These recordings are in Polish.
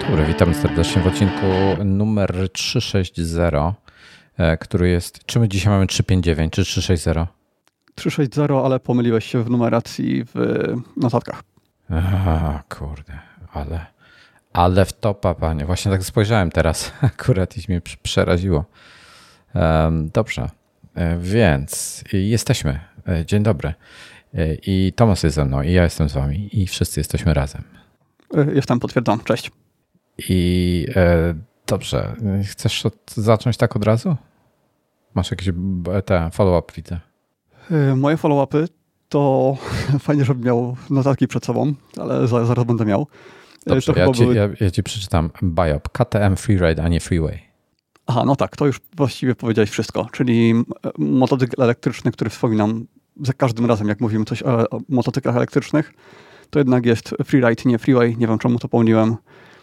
Dobry, witam serdecznie w odcinku numer 360, który jest... Czy my dzisiaj mamy 359 czy 360? 360, ale pomyliłeś się w numeracji w notatkach. Aha, kurde, ale w topa, panie. Właśnie tak spojrzałem teraz, akurat i mnie przeraziło. Dobrze, więc jesteśmy. Dzień dobry. I Tomasz jest ze mną, i ja jestem z wami, i wszyscy jesteśmy razem. Jestem, potwierdzam. Cześć. I dobrze, chcesz zacząć tak od razu? Masz jakieś follow-up, widzę. Moje follow-upy to fajnie, żebym miał notatki przed sobą, ale zaraz będę miał. Dobrze, ja ci przeczytam. BIOP, KTM Freeride, a nie Freeway. Aha, no tak, to już właściwie powiedziałeś wszystko, czyli motocykl elektryczny, który wspominam za każdym razem, jak mówimy coś o motocyklach elektrycznych, to jednak jest Freeride, nie Freeway, nie wiem czemu to pomyliłem.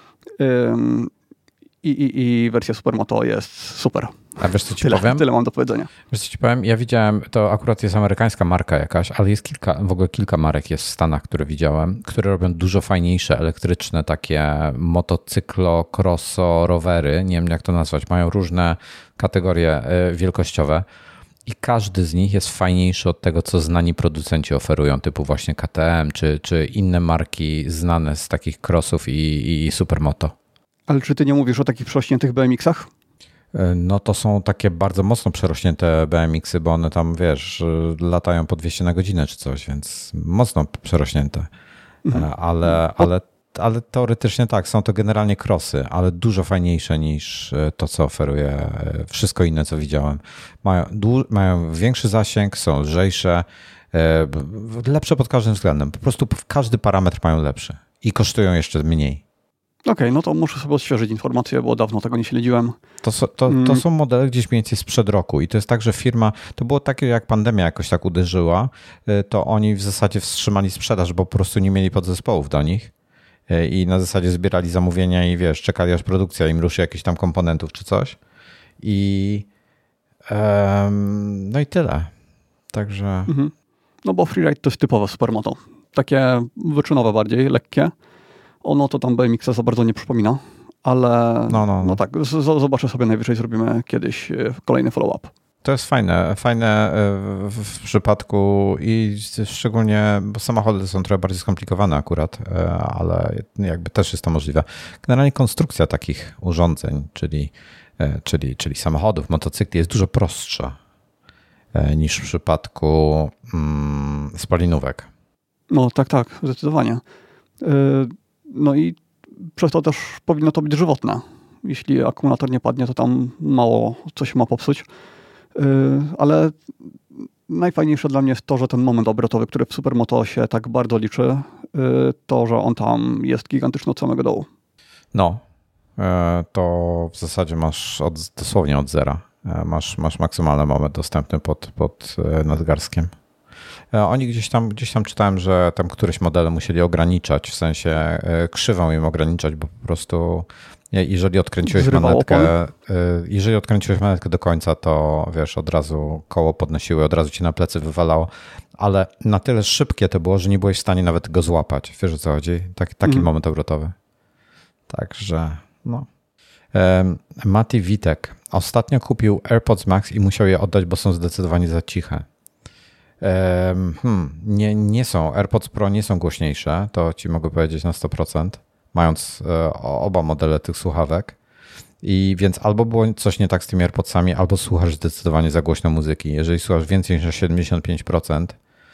I wersja Supermoto jest super. A wiesz co ci powiem? Tyle mam do powiedzenia. Wiesz co ci powiem? Ja widziałem, to akurat jest amerykańska marka jakaś, ale jest kilka marek jest w Stanach, które widziałem, które robią dużo fajniejsze elektryczne takie motocyklo, crosso, rowery, nie wiem jak to nazwać, mają różne kategorie wielkościowe i każdy z nich jest fajniejszy od tego, co znani producenci oferują, typu właśnie KTM czy inne marki znane z takich crossów i Supermoto. Ale czy ty nie mówisz o takich przerośniętych BMX-ach? No to są takie bardzo mocno przerośnięte BMX-y, bo one tam, wiesz, latają po 200 na godzinę czy coś, więc mocno przerośnięte. Ale teoretycznie tak, są to generalnie crossy, ale dużo fajniejsze niż to, co oferuje wszystko inne, co widziałem. Mają większy zasięg, są lżejsze, lepsze pod każdym względem. Po prostu każdy parametr mają lepszy i kosztują jeszcze mniej. Okej, no to muszę sobie odświeżyć informacje, bo dawno tego nie śledziłem. To są modele gdzieś mniej więcej sprzed roku i to jest tak, że firma, to było takie jak pandemia jakoś tak uderzyła, to oni w zasadzie wstrzymali sprzedaż, bo po prostu nie mieli podzespołów do nich i na zasadzie zbierali zamówienia i wiesz, czekali aż produkcja im ruszy jakichś tam komponentów czy coś no i tyle. Także... No bo Freeride to jest typowe Supermoto. Takie wyczynowe bardziej, lekkie. Ono to tam BMX-a za bardzo nie przypomina, ale no tak, zobaczę sobie, najwyżej zrobimy kiedyś kolejny follow-up. To jest fajne w przypadku i szczególnie, bo samochody są trochę bardziej skomplikowane akurat, ale jakby też jest to możliwe. Generalnie konstrukcja takich urządzeń, czyli samochodów, motocykli jest dużo prostsza niż w przypadku spalinówek. No tak, zdecydowanie. No i przez to też powinno to być żywotne. Jeśli akumulator nie padnie, to tam mało co się ma popsuć. Ale najfajniejsze dla mnie jest to, że ten moment obrotowy, który w Supermoto się tak bardzo liczy, to, że on tam jest gigantyczny od samego dołu. No, to w zasadzie masz dosłownie od zera. Masz maksymalny moment dostępny pod nadgarstkiem. Oni gdzieś tam czytałem, że tam któreś modele musieli ograniczać, w sensie krzywą im ograniczać, bo po prostu jeżeli odkręciłeś manetkę do końca, to wiesz, od razu koło podnosiły, od razu ci na plecy wywalało, ale na tyle szybkie to było, że nie byłeś w stanie nawet go złapać. Wiesz o co chodzi? Taki moment obrotowy. Także no. Mati Witek ostatnio kupił AirPods Max i musiał je oddać, bo są zdecydowanie za ciche. Nie są. AirPods Pro nie są głośniejsze, to ci mogę powiedzieć na 100%, mając oba modele tych słuchawek. I więc albo było coś nie tak z tymi AirPodsami, albo słuchasz zdecydowanie za głośno muzyki. Jeżeli słuchasz więcej niż 75%,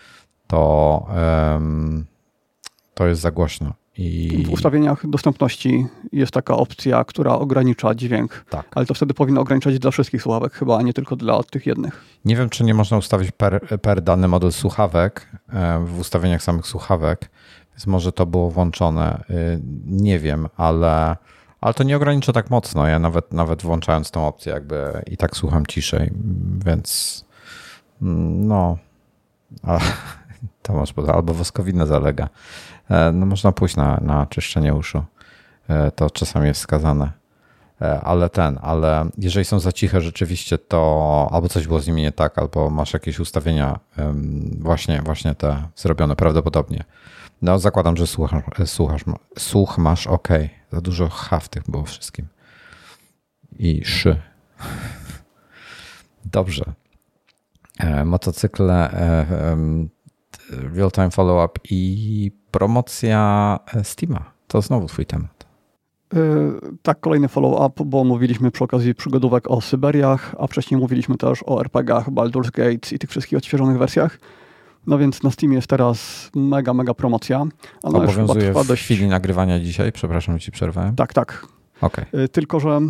to jest za głośno. W ustawieniach dostępności jest taka opcja, która ogranicza dźwięk, tak. Ale to wtedy powinno ograniczać dla wszystkich słuchawek chyba, a nie tylko dla tych jednych. Nie wiem, czy nie można ustawić per dany model słuchawek w ustawieniach samych słuchawek, więc może to było włączone. Nie wiem, ale to nie ogranicza tak mocno. Ja nawet włączając tą opcję jakby i tak słucham ciszej, więc no... To masz albo woskowina zalega. No można pójść na czyszczenie uszu. To czasami jest wskazane. Ale jeżeli są za ciche rzeczywiście, to albo coś było z nimi nie tak, albo masz jakieś ustawienia właśnie te zrobione prawdopodobnie. No zakładam, że słuch masz ok. Za dużo H w tych było wszystkim. I szy. Dobrze. Motocykle, real-time follow-up i promocja Steama. To znowu twój temat. Tak, kolejny follow-up, bo mówiliśmy przy okazji przygodówek o Syberiach, a wcześniej mówiliśmy też o RPG-ach, Baldur's Gate i tych wszystkich odświeżonych wersjach. No więc na Steamie jest teraz mega promocja. Ona obowiązuje w chwili nagrywania dzisiaj, przepraszam, że ci przerwałem. Tak. Okay. Tylko że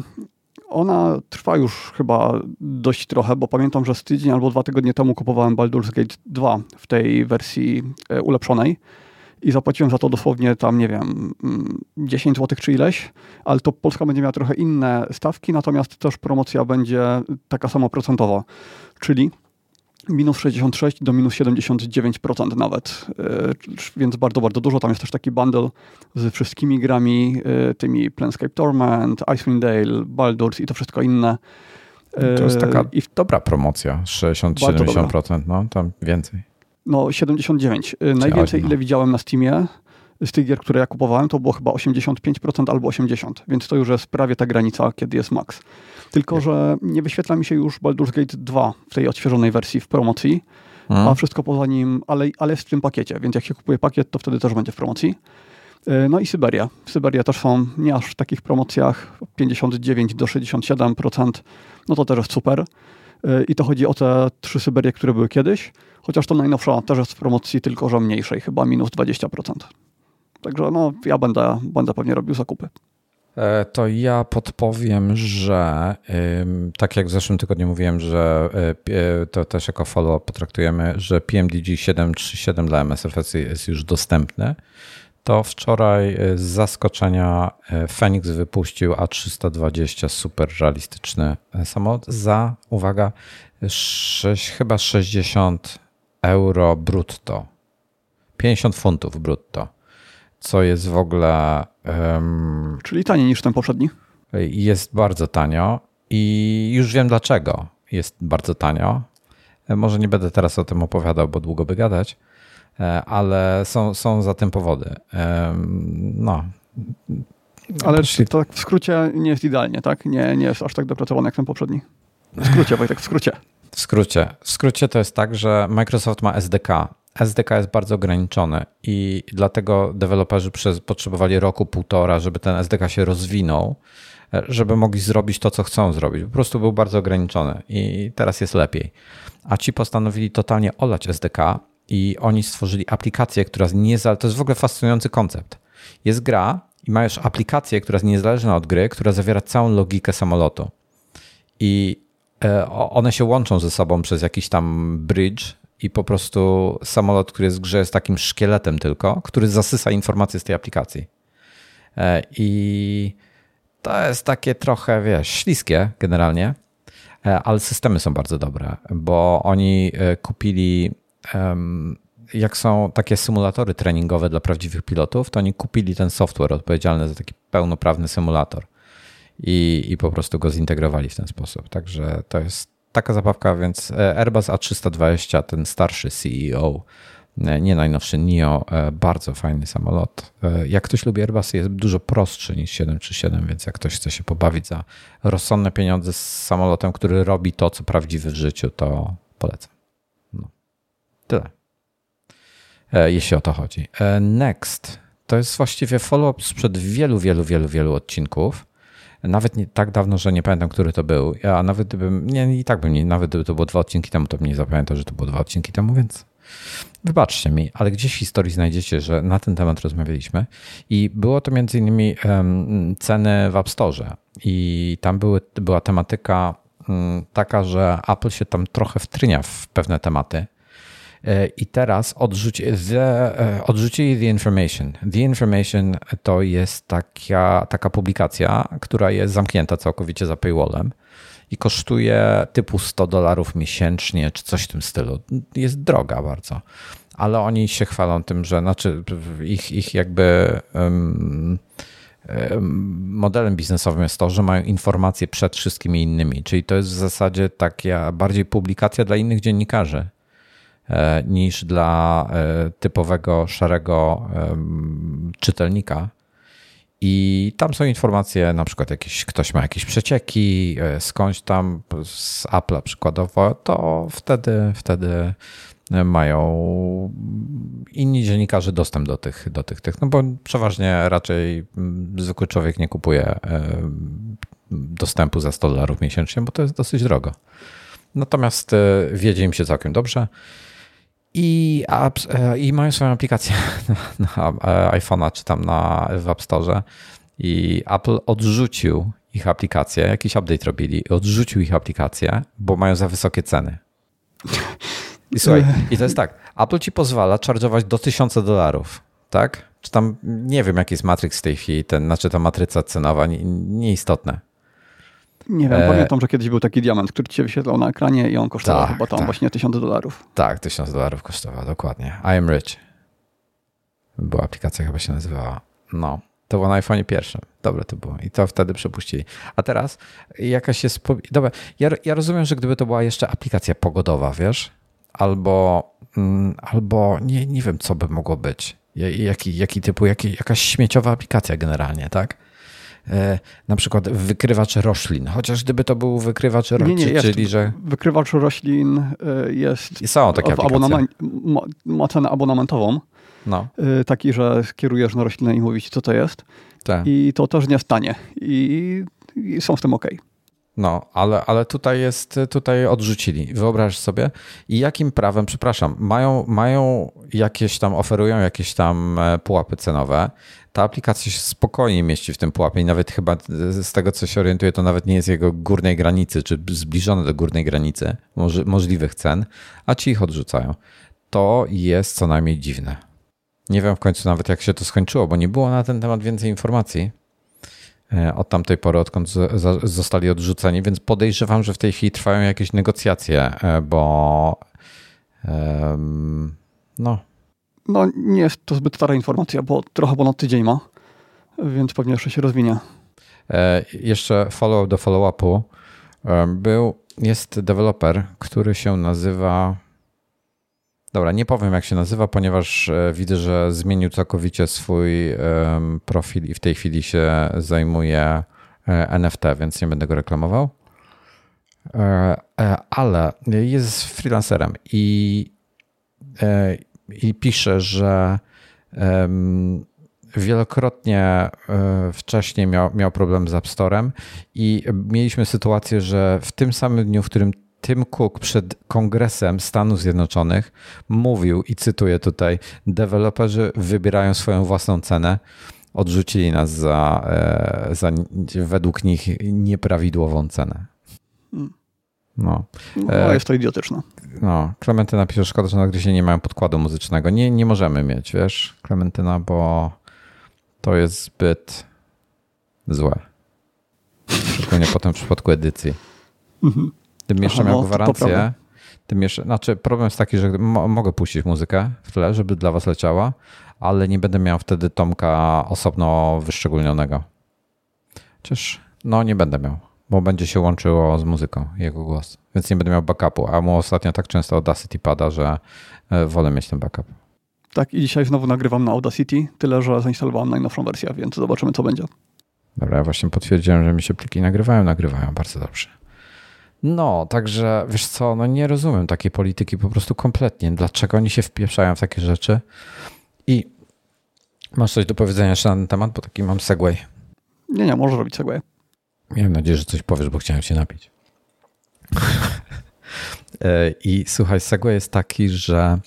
ona trwa już chyba dość trochę, bo pamiętam, że z tydzień albo 2 tygodnie temu kupowałem Baldur's Gate 2 w tej wersji ulepszonej i zapłaciłem za to dosłownie tam, nie wiem, 10 zł czy ileś, ale to Polska będzie miała trochę inne stawki, natomiast też promocja będzie taka samo procentowa, czyli minus 66 do minus 79% nawet, więc bardzo dużo. Tam jest też taki bundle z wszystkimi grami, tymi Planescape Torment, Icewind Dale, Baldur's i to wszystko inne. To jest taka dobra promocja, 60-70%, no tam więcej. No 79. Najwięcej, ile widziałem na Steamie z tych gier, które ja kupowałem, to było chyba 85% albo 80%, więc to już jest prawie ta granica, kiedy jest max. Tylko że nie wyświetla mi się już Baldur's Gate 2 w tej odświeżonej wersji w promocji, a wszystko poza nim, ale jest w tym pakiecie, więc jak się kupuje pakiet, to wtedy też będzie w promocji. No i Syberia. Syberia też są nie aż w takich promocjach, 59 do 67%, no to też jest super. I to chodzi o te 3 Syberie, które były kiedyś, chociaż to najnowsza też jest w promocji, tylko że mniejszej, chyba minus 20%. Także no, ja będę pewnie robił zakupy. To ja podpowiem, że tak jak w zeszłym tygodniu mówiłem, że to też jako follow-up potraktujemy, że PMDG 737 dla MSFS jest już dostępny, to wczoraj z zaskoczenia Phoenix wypuścił A320 super realistyczny samolot za, uwaga, chyba 60 euro brutto. 50 funtów brutto. Co jest w ogóle... Czyli taniej niż ten poprzedni? Jest bardzo tanio i już wiem dlaczego jest bardzo tanio. Może nie będę teraz o tym opowiadał, bo długo by gadać, ale są za tym powody. No. Ale to tak w skrócie nie jest idealnie, tak? Nie jest aż tak dopracowany jak ten poprzedni. W skrócie, Wojtek, w skrócie. W skrócie to jest tak, że Microsoft ma SDK. SDK jest bardzo ograniczony i dlatego deweloperzy potrzebowali roku, półtora, żeby ten SDK się rozwinął, żeby mogli zrobić to, co chcą zrobić. Po prostu był bardzo ograniczony i teraz jest lepiej. A ci postanowili totalnie olać SDK i oni stworzyli aplikację, która to jest w ogóle fascynujący koncept. Jest gra i masz aplikację, która jest niezależna od gry, która zawiera całą logikę samolotu. I one się łączą ze sobą przez jakiś tam bridge i po prostu samolot, który jest w grze, jest takim szkieletem tylko, który zasysa informacje z tej aplikacji. I to jest takie trochę, śliskie generalnie, ale systemy są bardzo dobre, bo oni kupili, jak są takie symulatory treningowe dla prawdziwych pilotów, to oni kupili ten software odpowiedzialny za taki pełnoprawny symulator i po prostu go zintegrowali w ten sposób. Także to jest taka zabawka, więc Airbus A320, ten starszy CEO, nie najnowszy NEO, bardzo fajny samolot. Jak ktoś lubi Airbus, jest dużo prostszy niż 737, więc jak ktoś chce się pobawić za rozsądne pieniądze z samolotem, który robi to, co prawdziwy w życiu, to polecam. No. Tyle. Jeśli o to chodzi. Next. To jest właściwie follow-up sprzed wielu odcinków. Nawet nie tak dawno, że nie pamiętam, który to był. A nawet gdybym, nawet gdyby to było 2 odcinki temu, to bym nie zapamiętał, że to było 2 odcinki temu, więc wybaczcie mi, ale gdzieś w historii znajdziecie, że na ten temat rozmawialiśmy i było to między innymi ceny w App Store i tam była tematyka taka, że Apple się tam trochę wtrynia w pewne tematy i teraz odrzucili The Information. The Information to jest taka publikacja, która jest zamknięta całkowicie za paywallem i kosztuje typu $100 miesięcznie, czy coś w tym stylu. Jest droga bardzo, ale oni się chwalą tym, że ich jakby modelem biznesowym jest to, że mają informacje przed wszystkimi innymi, czyli to jest w zasadzie taka bardziej publikacja dla innych dziennikarzy. niż dla typowego szarego czytelnika. I tam są informacje, na przykład ktoś ma jakieś przecieki skądś tam z Apple'a przykładowo, to wtedy mają inni dziennikarze dostęp do tych, no bo przeważnie raczej zwykły człowiek nie kupuje dostępu za $100 miesięcznie, bo to jest dosyć drogo. Natomiast wiedzie im się całkiem dobrze i mają swoją aplikację na iPhone'a czy tam w App Store i Apple odrzucił ich aplikację, jakiś update robili i odrzucił ich aplikację, bo mają za wysokie ceny. I słuchaj, i to jest tak, Apple ci pozwala charge'ować do $1000, tak? Czy tam, nie wiem jaki jest Matrix w tej chwili, ta matryca cenowa, nieistotne. Nie wiem, pamiętam, że kiedyś był taki diament, który ci się wyświetlał na ekranie i on kosztował chyba tam właśnie $1000. Tak, $1000 kosztował, dokładnie. I am rich. Była aplikacja, chyba się nazywała. No, to było na iPhone'ie pierwszym. Dobre to było. I to wtedy przepuścili. A teraz jakaś jest... Dobra, ja rozumiem, że gdyby to była jeszcze aplikacja pogodowa, wiesz? Albo nie wiem, co by mogło być. Jaki typu, jakaś śmieciowa aplikacja generalnie, tak? Na przykład wykrywacz roślin. Chociaż gdyby to był wykrywacz roślin, czyli że... Wykrywacz roślin jest... Są takie aplikacje. Ma cenę abonamentową. No. Taki, że kierujesz na roślinę i mówi ci, co to jest. Tak. I to też nie jest tanie. I są w tym okej. No, ale tutaj odrzucili. Wyobraź sobie. I jakim prawem, przepraszam, mają jakieś tam, oferują jakieś tam pułapy cenowe. Ta aplikacja się spokojnie mieści w tym pułapie i nawet chyba z tego, co się orientuję, to nawet nie jest jego górnej granicy, czy zbliżone do górnej granicy możliwych cen, a ci ich odrzucają. To jest co najmniej dziwne. Nie wiem w końcu nawet, jak się to skończyło, bo nie było na ten temat więcej informacji od tamtej pory, odkąd zostali odrzuceni, więc podejrzewam, że w tej chwili trwają jakieś negocjacje, bo No, nie jest to zbyt stara informacja, bo trochę ponad tydzień ma, więc pewnie jeszcze się rozwinie. Jeszcze follow-up do follow-upu. Jest deweloper, który się nazywa... Dobra, nie powiem jak się nazywa, ponieważ widzę, że zmienił całkowicie swój profil i w tej chwili się zajmuje NFT, więc nie będę go reklamował. Ale jest freelancerem i pisze, że wielokrotnie wcześniej miał problem z App Storem i mieliśmy sytuację, że w tym samym dniu, w którym Tim Cook przed Kongresem Stanów Zjednoczonych mówił, i cytuję tutaj, deweloperzy wybierają swoją własną cenę, odrzucili nas za według nich nieprawidłową cenę. No, jest to idiotyczne. No, Klementyna pisze, szkoda, że na gryzie nie mają podkładu muzycznego. Nie możemy mieć, wiesz, Klementyna, bo to jest zbyt złe. Szczególnie potem w przypadku edycji. Gdybym jeszcze miał gwarancję, problem jest taki, że mogę puścić muzykę w tle, żeby dla was leciała, ale nie będę miał wtedy Tomka osobno wyszczególnionego. Chociaż nie będę miał, bo będzie się łączyło z muzyką jego głos, więc nie będę miał backupu, a mu ostatnio tak często Audacity pada, że wolę mieć ten backup. Tak, i dzisiaj znowu nagrywam na Audacity, tyle że zainstalowałem najnowszą wersję, więc zobaczymy, co będzie. Dobra, ja właśnie potwierdziłem, że mi się pliki nagrywają, bardzo dobrze. No, także wiesz co, nie rozumiem takiej polityki po prostu kompletnie. Dlaczego oni się wpieprzają w takie rzeczy? I masz coś do powiedzenia jeszcze na ten temat, bo taki mam segway. Nie, możesz robić segway. Miałem nadzieję, że coś powiesz, bo chciałem się napić. I słuchaj, segway jest taki, że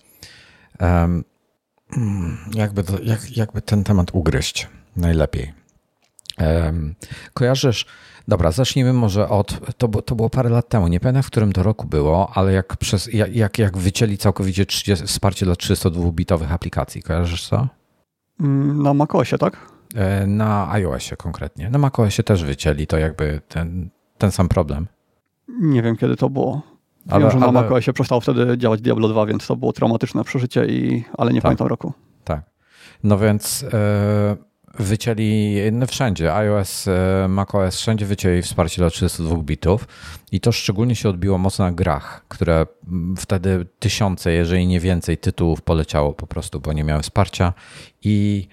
jakby ten temat ugryźć najlepiej. Kojarzysz, dobra, zacznijmy może od, to było parę lat temu, nie pamiętam w którym to roku było, ale jak wycięli całkowicie wsparcie dla 32-bitowych aplikacji, kojarzysz co? Na macOSie, tak? Na iOSie konkretnie. Na macOSie też wycięli, to jakby ten sam problem. Nie wiem kiedy to było. Wiem, że na macOSie przestało wtedy działać Diablo 2, więc to było traumatyczne przeżycie, ale nie pamiętam roku. Tak. No więc wycięli wszędzie, iOS, macOS, wszędzie wycięli wsparcie dla 32 bitów i to szczególnie się odbiło mocno na grach, które wtedy tysiące, jeżeli nie więcej tytułów poleciało po prostu, bo nie miały wsparcia i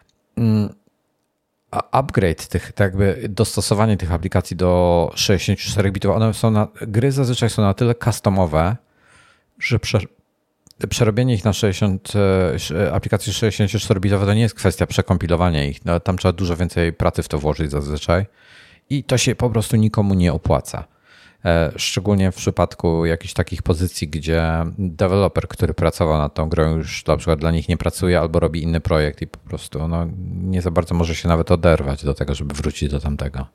upgrade tych, tak jakby dostosowanie tych aplikacji do 64 bitów, gry zazwyczaj są na tyle customowe, że przerobienie ich na aplikacji 64-bitowe to nie jest kwestia przekompilowania ich. No, tam trzeba dużo więcej pracy w to włożyć zazwyczaj i to się po prostu nikomu nie opłaca. Szczególnie w przypadku jakichś takich pozycji, gdzie deweloper, który pracował nad tą grą już na przykład dla nich nie pracuje albo robi inny projekt i po prostu nie za bardzo może się nawet oderwać do tego, żeby wrócić do tamtego.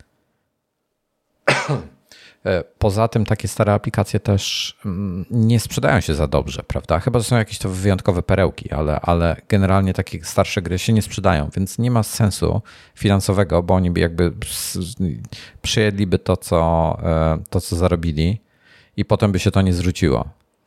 Poza tym takie stare aplikacje też nie sprzedają się za dobrze, prawda? Chyba, że są jakieś to wyjątkowe perełki, ale generalnie takie starsze gry się nie sprzedają, więc nie ma sensu finansowego, bo oni by jakby przyjedliby to, co zarobili i potem by się to nie zwróciło.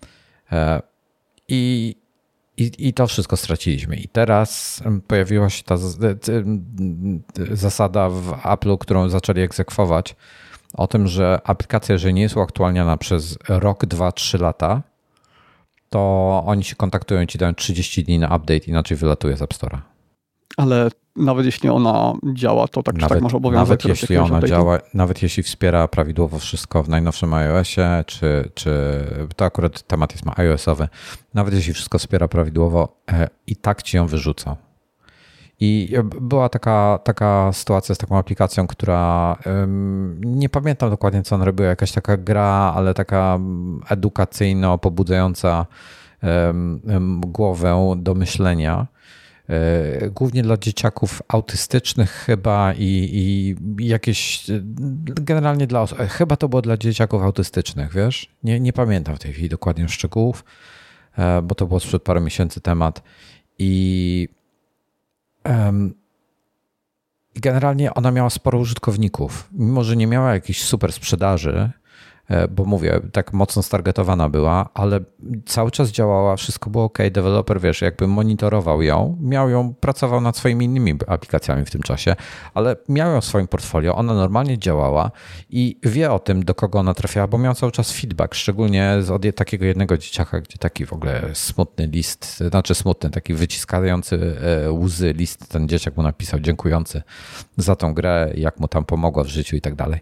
I to wszystko straciliśmy. I teraz pojawiła się ta zasada w Apple'u, którą zaczęli egzekwować, o tym, że aplikacja, jeżeli nie jest uaktualniana przez rok, 2, 3 lata, to oni się kontaktują i ci dają 30 dni na update, inaczej wylatuje z App Store'a. Ale nawet jeśli ona działa, to tak czy tak masz obowiązek. Nawet jeśli ona działa, nawet jeśli wspiera prawidłowo wszystko w najnowszym iOSie, czy to akurat temat jest iOS-owy, nawet jeśli wszystko wspiera prawidłowo, i tak ci ją wyrzucą. I była taka sytuacja z taką aplikacją, która nie pamiętam dokładnie, co ona robiła, jakaś taka gra, ale taka edukacyjno pobudzająca głowę do myślenia. Głównie dla dzieciaków autystycznych chyba i jakieś generalnie chyba to było dla dzieciaków autystycznych, wiesz? Nie pamiętam w tej chwili dokładnie szczegółów, bo to było sprzed paru miesięcy temat i generalnie ona miała sporo użytkowników. Mimo że nie miała jakiejś super sprzedaży, bo mówię, tak mocno stargetowana była, ale cały czas działała, wszystko było ok. Deweloper, wiesz, jakby monitorował ją, pracował nad swoimi innymi aplikacjami w tym czasie, ale miał ją w swoim portfolio, ona normalnie działała i wie o tym, do kogo ona trafiała, bo miał cały czas feedback, szczególnie od takiego jednego dzieciaka, gdzie taki w ogóle smutny list, znaczy smutny, taki wyciskający łzy list, ten dzieciak mu napisał, dziękujący za tą grę, jak mu tam pomogła w życiu i tak dalej.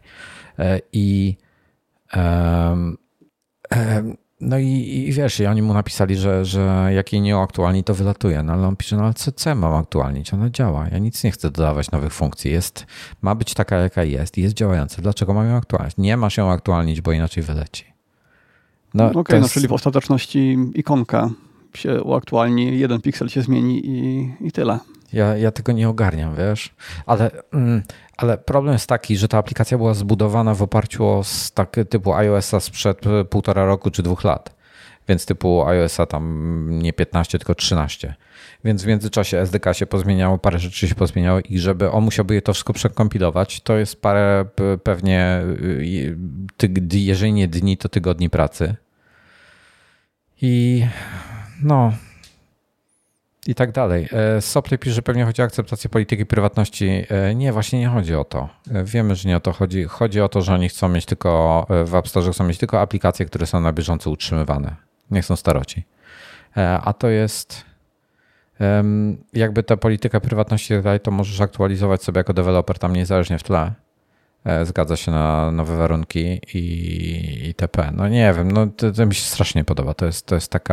No i wiesz, i oni mu napisali, że jak jej nie uaktualni, to wylatuje. No ale on pisze, no ale co ja mam aktualnić? Ona działa. Ja nic nie chcę dodawać nowych funkcji. Ma być taka, jaka jest i jest działająca. Dlaczego mam ją aktualnić? Nie masz ją aktualnić, bo inaczej wyleci. No, czyli w ostateczności ikonka się uaktualni, 1 piksel się zmieni i tyle. Ja tego nie ogarniam, wiesz, ale problem jest taki, że ta aplikacja była zbudowana w oparciu o typu iOS-a sprzed 1,5 roku czy 2 lat, więc typu iOS-a tam nie 15, tylko 13. Więc w międzyczasie SDK się pozmieniało, parę rzeczy się pozmieniało i żeby on musiałby je to wszystko przekompilować, to jest parę pewnie, jeżeli nie dni, to tygodni pracy. I tak dalej. Sopley pisze, że pewnie chodzi o akceptację polityki prywatności. Nie, właśnie nie chodzi o to. Wiemy, że nie o to chodzi. Chodzi o to, że oni chcą mieć tylko w App Store chcą mieć tylko aplikacje, które są na bieżąco utrzymywane. Nie są staroci. A to jest jakby ta polityka prywatności to możesz aktualizować sobie jako deweloper tam niezależnie w tle. Zgadza się na nowe warunki i itp. No nie wiem, no to mi się strasznie podoba. To jest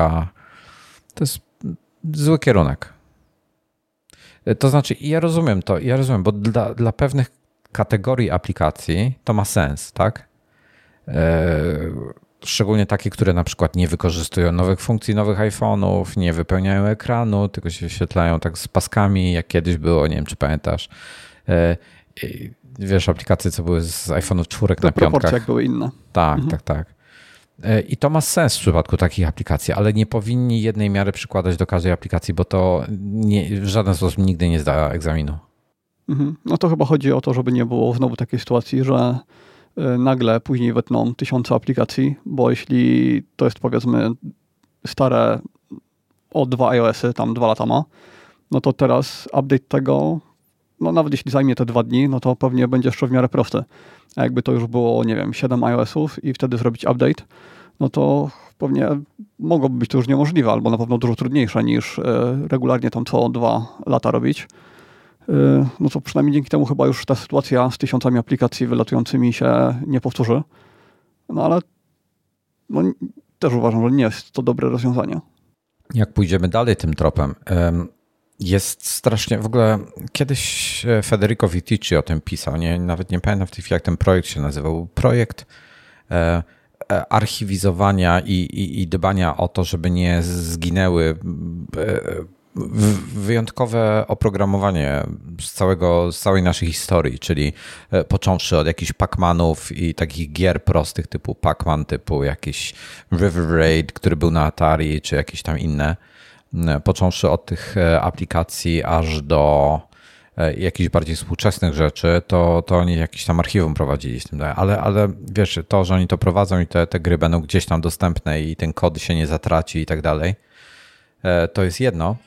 zły kierunek. To znaczy, ja rozumiem, bo dla pewnych kategorii aplikacji to ma sens, tak? Szczególnie takie, które na przykład nie wykorzystują nowych funkcji nowych iPhone'ów, nie wypełniają ekranu, tylko się wyświetlają tak z paskami, jak kiedyś było, nie wiem, czy pamiętasz. Wiesz, aplikacje, co były z iPhone'ów 4 na 5. Proporcje jak były inne. Tak. I to ma sens w przypadku takich aplikacji, ale nie powinni jednej miary przykładać do każdej aplikacji, bo to w żaden sposób nigdy nie zda egzaminu. No to chyba chodzi o to, żeby nie było znowu takiej sytuacji, że nagle później wetną 1000 aplikacji, bo jeśli to jest powiedzmy stare o 2 iOS-y, tam 2 lata ma, no to teraz update tego no nawet jeśli zajmie te 2 dni, no to pewnie będzie jeszcze w miarę proste. A jakby to już było, nie wiem, 7 iOS-ów i wtedy zrobić update, no to pewnie mogłoby być to już niemożliwe, albo na pewno dużo trudniejsze niż regularnie tam co 2 lata robić. No to przynajmniej dzięki temu chyba już ta sytuacja z 1000 aplikacji wylatującymi się nie powtórzy. No ale no, też uważam, że nie jest to dobre rozwiązanie. Jak pójdziemy dalej tym tropem, jest strasznie, w ogóle kiedyś Federico Viticci o tym pisał, nawet nie pamiętam w tej chwili jak ten projekt się nazywał. Projekt archiwizowania i dbania o to, żeby nie zginęły wyjątkowe oprogramowanie z całej naszej historii, czyli począwszy od jakichś Pac-Manów i takich gier prostych typu Pac-Man, typu jakiś River Raid, który był na Atari, czy jakieś tam inne, począwszy od tych aplikacji aż do jakichś bardziej współczesnych rzeczy, to oni jakieś tam archiwum prowadzili z tym dalej. Ale wiesz, to, że oni to prowadzą i te gry będą gdzieś tam dostępne i ten kod się nie zatraci i tak dalej, to jest jedno.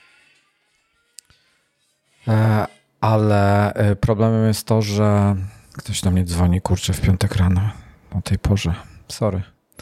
Ale problemem jest to, że ktoś do mnie dzwoni, kurczę, w piątek rano o tej porze. Sorry.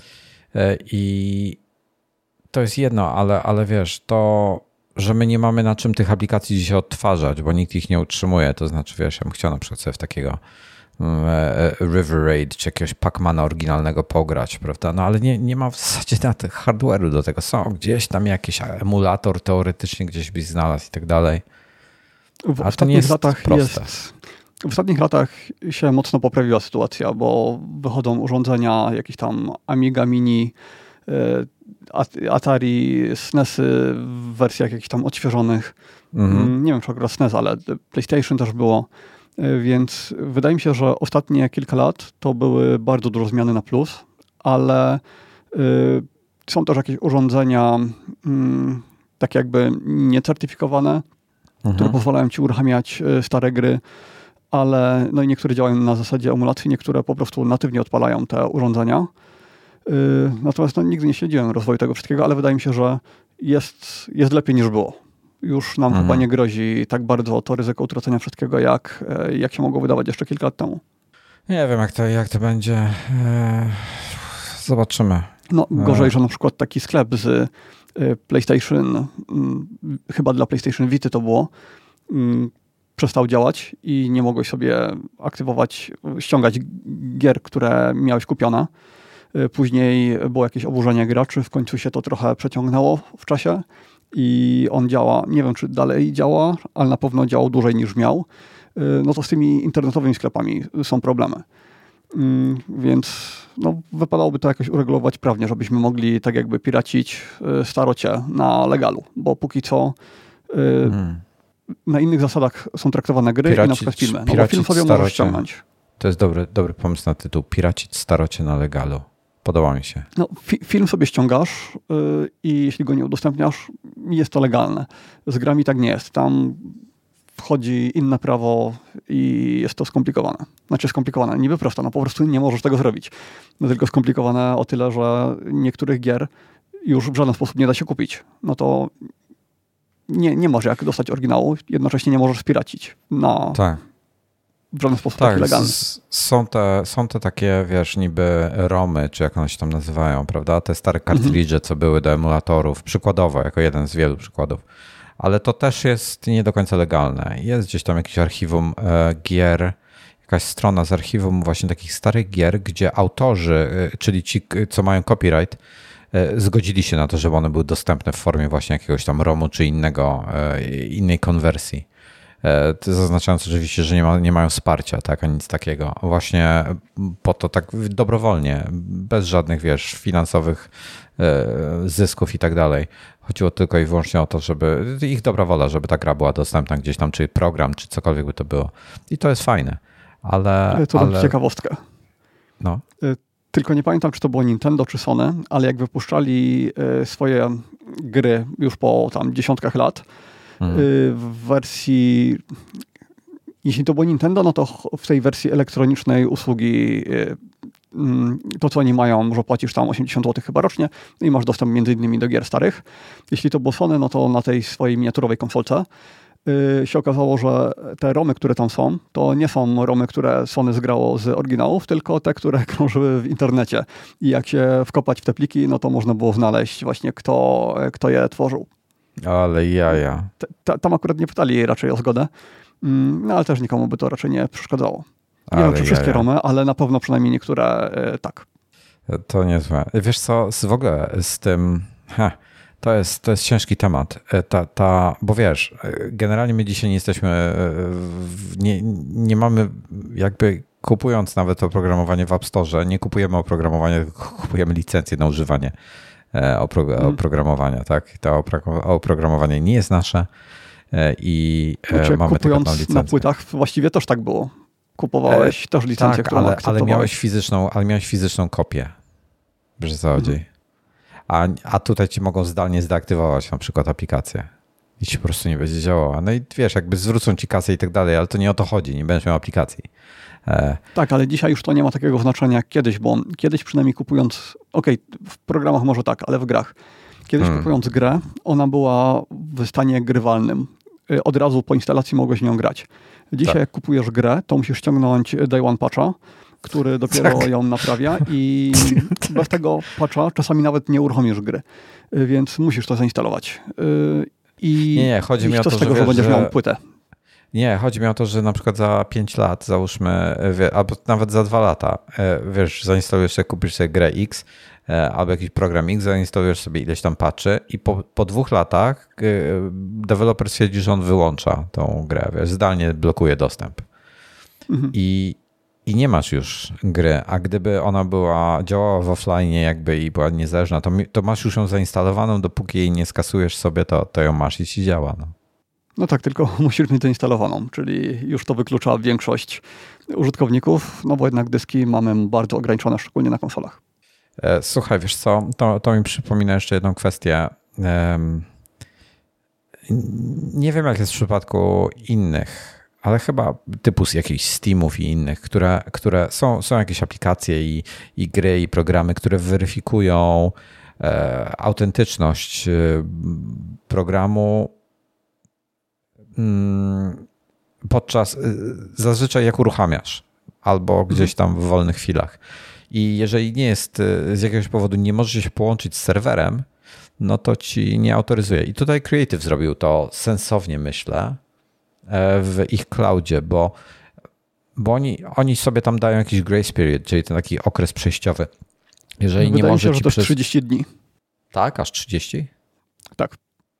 I to jest jedno, ale wiesz, to, że my nie mamy na czym tych aplikacji dzisiaj odtwarzać, bo nikt ich nie utrzymuje, to znaczy, wiesz, ja bym chciał na przykład sobie w takiego River Raid czy jakiegoś Pac-Mana oryginalnego pograć, prawda? No ale nie ma w zasadzie na tych hardware'u do tego. Są gdzieś tam jakiś emulator teoretycznie gdzieś byś znalazł i tak dalej. W ostatnich latach się mocno poprawiła sytuacja, bo wychodzą urządzenia, jakieś tam Amiga Mini, Atari, SNESy w wersjach jakichś tam odświeżonych. Nie wiem, czy akurat SNES, ale PlayStation też było. Więc wydaje mi się, że ostatnie kilka lat to były bardzo duże zmiany na plus, ale są też jakieś urządzenia tak jakby niecertyfikowane, które pozwalają ci uruchamiać stare gry, ale no i niektóre działają na zasadzie emulacji, niektóre po prostu natywnie odpalają te urządzenia. Natomiast no, nigdy nie śledziłem rozwoju tego wszystkiego, ale wydaje mi się, że jest lepiej niż było. Już nam chyba nie grozi tak bardzo to ryzyko utracenia wszystkiego, jak się mogło wydawać jeszcze kilka lat temu. Nie wiem, jak to będzie. Zobaczymy. No gorzej, że na przykład taki sklep z PlayStation, chyba dla PlayStation Vita to było, przestał działać i nie mogłeś sobie ściągać gier, które miałeś kupione. Później było jakieś oburzenie graczy, w końcu się to trochę przeciągnęło w czasie i on działa, nie wiem czy dalej działa, ale na pewno działał dłużej niż miał. No to z tymi internetowymi sklepami są problemy. Więc no, wypadałoby to jakoś uregulować prawnie, żebyśmy mogli tak jakby piracić starocie na legalu, bo póki co na innych zasadach są traktowane gry i na przykład filmy. No bo film sobie możesz ściągnąć. To jest dobry pomysł na tytuł. Piracić starocie na legalu. Podoba mi się. No, film sobie ściągasz i jeśli go nie udostępniasz, jest to legalne. Z grami tak nie jest. Tam wchodzi inne prawo i jest to skomplikowane. Znaczy skomplikowane, niby proste, no po prostu nie możesz tego zrobić. No tylko skomplikowane o tyle, że niektórych gier już w żaden sposób nie da się kupić. No to nie masz jak dostać oryginału, jednocześnie nie możesz spiracić na w żaden sposób taki legalny. Są te takie, wiesz, niby ROMy, czy jak one się tam nazywają, prawda? Te stare kartridże, co były do emulatorów, przykładowo, jako jeden z wielu przykładów. Ale to też jest nie do końca legalne. Jest gdzieś tam jakieś archiwum gier, jakaś strona z archiwum właśnie takich starych gier, gdzie autorzy, czyli ci, co mają copyright, zgodzili się na to, żeby one były dostępne w formie właśnie jakiegoś tam ROMu czy innej konwersji. Zaznaczając oczywiście, że nie mają wsparcia, tak, ani nic takiego. Właśnie po to tak dobrowolnie, bez żadnych, wiesz, finansowych zysków i tak dalej. Chodziło tylko i wyłącznie o to, żeby ich dobra wola, żeby ta gra była dostępna gdzieś tam, czy program, czy cokolwiek by to było. I to jest fajne. Ale ciekawostka. No. Tylko nie pamiętam, czy to było Nintendo, czy Sony, ale jak wypuszczali swoje gry już po tam dziesiątkach lat, w wersji, jeśli to było Nintendo, no to w tej wersji elektronicznej usługi to, co oni mają, że płacisz tam 80 zł chyba rocznie i masz dostęp między innymi do gier starych. Jeśli to było Sony, no to na tej swojej miniaturowej konsolce się okazało, że te romy, które tam są, to nie są romy, które Sony zgrało z oryginałów, tylko te, które krążyły w internecie. I jak się wkopać w te pliki, no to można było znaleźć właśnie kto je tworzył. Ale jaja. Tam akurat nie pytali raczej o zgodę, no ale też nikomu by to raczej nie przeszkadzało. Nie wiem, czy wszystkie romy, ale na pewno przynajmniej niektóre tak. To niezłe. Wiesz co, w ogóle z tym... To jest ciężki temat, bo wiesz, generalnie my dzisiaj nie jesteśmy, nie mamy jakby kupując nawet oprogramowanie w App Store, nie kupujemy oprogramowania, tylko kupujemy licencję na używanie oprogramowania, tak? To oprogramowanie nie jest nasze i mamy tylko tą licencję. Na płytach właściwie też tak było. Kupowałeś też licencję, którą akceptowałeś. Ale miałeś fizyczną kopię. Wiesz, co chodzi? A tutaj ci mogą zdalnie zdeaktywować na przykład aplikację i ci po prostu nie będzie działała. No i wiesz, jakby zwrócą ci kasę i tak dalej, ale to nie o to chodzi, nie będziesz miał aplikacji. Tak, ale dzisiaj już to nie ma takiego znaczenia jak kiedyś, bo kiedyś przynajmniej kupując, w programach może tak, ale w grach. Kiedyś kupując grę, ona była w stanie grywalnym. Od razu po instalacji mogłeś w nią grać. Dzisiaj jak kupujesz grę, to musisz ściągnąć Day One Patcha, który dopiero ją naprawia i bez tego patcha czasami nawet nie uruchomisz gry, więc musisz to zainstalować. Nie, chodzi mi o to, z tego, że będziesz miał płytę. Nie, chodzi mi o to, że na przykład za 5 lat, załóżmy, albo nawet za 2 lata, wiesz, zainstalujesz sobie, kupisz sobie grę X, albo jakiś program X, zainstalujesz sobie ileś tam patchy i po 2 latach deweloper stwierdzi, że on wyłącza tą grę, wiesz, zdalnie blokuje dostęp. I nie masz już gry, a gdyby ona działała w offline jakby i była niezależna, to masz już ją zainstalowaną, dopóki jej nie skasujesz sobie, to ją masz i ci działa. No tak, tylko musisz mieć zainstalowaną, czyli już to wyklucza większość użytkowników, no bo jednak dyski mamy bardzo ograniczone, szczególnie na konsolach. Słuchaj, wiesz co, to mi przypomina jeszcze jedną kwestię. Nie wiem, jak jest w przypadku innych, ale chyba typu z jakichś Steamów i innych, które są jakieś aplikacje i gry i programy, które weryfikują autentyczność programu zazwyczaj jak uruchamiasz albo gdzieś tam w wolnych chwilach. I jeżeli nie jest, z jakiegoś powodu nie możesz się połączyć z serwerem, no to ci nie autoryzuje. I tutaj Creative zrobił to sensownie, myślę, w ich cloudzie, bo oni sobie tam dają jakiś grace period, czyli ten taki okres przejściowy. Jeżeli wydaje nie może mi się, że to 30 dni. Tak, aż 30? Tak.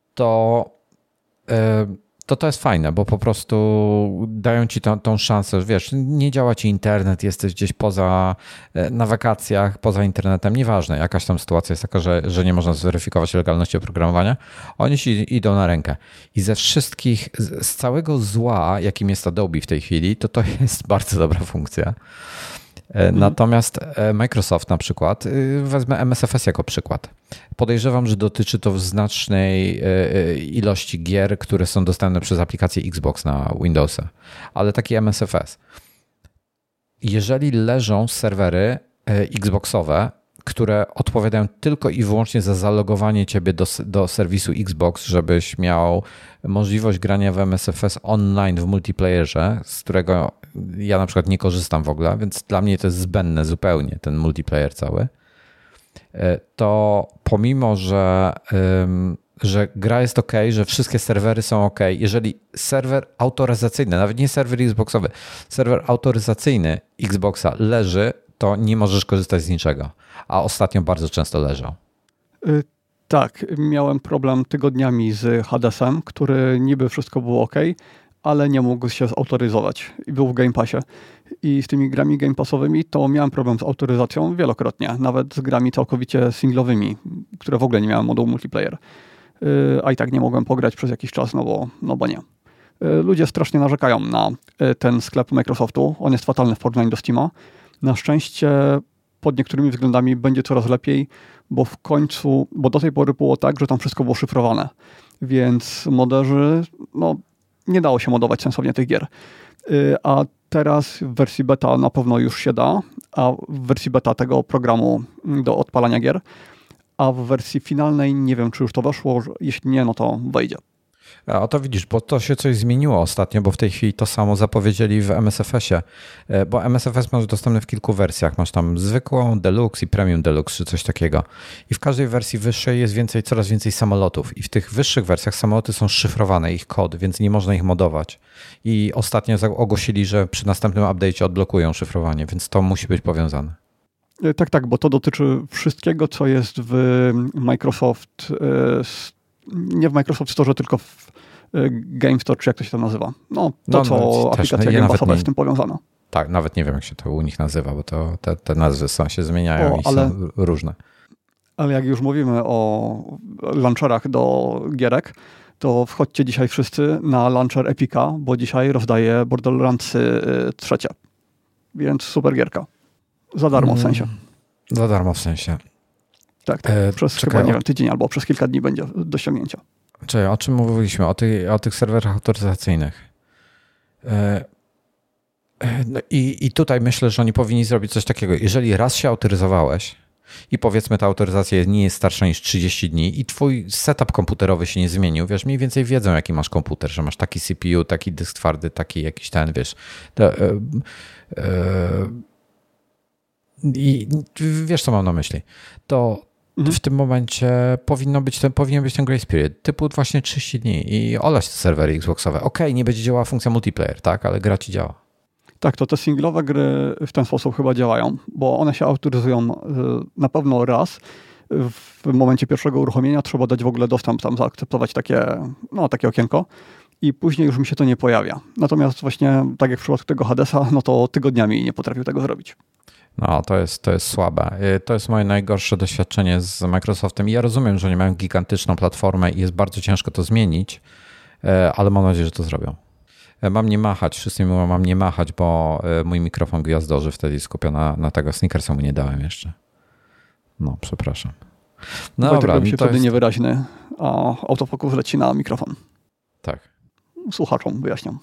To jest fajne, bo po prostu dają ci tą szansę, wiesz, nie działa ci internet, jesteś gdzieś na wakacjach, poza internetem, nieważne, jakaś tam sytuacja jest taka, że nie można zweryfikować legalności oprogramowania, oni ci idą na rękę. I ze wszystkich, z całego zła, jakim jest Adobe w tej chwili, to jest bardzo dobra funkcja. Natomiast Microsoft na przykład, wezmę MSFS jako przykład. Podejrzewam, że dotyczy to znacznej ilości gier, które są dostępne przez aplikację Xbox na Windowsa, ale taki MSFS. Jeżeli leżą serwery Xboxowe, które odpowiadają tylko i wyłącznie za zalogowanie ciebie do serwisu Xbox, żebyś miał możliwość grania w MSFS online w multiplayerze, z którego ja na przykład nie korzystam w ogóle, więc dla mnie to jest zbędne zupełnie, ten multiplayer cały, to pomimo, że gra jest ok, że wszystkie serwery są ok, jeżeli serwer autoryzacyjny, nawet nie serwer Xboxowy, serwer autoryzacyjny Xboxa leży, to nie możesz korzystać z niczego, a ostatnio bardzo często leżał. Tak, miałem problem tygodniami z Hadesem, który niby wszystko było ok, ale nie mógł się zautoryzować i był w Game Passie. I z tymi grami Game Passowymi to miałem problem z autoryzacją wielokrotnie, nawet z grami całkowicie singlowymi, które w ogóle nie miały modułu multiplayer. A i tak nie mogłem pograć przez jakiś czas, no bo nie. Ludzie strasznie narzekają na ten sklep Microsoftu. On jest fatalny w porównaniu do Steama. Na szczęście pod niektórymi względami będzie coraz lepiej, bo w końcu, bo do tej pory było tak, że tam wszystko było szyfrowane, więc moderzy, nie dało się modować sensownie tych gier. A teraz w wersji beta na pewno już się da, a w wersji beta tego programu do odpalania gier, a w wersji finalnej nie wiem, czy już to weszło, jeśli nie, no to wejdzie. A to widzisz, bo to się coś zmieniło ostatnio, bo w tej chwili to samo zapowiedzieli w MSFS-ie, bo MSFS masz dostępny w kilku wersjach. Masz tam zwykłą, Deluxe i Premium Deluxe, czy coś takiego. I w każdej wersji wyższej jest coraz więcej samolotów. I w tych wyższych wersjach samoloty są szyfrowane, ich kod, więc nie można ich modować. I ostatnio ogłosili, że przy następnym update'cie odblokują szyfrowanie, więc to musi być powiązane. Tak, bo to dotyczy wszystkiego, co jest w Microsoft, nie w Microsoft Store, tylko w Game Store, czy jak to się tam nazywa. Co aplikacja Game Passowa jest z tym powiązana. Tak, nawet nie wiem, jak się to u nich nazywa, bo te nazwy się zmieniają są różne. Ale jak już mówimy o launcherach do gierek, to wchodźcie dzisiaj wszyscy na launcher Epica, bo dzisiaj rozdaje Borderlands 3. Więc super gierka. Za darmo w sensie. Za darmo w sensie. Tak, przez chyba, nie wiem, tydzień albo przez kilka dni będzie do ściągnięcia. Czekaj, o czym mówiliśmy? O tych serwerach autoryzacyjnych. No i tutaj myślę, że oni powinni zrobić coś takiego. Jeżeli raz się autoryzowałeś i powiedzmy ta autoryzacja nie jest starsza niż 30 dni i twój setup komputerowy się nie zmienił, wiesz, mniej więcej wiedzą, jaki masz komputer, że masz taki CPU, taki dysk twardy, taki jakiś ten, wiesz. I wiesz, co mam na myśli. To w tym momencie powinien być ten grace period, typu właśnie 30 dni i olać te serwery Xboxowe. Okej, nie będzie działała funkcja multiplayer, tak, ale gra ci działa. Tak, to te singlowe gry w ten sposób chyba działają, bo one się autoryzują na pewno raz. W momencie pierwszego uruchomienia trzeba dać w ogóle dostęp, tam zaakceptować takie okienko i później już mi się to nie pojawia. Natomiast właśnie tak jak w przypadku tego Hadesa, no to tygodniami nie potrafił tego zrobić. No, to jest słabe. To jest moje najgorsze doświadczenie z Microsoftem. I ja rozumiem, że oni mają gigantyczną platformę i jest bardzo ciężko to zmienić, ale mam nadzieję, że to zrobią. Mam nie machać, wszyscy mówią, mam nie machać, bo mój mikrofon gwiazdorzy wtedy skupiony na tego. Snickersa mu nie dałem jeszcze. No, przepraszam. No dobra, się wtedy niewyraźny, a autofokus leci na mikrofon. Tak. Słuchaczom wyjaśniam.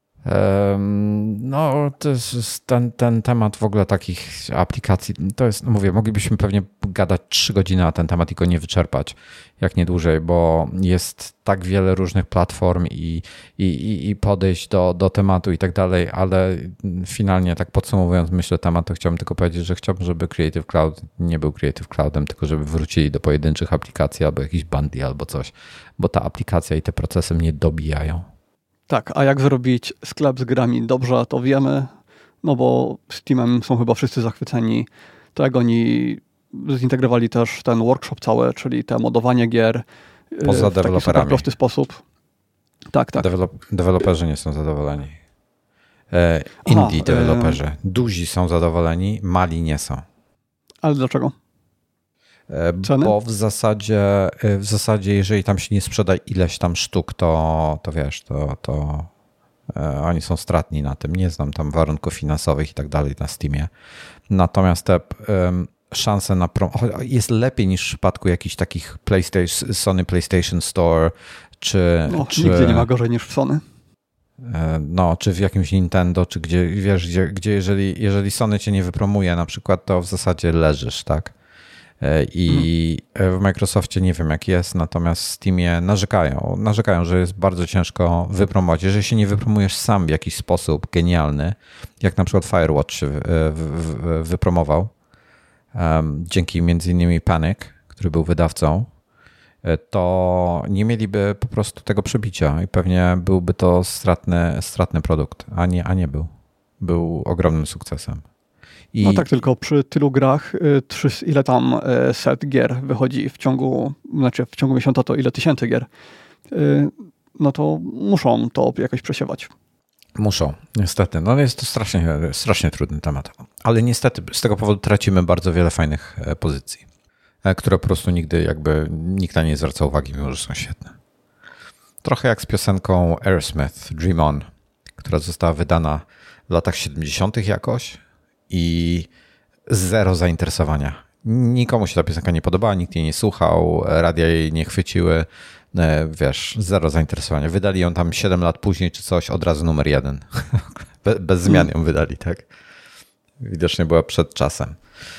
No, to jest ten temat w ogóle takich aplikacji, to jest, mówię, moglibyśmy pewnie gadać 3 godziny na ten temat i go nie wyczerpać, jak nie dłużej, bo jest tak wiele różnych platform i podejść do tematu i tak dalej, ale finalnie tak podsumowując, myślę temat, to chciałbym tylko powiedzieć, że chciałbym, żeby Creative Cloud nie był Creative Cloudem, tylko żeby wrócili do pojedynczych aplikacji albo jakiś bundle albo coś, bo ta aplikacja i te procesy mnie dobijają. Tak, a jak zrobić sklep z grami dobrze, to wiemy, no bo Steamem są chyba wszyscy zachwyceni. To jak oni zintegrowali też ten workshop cały, czyli te modowanie gier poza w taki super prosty sposób. Tak. Deweloperzy nie są zadowoleni. Indie deweloperzy. Duzi są zadowoleni, mali nie są. Ale dlaczego? Ceny? Bo w zasadzie jeżeli tam się nie sprzeda ileś tam sztuk, to wiesz, to oni są stratni na tym. Nie znam tam warunków finansowych i tak dalej na Steamie. Natomiast te szanse na jest lepiej niż w przypadku jakichś takich Sony PlayStation Store, czy nigdzie nie ma gorzej niż w Sony. No, czy w jakimś Nintendo, czy gdzie, wiesz, gdzie jeżeli Sony cię nie wypromuje na przykład, to w zasadzie leżysz, tak? I w Microsoftie nie wiem jak jest, natomiast w Steamie narzekają, że jest bardzo ciężko wypromować. Jeżeli się nie wypromujesz sam w jakiś sposób genialny, jak na przykład Firewatch się wypromował, dzięki między innymi Panic, który był wydawcą, to nie mieliby po prostu tego przebicia i pewnie byłby to stratny produkt, a nie był. Był ogromnym sukcesem. No tak, tylko przy tylu grach, ile tam set gier wychodzi w ciągu miesiąca, to ile tysięcy gier, no to muszą to jakoś przesiewać. Muszą, niestety. No jest to strasznie trudny temat. Ale niestety z tego powodu tracimy bardzo wiele fajnych pozycji, które po prostu nigdy nikt na nie zwraca uwagi, mimo że są świetne. Trochę jak z piosenką Aerosmith, Dream On, która została wydana w latach 70. jakoś i zero zainteresowania. Nikomu się ta piosenka nie podobała, nikt jej nie słuchał, radia jej nie chwyciły, wiesz, zero zainteresowania. Wydali ją tam 7 lat później czy coś, od razu numer 1. Bez zmian ją wydali, tak? Widocznie była przed czasem.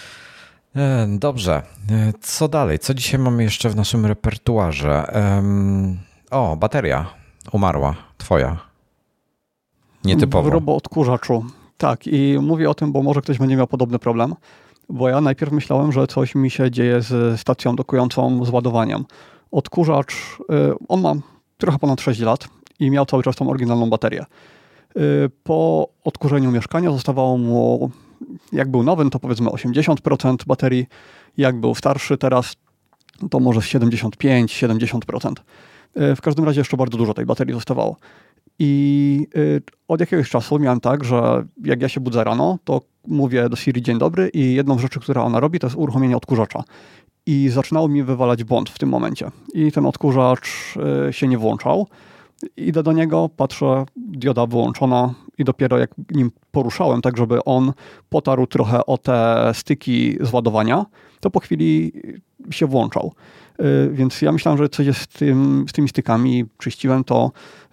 Dobrze, co dalej? Co dzisiaj mamy jeszcze w naszym repertuarze? Bateria. umarła, twoja. Nietypowo. W roboodkurzaczu. Tak, i mówię o tym, bo może ktoś będzie miał podobny problem, bo ja najpierw myślałem, że coś mi się dzieje z stacją dokującą z ładowaniem. Odkurzacz, on ma trochę ponad 6 lat i miał cały czas tą oryginalną baterię. Po odkurzeniu mieszkania zostawało mu, jak był nowy, to powiedzmy 80% baterii, jak był starszy teraz, to może 75-70%. W każdym razie jeszcze bardzo dużo tej baterii zostawało. I od jakiegoś czasu miałem tak, że jak ja się budzę rano, to mówię do Siri dzień dobry i jedną z rzeczy, która ona robi, to jest uruchomienie odkurzacza. I zaczynało mi wywalać błąd w tym momencie. I ten odkurzacz się nie włączał. Idę do niego, patrzę, dioda wyłączona i dopiero jak nim poruszałem, tak żeby on potarł trochę o te styki z ładowania, to po chwili się włączał. Więc ja myślałem, że coś jest z tymi stykami, czyściłem to.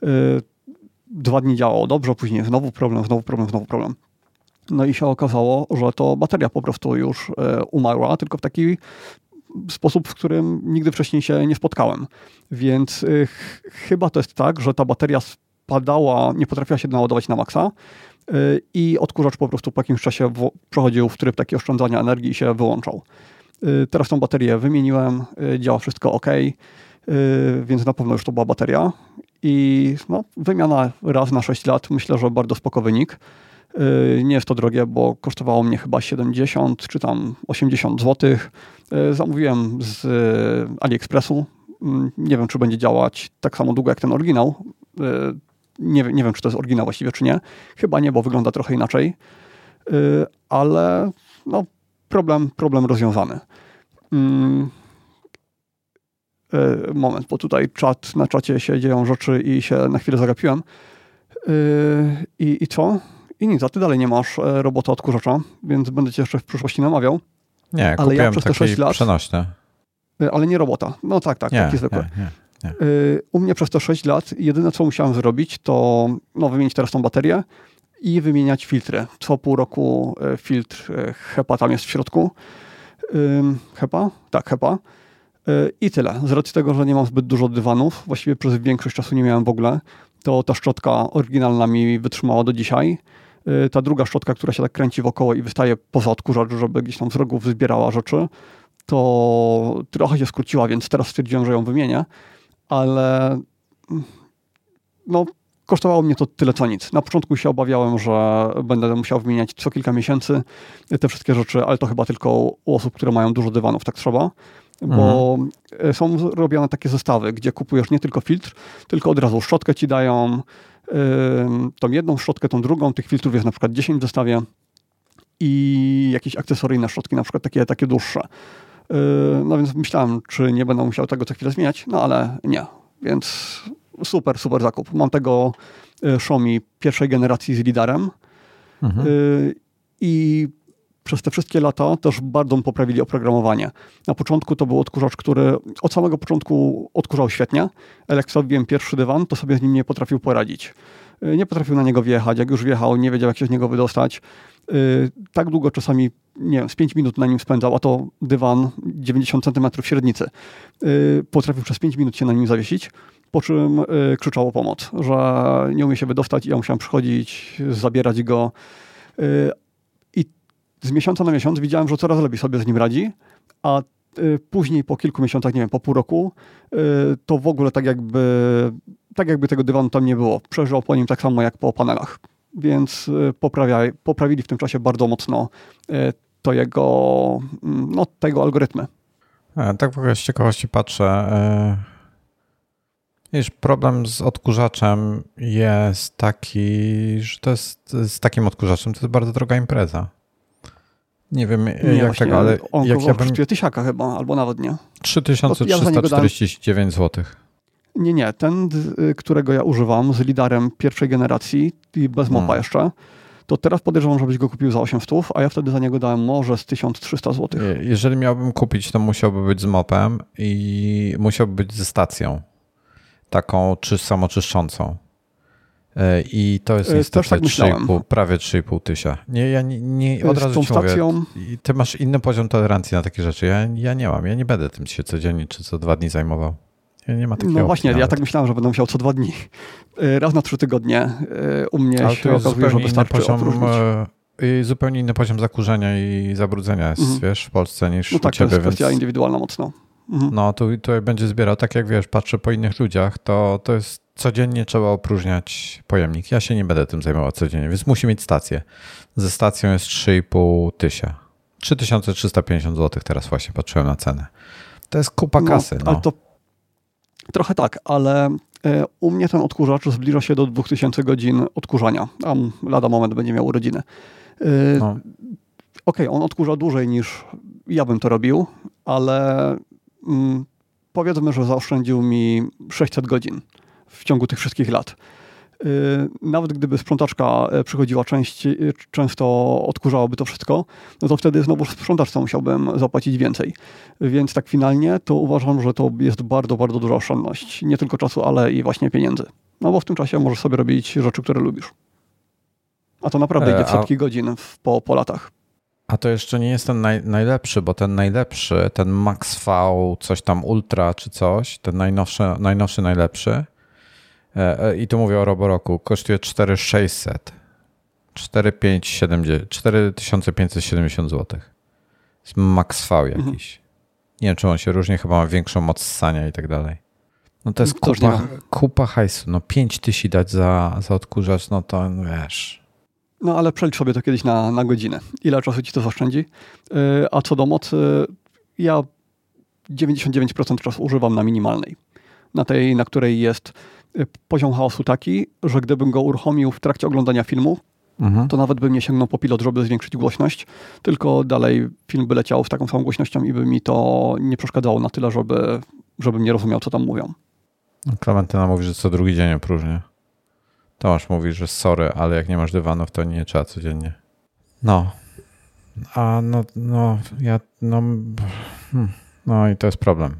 2 dni działało dobrze, później znowu problem. No i się okazało, że to bateria po prostu już umarła, tylko w taki sposób, w którym nigdy wcześniej się nie spotkałem. Więc chyba to jest tak, że ta bateria spadała, nie potrafiła się naładować na maksa i odkurzacz po prostu po jakimś czasie przechodził w tryb taki oszczędzania energii i się wyłączał. Teraz tą baterię wymieniłem, działa wszystko ok, więc na pewno już to była bateria. I no, wymiana raz na 6 lat, myślę, że bardzo spoko wynik. Nie jest to drogie, bo kosztowało mnie chyba 70 czy tam 80 zł. Zamówiłem z AliExpressu. Nie wiem, czy będzie działać tak samo długo jak ten oryginał. Nie wiem, czy to jest oryginał właściwie, czy nie. Chyba nie, bo wygląda trochę inaczej. Ale no, problem rozwiązany. Moment, bo tutaj na czacie się dzieją rzeczy i się na chwilę zagapiłem. I co? I nic, a ty dalej nie masz robota odkurzacza, więc będę cię jeszcze w przyszłości namawiał. Nie, ale kupiłem ja przez te 6 lat przenośny. Ale nie robota. No tak, taki zwykły. Nie. U mnie przez te 6 lat jedyne, co musiałem zrobić, to wymienić teraz tą baterię i wymieniać filtry. Co pół roku filtr HEPA tam jest w środku. HEPA? Tak, HEPA. I tyle. Z racji tego, że nie mam zbyt dużo dywanów, właściwie przez większość czasu nie miałem w ogóle, to ta szczotka oryginalna mi wytrzymała do dzisiaj. Ta druga szczotka, która się tak kręci wokoło i wystaje poza odkurzacz, żeby gdzieś tam z rogów zbierała rzeczy, to trochę się skróciła, więc teraz stwierdziłem, że ją wymienię, ale no, kosztowało mnie to tyle co nic. Na początku się obawiałem, że będę musiał wymieniać co kilka miesięcy te wszystkie rzeczy, ale to chyba tylko u osób, które mają dużo dywanów, tak trzeba. Bo są robione takie zestawy, gdzie kupujesz nie tylko filtr, tylko od razu szczotkę ci dają, tą jedną szczotkę, tą drugą, tych filtrów jest na przykład 10 w zestawie i jakieś akcesoryjne szczotki, na przykład takie dłuższe. No więc myślałem, czy nie będę musiał tego co chwilę zmieniać, no ale nie. Więc super zakup. Mam tego Xiaomi pierwszej generacji z lidarem i przez te wszystkie lata też bardzo poprawili oprogramowanie. Na początku to był odkurzacz, który od samego początku odkurzał świetnie, ale jak wstawiłem pierwszy dywan, to sobie z nim nie potrafił poradzić. Nie potrafił na niego wjechać. Jak już wjechał, nie wiedział, jak się z niego wydostać. Tak długo czasami, nie wiem, z 5 minut na nim spędzał, a to dywan 90 cm średnicy. Potrafił przez 5 minut się na nim zawiesić, po czym krzyczał o pomoc, że nie umie się wydostać i ja musiałem przychodzić, zabierać go. Z miesiąca na miesiąc widziałem, że coraz lepiej sobie z nim radzi, a później po kilku miesiącach, nie wiem, po pół roku, to w ogóle tak jakby tego dywanu tam nie było. Przeżył po nim tak samo jak po panelach. Więc poprawili w tym czasie bardzo mocno tego algorytmy. Tak w ogóle z ciekawości patrzę. Wiesz, problem z odkurzaczem jest taki, że to jest z takim odkurzaczem to jest bardzo droga impreza. Nie wiem jak tego, ale on jak ja bym... kosztuje 1000 chyba, albo nawet nie. 3349 zł. Nie. Ten, którego ja używam z lidarem pierwszej generacji i bez mopa jeszcze, to teraz podejrzewam, żebyś go kupił za 800, a ja wtedy za niego dałem może z 1300 zł. Jeżeli miałbym kupić, to musiałby być z mopem i musiałby być ze stacją. Taką samoczyszczącą. I to jest niestety tak prawie 3,5 tysiąca. Ja nie od razu ci mówię, ty masz inny poziom tolerancji na takie rzeczy. Ja nie mam. Ja nie będę tym się codziennie czy co 2 dni zajmował. Nie ma takiej No właśnie, opcji ja tak myślałem, że będę musiał co 2 dni. Raz na 3 tygodnie u mnie ale się okazuje, że wystarczy opróżnić. I zupełnie inny poziom zakurzenia i zabrudzenia jest, wiesz, w Polsce niż no u tak, ciebie. to jest kwestia indywidualna mocno. No, tu będzie zbierał, tak jak wiesz, patrzę po innych ludziach, to jest codziennie trzeba opróżniać pojemnik. Ja się nie będę tym zajmował codziennie, więc musi mieć stację. Ze stacją jest 3,5 tysiąca. 3350 zł teraz właśnie patrzyłem na cenę. To jest kupa kasy. No. Ale to trochę tak, ale u mnie ten odkurzacz zbliża się do 2000 godzin odkurzania. Tam lada moment będzie miał urodziny. Okej, on odkurza dłużej niż ja bym to robił, ale powiedzmy, że zaoszczędził mi 600 godzin w ciągu tych wszystkich lat. Nawet gdyby sprzątaczka przychodziła często odkurzałaby to wszystko, no to wtedy znowu sprzątaczce musiałbym zapłacić więcej. Więc tak finalnie to uważam, że to jest bardzo, bardzo duża oszczędność. Nie tylko czasu, ale i właśnie pieniędzy. No bo w tym czasie możesz sobie robić rzeczy, które lubisz. A to naprawdę idzie w setki godzin po latach. A to jeszcze nie jest ten najlepszy, bo ten najlepszy, ten Max V, coś tam Ultra czy coś, ten najnowszy najlepszy, i tu mówię o Roboroku, kosztuje 4600, 4570 zł. Jest Max V jakiś. Nie wiem, czy on się różni, chyba ma większą moc ssania i tak dalej. No to jest kupa hajsu. No 5000 dać za odkurzacz, no to wiesz. No ale przelicz sobie to kiedyś na godzinę. Ile czasu ci to zaoszczędzi? A co do mocy, ja 99% czasu używam na minimalnej. Na tej, na której jest poziom chaosu taki, że gdybym go uruchomił w trakcie oglądania filmu, to nawet bym nie sięgnął po pilot, żeby zwiększyć głośność, tylko dalej film by leciał z taką samą głośnością i by mi to nie przeszkadzało na tyle, żebym nie rozumiał, co tam mówią. Klementyna mówi, że co drugi dzień opróżnia. Tomasz mówi, że sorry, ale jak nie masz dywanów, to nie trzeba codziennie. No. A no i to jest problem.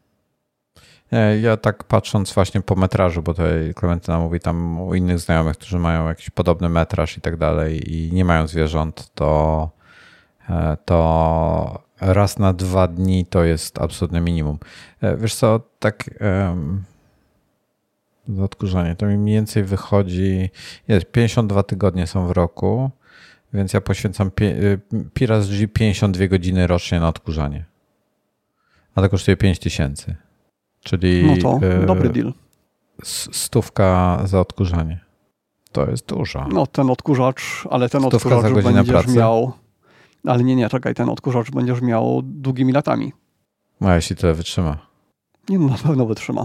Ja tak patrząc właśnie po metrażu, bo tutaj Klementyna mówi tam u innych znajomych, którzy mają jakiś podobny metraż i tak dalej i nie mają zwierząt, to raz na 2 dni to jest absolutne minimum. Wiesz co, tak za odkurzanie to mi mniej więcej wychodzi, 52 tygodnie są w roku, więc ja poświęcam pi razy G 52 godziny rocznie na odkurzanie. A to kosztuje 5000. Czyli no to dobry deal. 100 za odkurzanie. To jest dużo. No ten odkurzacz, ale ten odkurzacz będziesz pracy? Miał... Ale nie, czekaj, ten odkurzacz będziesz miał długimi latami. A jeśli tyle wytrzyma? Nie, no na pewno wytrzyma.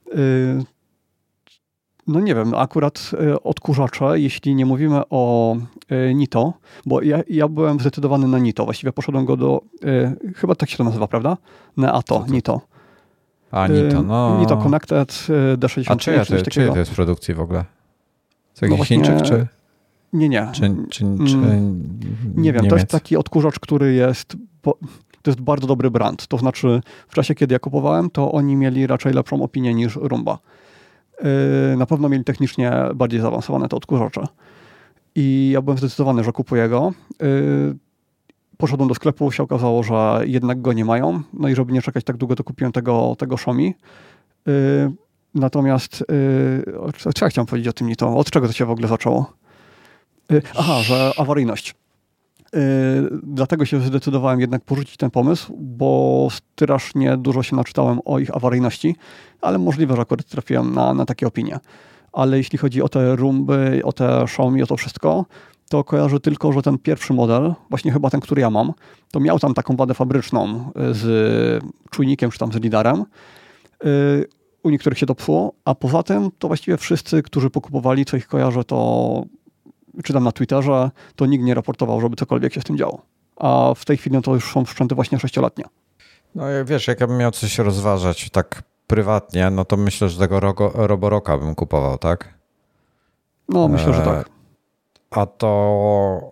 No nie wiem, akurat odkurzacze, jeśli nie mówimy o Nito, bo ja byłem zdecydowany na Nito. Właściwie poszedłem go do, chyba tak się to nazywa, prawda? Neato, Nito. A, Nito, no. Nito Connected D63. A czyja to jest produkcji w ogóle? Z jakichś Chińczyk, czy? Nie. Czy nie wiem, Niemiec? to jest taki odkurzacz, który jest... To jest bardzo dobry brand. To znaczy, w czasie, kiedy ja kupowałem, to oni mieli raczej lepszą opinię niż Roomba. Na pewno mieli technicznie bardziej zaawansowane te odkurzacze. I ja byłem zdecydowany, że kupuję go. Poszedłem do sklepu, się okazało, że jednak go nie mają. No i żeby nie czekać tak długo, to kupiłem tego Xiaomi. Natomiast, co ja chciałem powiedzieć o tym Nito? Od czego to się w ogóle zaczęło? Aha, że awaryjność. Dlatego się zdecydowałem jednak porzucić ten pomysł, bo strasznie dużo się naczytałem o ich awaryjności, ale możliwe, że akurat trafiłem na takie opinie. Ale jeśli chodzi o te Roomby, o te Xiaomi, o to wszystko, to kojarzę tylko, że ten pierwszy model, właśnie chyba ten, który ja mam, to miał tam taką wadę fabryczną z czujnikiem czy tam z lidarem. U niektórych się to psuło, a poza tym to właściwie wszyscy, którzy pokupowali, co ich kojarzę, to czytam na Twitterze, to nikt nie raportował, żeby cokolwiek się z tym działo. A w tej chwili to już są sprzęty właśnie 6-letnie. No wiesz, jak ja bym miał coś rozważać tak prywatnie, no to myślę, że tego Roboroka bym kupował, tak? No, myślę, że tak. A to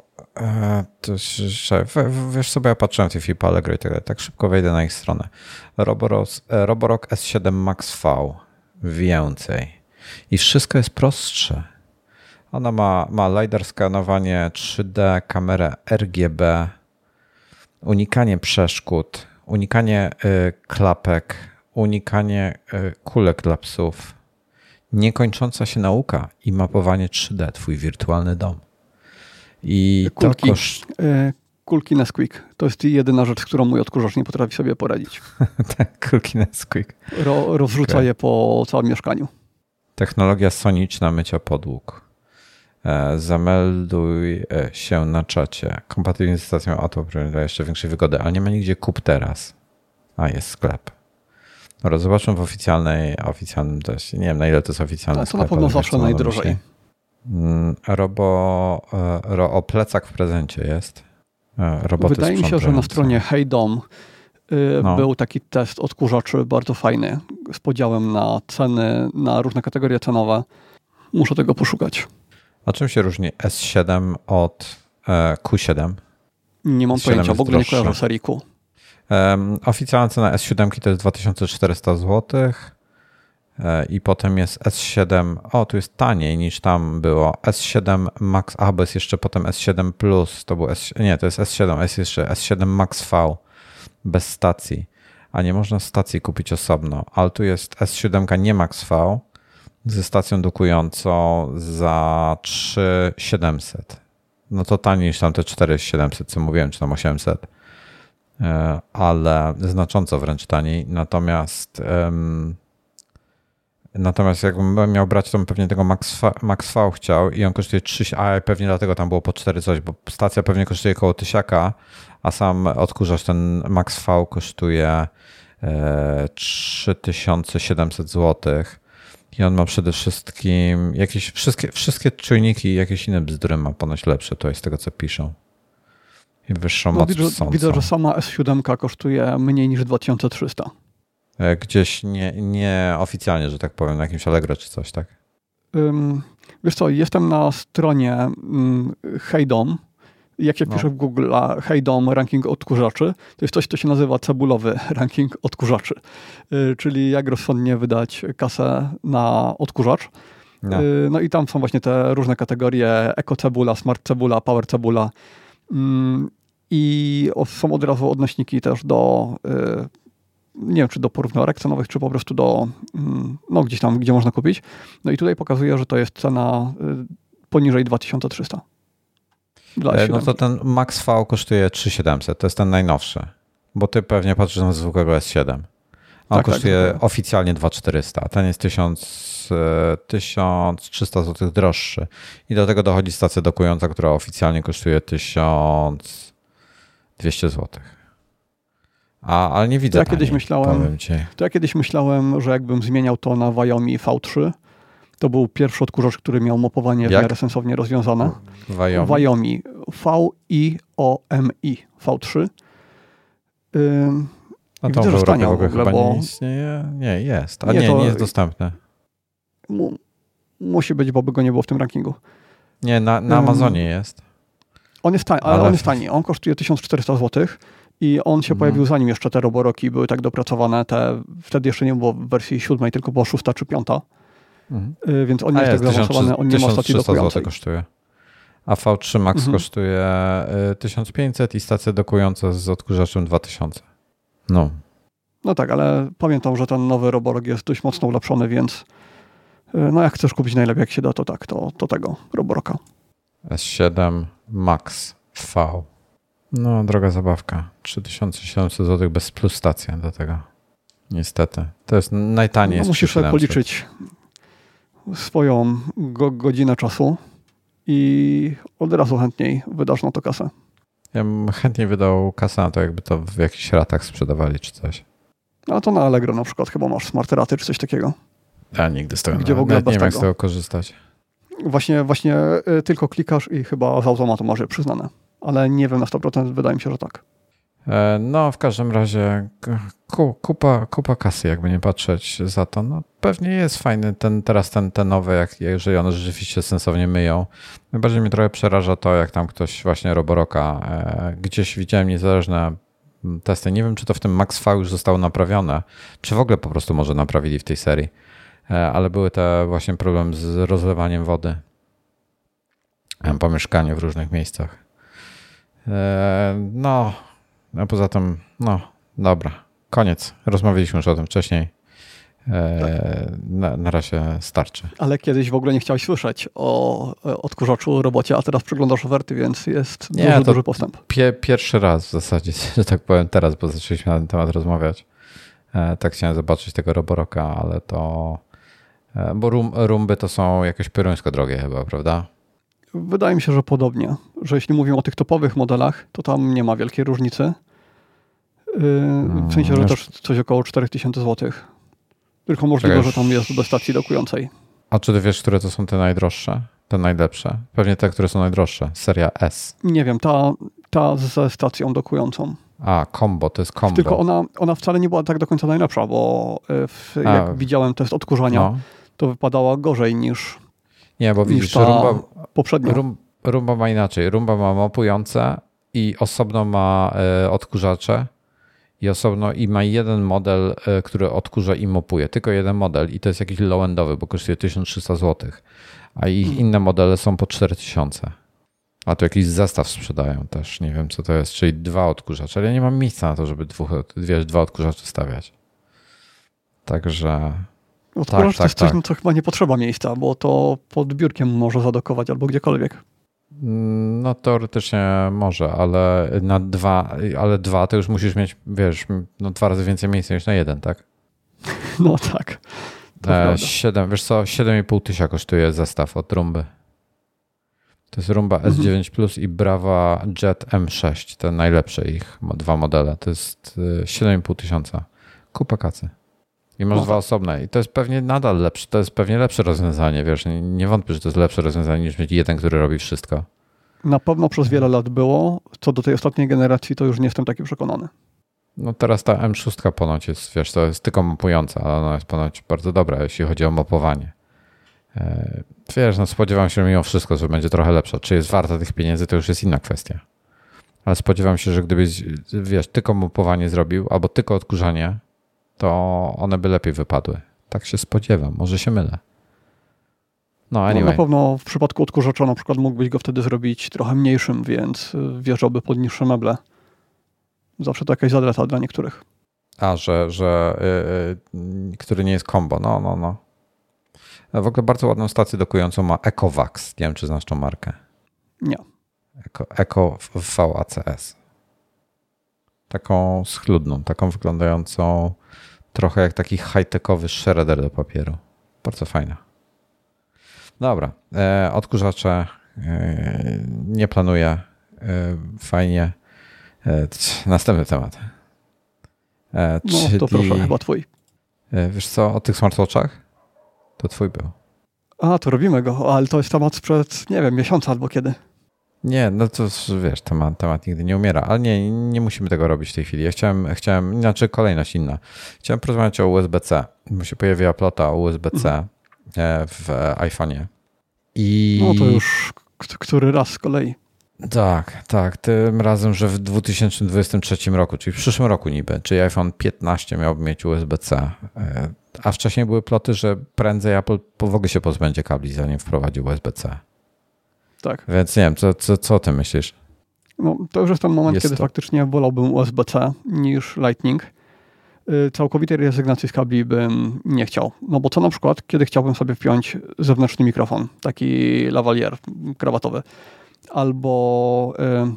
wiesz sobie, ja patrzyłem w tej chwili po Allegro i tak szybko wejdę na ich stronę. Roborock S7 Max V więcej. I wszystko jest prostsze. Ona ma LiDAR skanowanie 3D, kamerę RGB, unikanie przeszkód, unikanie klapek, unikanie kulek dla psów, niekończąca się nauka i mapowanie 3D, twój wirtualny dom. I kulki, kulki Nesquik. To jest jedyna rzecz, z którą mój odkurzacz nie potrafi sobie poradzić. Tak, kulki Nesquik. Rozrzuca je po całym mieszkaniu. Technologia soniczna mycia podłóg. Zamelduj się na czacie. Kompatybilnie z stacją auto dla jeszcze większej wygody, ale nie ma nigdzie kup teraz. A, jest sklep. Dobra, zobaczmy w oficjalnym też. Nie wiem, na ile to jest oficjalny to sklep. Na pewno zawsze najdrożej. O plecak w prezencie jest. Wydaje mi się, że na stronie Hey Dom był taki test odkurzaczy bardzo fajny z podziałem na ceny, na różne kategorie cenowe. Muszę tego poszukać. A czym się różni S7 od Q7? Nie mam pojęcia, w ogóle nie kojarzę serii Q. Oficjalna cena S7 to jest 2400 zł i potem jest S7, tu jest taniej niż tam było, S7 Max, bo jest jeszcze potem S7 Plus, to był to jest S7, jest jeszcze S7 Max V bez stacji, a nie można stacji kupić osobno, ale tu jest S7 nie Max V ze stacją dokującą za 3700. No to taniej niż tam te 4700, co mówiłem, czy tam 800. Ale znacząco wręcz taniej. Natomiast jakbym miał brać, to bym pewnie tego Max V chciał i on kosztuje 3, a pewnie dlatego tam było po 4 coś, bo stacja pewnie kosztuje koło 1000, a sam odkurzacz ten Max V kosztuje 3700 zł. I on ma przede wszystkim jakieś wszystkie czujniki i jakieś inne bzdury ma ponoć lepsze, to jest z tego, co piszą. I wyższą moc sącą. Widzę, że sama S7 kosztuje mniej niż 2300. Gdzieś nie oficjalnie, że tak powiem, na jakimś Allegro czy coś, tak? Wiesz co, jestem na stronie Hey Dom. Jak się pisze w Google Hey Dom ranking odkurzaczy, to jest coś, co się nazywa cebulowy ranking odkurzaczy. Czyli jak rozsądnie wydać kasę na odkurzacz. No i tam są właśnie te różne kategorie Eco Cebula, Smart Cebula, Power Cebula. I są od razu odnośniki też do, nie wiem, czy do porównywarek cenowych, czy po prostu do, gdzieś tam, gdzie można kupić. No i tutaj pokazuje, że to jest cena poniżej 2300. No to ten Max V kosztuje 3700, to jest ten najnowszy, bo ty pewnie patrzysz na zwykłego S7. On kosztuje oficjalnie 2400, a ten jest 1300 zł droższy. I do tego dochodzi stacja dokująca, która oficjalnie kosztuje 1200 zł. Ale nie widzę ja kiedyś myślałem, że jakbym zmieniał to na Viomi V3, to był pierwszy odkurzacz, który miał mopowanie w miarę sensownie rozwiązane. Viomi. V-I-O-M-I. V3. A to w Europie w ogóle chyba nie istnieje? Nie, jest. A nie jest dostępne. Musi być, bo by go nie było w tym rankingu. Nie, na Amazonie jest. On jest tani, ale on jest tani. On kosztuje 1400 zł i on się pojawił zanim jeszcze te roboroki były tak dopracowane. Wtedy jeszcze nie było w wersji 7, tylko była 6 czy 5. Więc on nie jest tak zaawansowany, on nie ma stacji dokującej. Kosztuje. A V3 Max kosztuje 1500 i stacja dokująca z odkurzaczem 2000. No tak, ale pamiętam, że ten nowy roborok jest dość mocno ulepszony, więc jak chcesz kupić najlepiej jak się da, to tak, to tego roboroka. S7 Max V. Droga zabawka. 3700 zł bez plus stacja do tego. Niestety. To jest najtaniej. Musisz sobie policzyć swoją godzinę czasu i od razu chętniej wydasz na to kasę. Ja bym chętniej wydał kasę na to, jakby to w jakichś ratach sprzedawali czy coś. A to na Allegro na przykład chyba masz smart raty czy coś takiego. Ja nigdy z tego nie wiem, jak z tego korzystać. Właśnie tylko klikasz i chyba z automatu masz je przyznane. Ale nie wiem na 100%, wydaje mi się, że tak. W każdym razie kupa kasy, jakby nie patrzeć za to. Pewnie jest fajny te nowe, jeżeli one rzeczywiście sensownie myją. Najbardziej mnie trochę przeraża to, jak tam ktoś właśnie Roboroka, gdzieś widziałem niezależne testy. Nie wiem, czy to w tym Max V już zostało naprawione, czy w ogóle po prostu może naprawili w tej serii. Ale były te właśnie problemy z rozlewaniem wody po mieszkaniu w różnych miejscach. A poza tym, dobra. Koniec. Rozmawialiśmy już o tym wcześniej. Na razie starczy. Ale kiedyś w ogóle nie chciałeś słyszeć o odkurzaczu robocie, a teraz przeglądasz oferty, więc jest duży postęp. Pierwszy raz w zasadzie, że tak powiem teraz, bo zaczęliśmy na ten temat rozmawiać. Tak chciałem zobaczyć tego Roboroka, ale to... Bo rumby to są jakieś pioruńsko drogie chyba, prawda? Wydaje mi się, że podobnie. Że jeśli mówimy o tych topowych modelach, to tam nie ma wielkiej różnicy. W sensie, że też coś około 4000 zł. Tylko możliwe, że tam jest bez stacji dokującej. A czy ty wiesz, które to są te najdroższe? Te najlepsze? Pewnie te, które są najdroższe. Seria S. Nie wiem, ta ze stacją dokującą. Combo, to jest combo. Tylko ona wcale nie była tak do końca najlepsza, bo jak widziałem test odkurzania, to wypadała gorzej niż nie, bo widzisz, Rumba poprzednia. Rumba ma inaczej. Rumba ma mopujące i osobno ma odkurzacze i ma jeden model, który odkurza i mopuje. Tylko jeden model i to jest jakiś low-endowy, bo kosztuje 1300 zł. A ich inne modele są po 4000. A tu jakiś zestaw sprzedają też. Nie wiem, co to jest. Czyli 2 odkurzacze. Ale ja nie mam miejsca na to, żeby 2 odkurzacze stawiać. Także... Odkurzacz to jest coś, co chyba nie potrzeba miejsca, bo to pod biurkiem może zadokować albo gdziekolwiek. No teoretycznie może, ale na 2 to już musisz mieć, 2 razy więcej miejsca niż na 1, tak? No tak. 7,5 tysiąca kosztuje zestaw od Rumby. To jest Rumba S9 Plus i Brava Jet M6, te najlepsze ich 2 modele. To jest 7,5 tysiąca. Kupa kacy. I masz 2 osobne. I to jest pewnie nadal lepsze. To jest pewnie lepsze rozwiązanie. Nie wątpię, że to jest lepsze rozwiązanie niż mieć jeden, który robi wszystko. Na pewno przez wiele lat było. Co do tej ostatniej generacji, to już nie jestem taki przekonany. No teraz ta M6 ponoć jest, to jest tylko mopująca, ale ona jest ponoć bardzo dobra, jeśli chodzi o mopowanie. Spodziewam się mimo wszystko, że będzie trochę lepsza. Czy jest warta tych pieniędzy, to już jest inna kwestia. Ale spodziewam się, że gdybyś, tylko mopowanie zrobił, albo tylko odkurzanie, to one by lepiej wypadły. Tak się spodziewam, może się mylę. No, anyway. Na pewno w przypadku odkurzacza na przykład mógłbyś go wtedy zrobić trochę mniejszym, więc wjeżdżałby pod niższe meble. Zawsze to jakaś zaleta dla niektórych. Który nie jest combo. No. W ogóle bardzo ładną stację dokującą ma Ecovacs. Nie wiem, czy znasz tą markę. Nie. Eco VACS. Taką schludną, taką wyglądającą trochę jak taki high-techowy shredder do papieru. Bardzo fajna. Dobra. Odkurzacze nie planuję. Fajnie. Następny temat. To proszę, chyba twój. Wiesz co, o tych smartwatchach? To twój był. To robimy go, ale to jest temat sprzed, miesiąca albo kiedy. Nie, no to temat nigdy nie umiera, ale nie musimy tego robić w tej chwili. Ja chciałem, kolejność inna. Chciałem porozmawiać o USB-C, bo się pojawiła plota o USB-C w iPhone'ie. No to już który raz z kolei. Tak. Tym razem, że w 2023 roku, czyli w przyszłym roku niby, czyli iPhone 15 miałby mieć USB-C. A wcześniej były ploty, że prędzej Apple w ogóle się pozbędzie kabli, zanim wprowadzi USB-C. Tak. Więc nie wiem, co o tym myślisz? No, to już jest ten moment, kiedy faktycznie wolałbym USB-C niż Lightning. Całkowitej rezygnacji z kabli bym nie chciał. No bo co na przykład, kiedy chciałbym sobie wpiąć zewnętrzny mikrofon, taki lavalier krawatowy. Albo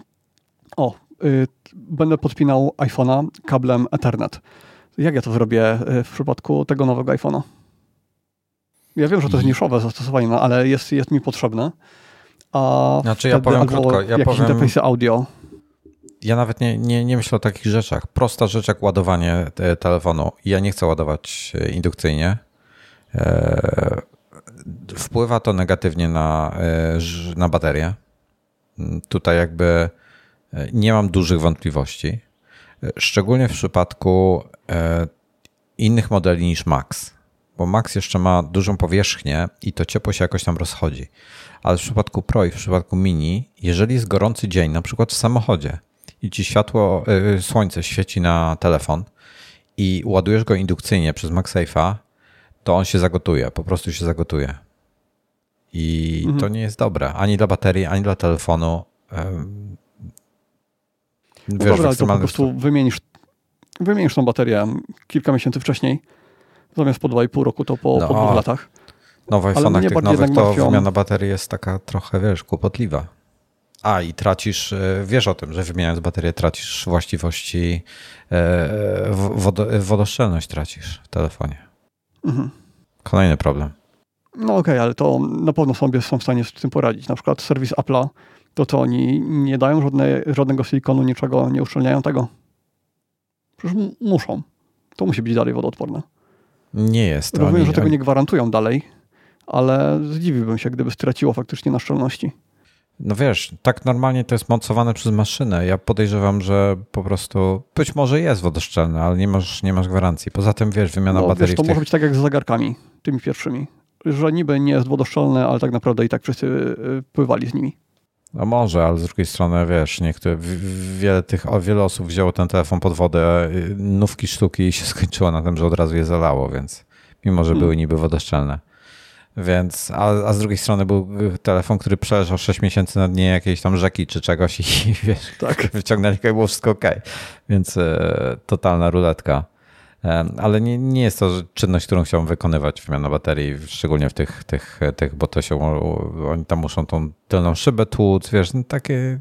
będę podpinał iPhone'a kablem Ethernet. Jak ja to zrobię w przypadku tego nowego iPhone'a? Ja wiem, że to jest niszowe zastosowanie, ale jest mi potrzebne. Ja powiem krótko. Jakieś interfejsy audio. Ja nawet nie myślę o takich rzeczach. Prosta rzecz jak ładowanie telefonu. Ja nie chcę ładować indukcyjnie. Wpływa to negatywnie na baterię. Tutaj jakby nie mam dużych wątpliwości. Szczególnie w przypadku innych modeli niż Max. Bo Max jeszcze ma dużą powierzchnię i to ciepło się jakoś tam rozchodzi. Ale w przypadku Pro i w przypadku Mini, jeżeli jest gorący dzień, na przykład w samochodzie i ci słońce świeci na telefon i ładujesz go indukcyjnie przez MagSafe'a, to on się zagotuje, po prostu się zagotuje. I to nie jest dobre, ani dla baterii, ani dla telefonu. Dobra, to po prostu wymienisz tą baterię kilka miesięcy wcześniej, zamiast po 2,5 roku, to po 2 latach. No w iPhone'ach tych nowych to wymiana baterii jest taka trochę, kłopotliwa. I tracisz, wiesz o tym, że wymieniając baterię tracisz właściwości, wodoszczelność tracisz w telefonie. Mhm. Kolejny problem. No okej, ale to na pewno sobie są w stanie z tym poradzić. Na przykład serwis Apple'a, to oni nie dają żadnego silikonu, niczego, nie uszczelniają tego. Przecież muszą. To musi być dalej wodoodporne. Nie jest. Rozumiem, że tego nie gwarantują dalej, ale zdziwiłbym się, gdyby straciło faktycznie na szczelności. No wiesz, tak normalnie to jest mocowane przez maszynę. Ja podejrzewam, że po prostu być może jest wodoszczelne, ale nie masz gwarancji. Poza tym, wymiana baterii... To może być tak jak z zegarkami, tymi pierwszymi. Że niby nie jest wodoszczelne, ale tak naprawdę i tak wszyscy pływali z nimi. No może, ale z drugiej strony, wiele osób wzięło ten telefon pod wodę, nówki sztuki i się skończyło na tym, że od razu je zalało, więc mimo, że były niby wodoszczelne. Więc, a z drugiej strony był telefon, który przeleżał 6 miesięcy na dnie jakiejś tam rzeki czy czegoś i wyciągnęli go i było wszystko okej. Więc totalna ruletka. Ale nie jest to czynność, którą chciałbym wykonywać, wymiana baterii, szczególnie w tych, bo to oni tam muszą tą tylną szybę tłuc, takie...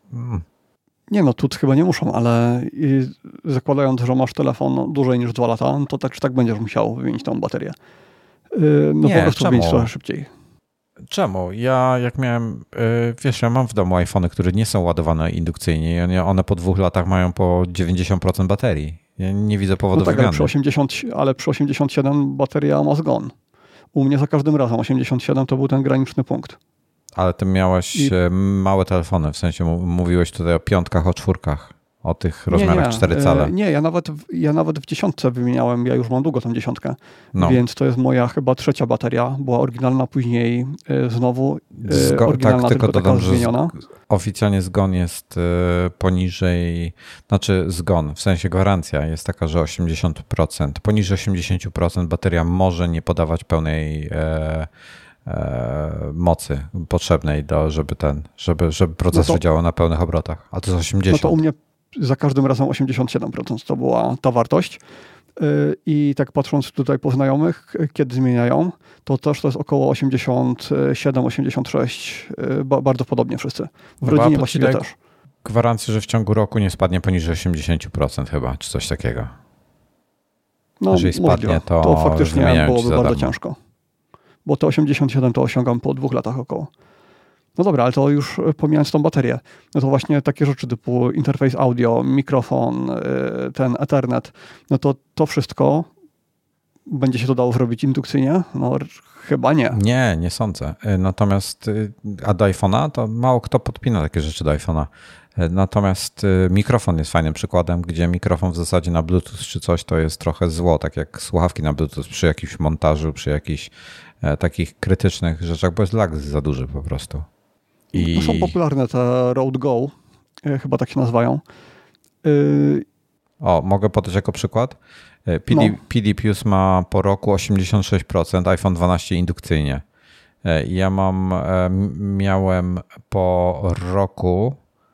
Nie tłuc chyba nie muszą, ale zakładając, że masz telefon dłużej niż 2 lata, to tak czy tak będziesz musiał wymienić tą baterię. Po prostu wymienić trochę szybciej. Czemu? Ja jak miałem, ja mam w domu iPhony, które nie są ładowane indukcyjnie i one po 2 latach mają po 90% baterii. Ja nie widzę powodu wymiany. Ale przy 87 bateria ma zgon. U mnie za każdym razem 87 to był ten graniczny punkt. Ale ty miałeś małe telefony, w sensie mówiłeś tutaj o 5, o 4, o tych rozmiarach 4 cale. Nie, ja nawet w 10 wymieniałem, ja już mam długo tą 10, więc to jest moja chyba 3. bateria, była oryginalna, później znowu oryginalna, tylko dodam, że zmieniona. Oficjalnie zgon jest poniżej, zgon, w sensie gwarancja jest taka, że 80%, poniżej 80% bateria może nie podawać pełnej mocy potrzebnej, żeby procesor działał na pełnych obrotach, a to jest 80%. No to u mnie za każdym razem 87% to była ta wartość i tak patrząc tutaj po znajomych, kiedy zmieniają, to też to jest około 87-86, bardzo podobnie wszyscy. W rodzinie właściwie też. Gwarancję, że w ciągu roku nie spadnie poniżej 80% chyba, czy coś takiego. Jeżeli spadnie, to faktycznie byłoby bardzo ciężko. Bo te 87 to osiągam po 2 latach około. No dobra, ale to już pomijając tą baterię, no to właśnie takie rzeczy typu interfejs audio, mikrofon, ten Ethernet, no to wszystko będzie się to dało zrobić indukcyjnie? No chyba nie. Nie sądzę. Natomiast a do iPhone'a to mało kto podpina takie rzeczy do iPhone'a. Natomiast mikrofon jest fajnym przykładem, gdzie mikrofon w zasadzie na Bluetooth czy coś to jest trochę zło, tak jak słuchawki na Bluetooth przy jakimś montażu, przy jakichś takich krytycznych rzeczach, bo jest lag za duży po prostu. To są popularne te Rode Go, chyba tak się nazywają. Mogę podać jako przykład? PD Plus ma po roku 86%, iPhone 12 indukcyjnie. Ja miałem po roku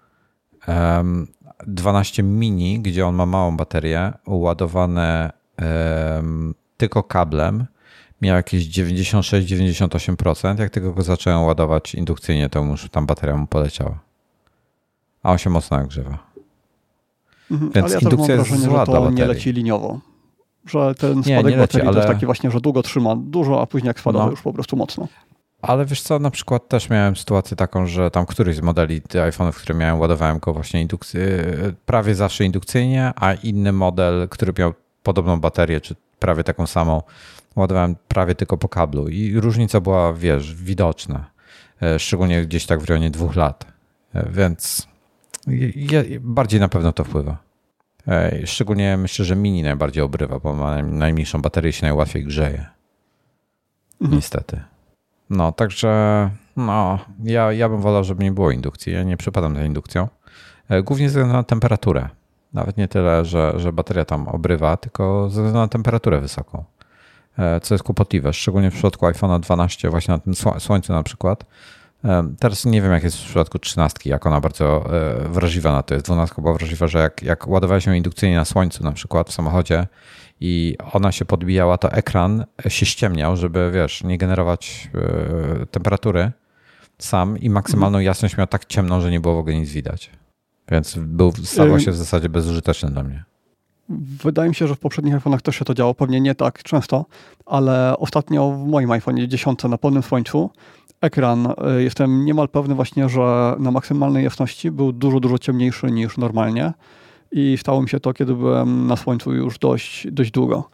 12 mini, gdzie on ma małą baterię, ładowane tylko kablem. Miał jakieś 96-98%. Jak tylko go zacząłem ładować indukcyjnie, to już tam bateria mu poleciała. A on się mocno nagrzewa. Więc ale ja indukcja też mam wrażenie, że to nie leci liniowo. Że ten spadek baterii to jest taki właśnie, że długo trzyma dużo, a później jak spada to już po prostu mocno. Ale wiesz co, na przykład też miałem sytuację taką, że tam któryś z modeli iPhone'ów, które miałem, ładowałem go właśnie prawie zawsze indukcyjnie, a inny model, który miał podobną baterię, czy prawie taką samą, ładowałem prawie tylko po kablu i różnica była, widoczna. Szczególnie gdzieś tak w rejonie 2 lat. Więc bardziej na pewno to wpływa. Szczególnie myślę, że mini najbardziej obrywa, bo ma najmniejszą baterię i się najłatwiej grzeje. Niestety. Także ja bym wolał, żeby nie było indukcji. Ja nie przypadam za indukcją. Głównie ze względu na temperaturę. Nawet nie tyle, że bateria tam obrywa, tylko ze względu na temperaturę wysoką. Co jest kłopotliwe, szczególnie w przypadku iPhone'a 12, właśnie na tym słońcu na przykład. Teraz nie wiem, jak jest w przypadku 13, jak ona bardzo wrażliwa na to jest. 12 była wrażliwa, że jak ładowałeś ją indukcyjnie na słońcu, na przykład w samochodzie i ona się podbijała, to ekran się ściemniał, żeby, wiesz, nie generować temperatury sam i maksymalną jasność miał tak ciemną, że nie było w ogóle nic widać. Więc stawał się w zasadzie bezużyteczny dla mnie. Wydaje mi się, że w poprzednich iPhone'ach też się to działo, pewnie nie tak często, ale ostatnio w moim iPhone'ie 10 na pełnym słońcu ekran, jestem niemal pewny właśnie, że na maksymalnej jasności był dużo, dużo ciemniejszy niż normalnie i stało mi się to, kiedy byłem na słońcu już dość długo.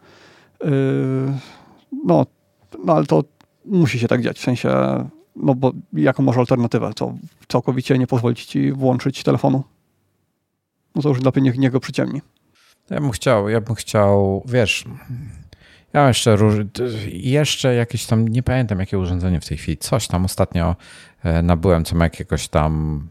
No, ale to musi się tak dziać, w sensie, no bo jaką masz alternatywę, co całkowicie nie pozwolić ci włączyć telefonu? No to już lepiej niech go przyciemni. Ja bym chciał, wiesz, ja mam jeszcze jakieś tam, nie pamiętam jakie urządzenie w tej chwili, coś tam ostatnio nabyłem, co ma jakiegoś tam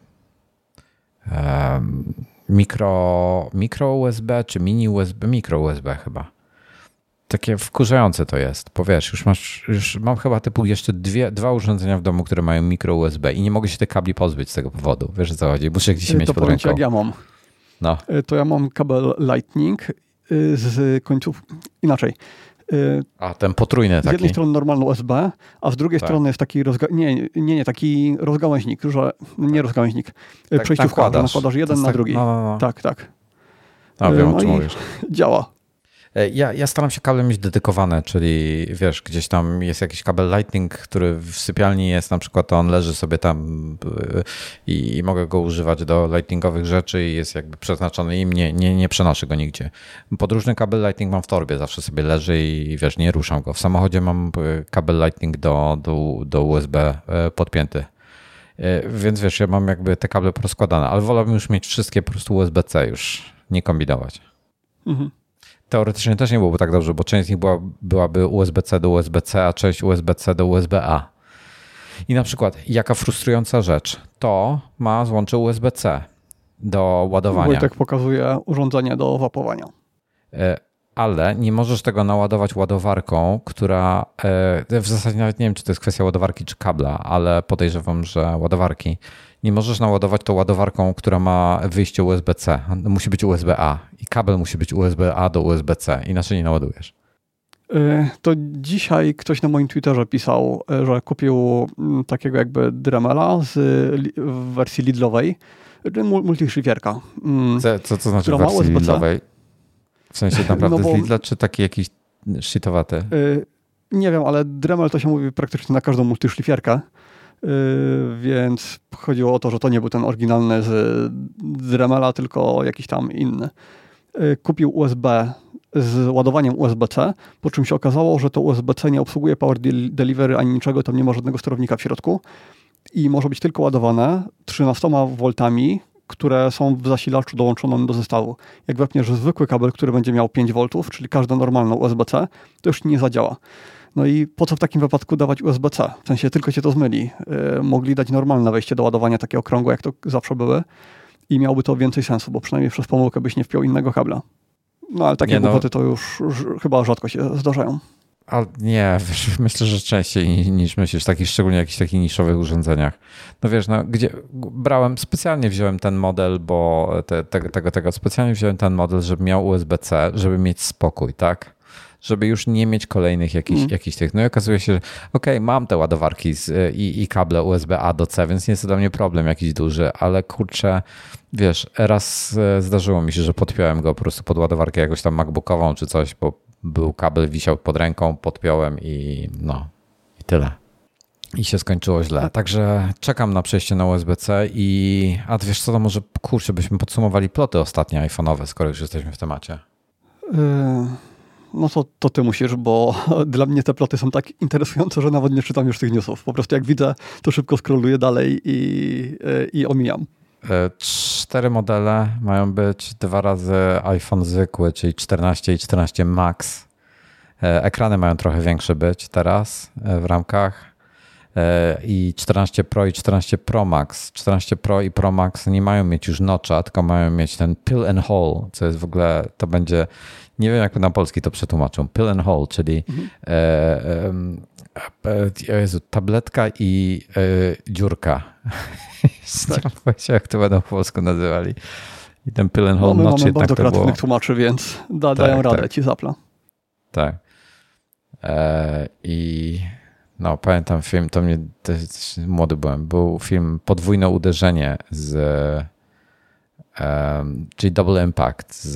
mikro USB, czy mini USB, mikro USB chyba. Takie wkurzające to jest, bo wiesz, już mam chyba typu jeszcze dwa urządzenia w domu, które mają mikro USB i nie mogę się tych kabli pozbyć z tego powodu. Wiesz o co chodzi? Muszę gdzieś mieć pod ręką. Jak ja mam. No. To ja mam kabel Lightning z końców inaczej. A ten potrójny taki. Z jednej strony normalny USB, a z drugiej strony jest taki taki rozgałęźnik, że nie rozgałęźnik, przejściówka, że nakładasz jeden na drugi. No. Tak. No, wiem o czym mówisz. Działa. Ja staram się kable mieć dedykowane, czyli wiesz, gdzieś tam jest jakiś kabel Lightning, który w sypialni jest, na przykład to on leży sobie tam i mogę go używać do lightningowych rzeczy i jest jakby przeznaczony i nie przenoszę go nigdzie. Podróżny kabel Lightning mam w torbie, zawsze sobie leży i wiesz, nie ruszam go. W samochodzie mam kabel Lightning do USB podpięty. Więc wiesz, ja mam jakby te kable porozkładane, ale wolałbym już mieć wszystkie po prostu USB-C, już nie kombinować. Mhm. Teoretycznie też nie byłoby tak dobrze, bo część z nich byłaby USB-C do USB-C, a część USB-C do USB-A. I na przykład, jaka frustrująca rzecz, to ma złącze USB-C do ładowania. Wojtek pokazuje urządzenie do wapowania. Ale nie możesz tego naładować ładowarką, która w zasadzie nawet nie wiem, czy to jest kwestia ładowarki czy kabla, ale podejrzewam, że ładowarki. Nie możesz naładować to ładowarką, która ma wyjście USB-C. Musi być USB-A i kabel musi być USB-A do USB-C, inaczej nie naładujesz. To dzisiaj ktoś na moim Twitterze pisał, że kupił takiego jakby Dremela w wersji Lidlowej, multiszlifierka. Co to znaczy w wersji Lidlowej? W sensie naprawdę z Lidla, czy taki jakiś shitowaty? Nie wiem, ale Dremel to się mówi praktycznie na każdą multiszlifierkę. Więc chodziło o to, że to nie był ten oryginalny z Dremela, tylko jakiś tam inny. Kupił USB z ładowaniem USB-C, po czym się okazało, że to USB-C nie obsługuje Power Delivery ani niczego, tam nie ma żadnego sterownika w środku i może być tylko ładowane 13 V, które są w zasilaczu dołączonym do zestawu. Jak wepniesz zwykły kabel, który będzie miał 5 V, czyli każde normalne USB-C, to już nie zadziała. No i po co w takim wypadku dawać USB-C? W sensie tylko cię to zmyli. Mogli dać normalne wejście do ładowania, takie okrągłe, jak to zawsze były i miałoby to więcej sensu, bo przynajmniej przez pomyłkę byś nie wpiął innego kabla. No ale takie kłopoty to już chyba rzadko się zdarzają. Ale nie, wiesz, myślę, że częściej niż myślisz, szczególnie w jakichś takich niszowych urządzeniach. No wiesz, gdzie specjalnie wziąłem ten model, bo specjalnie wziąłem ten model, żeby miał USB-C, żeby mieć spokój, tak? Żeby już nie mieć kolejnych jakichś tych. No i okazuje się, że mam te ładowarki i kable USB-A do C, więc nie jest to dla mnie problem jakiś duży, ale kurczę, wiesz, raz zdarzyło mi się, że podpiąłem go po prostu pod ładowarkę jakąś tam MacBookową czy coś, bo był kabel, wisiał pod ręką, podpiąłem i tyle. I się skończyło źle. Także czekam na przejście na USB-C a wiesz co, to może kurczę, byśmy podsumowali ploty ostatnie iPhone'owe, skoro już jesteśmy w temacie. No to ty musisz, bo dla mnie te ploty są tak interesujące, że nawet nie czytam już tych newsów. Po prostu jak widzę, to szybko scrolluję dalej i omijam. 4 modele mają być 2 razy iPhone zwykły, czyli 14 i 14 Max. Ekrany mają trochę większe być teraz w ramkach. I 14 Pro i 14 Pro Max. 14 Pro i Pro Max nie mają mieć już notcha, tylko mają mieć ten pill and hole, co jest w ogóle, to będzie Nie wiem, jak na polski to przetłumaczą. Pill and hole, czyli Jezu, tabletka i dziurka. Nie mam pojęcia, jak to będą w polsku nazywali. I ten pill and hole my notch mamy bardzo to było... kreatywnych tłumaczy, więc dają radę ci z Apple'a. Tak. I no, pamiętam film, to mnie też młody byłem, był film Podwójne uderzenie czyli Double Impact z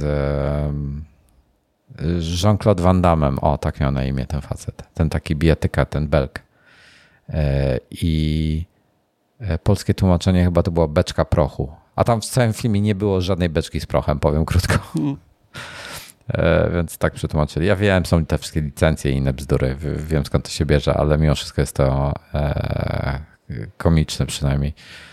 Jean-Claude Van Damme. O, tak miał na imię ten facet. Ten taki bijatyka, ten Belg. I polskie tłumaczenie chyba to była beczka prochu. A tam w całym filmie nie było żadnej beczki z prochem, powiem krótko. Więc tak przetłumaczyli. Ja wiem, są te wszystkie licencje i inne bzdury. Wiem, skąd to się bierze, ale mimo wszystko jest to komiczne przynajmniej.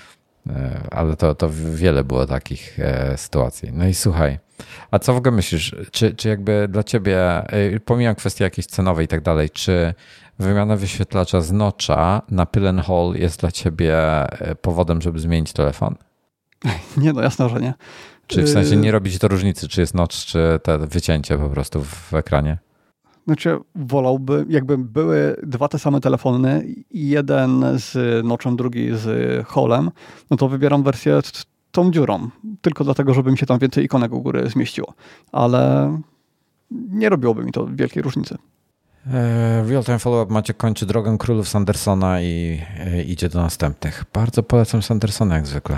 Ale to wiele było takich sytuacji. No i słuchaj, a co w ogóle myślisz? Czy jakby dla ciebie, pomijam kwestię jakiejś cenowej i tak dalej, czy wymiana wyświetlacza z notcha na pill and hole jest dla ciebie powodem, żeby zmienić telefon? Nie, no jasne, że nie. Czy w sensie nie robić to różnicy, czy jest notch, czy te wycięcie po prostu w ekranie? Znaczy wolałbym, jakby były dwa te same telefony, jeden z notchem, drugi z holem, no to wybieram wersję tą dziurą, tylko dlatego, żeby mi się tam więcej ikonek u góry zmieściło. Ale nie robiłoby mi to wielkiej różnicy. Real Time Follow-up Maciek kończy drogę królów Sandersona i idzie do następnych. Bardzo polecam Sandersona jak zwykle.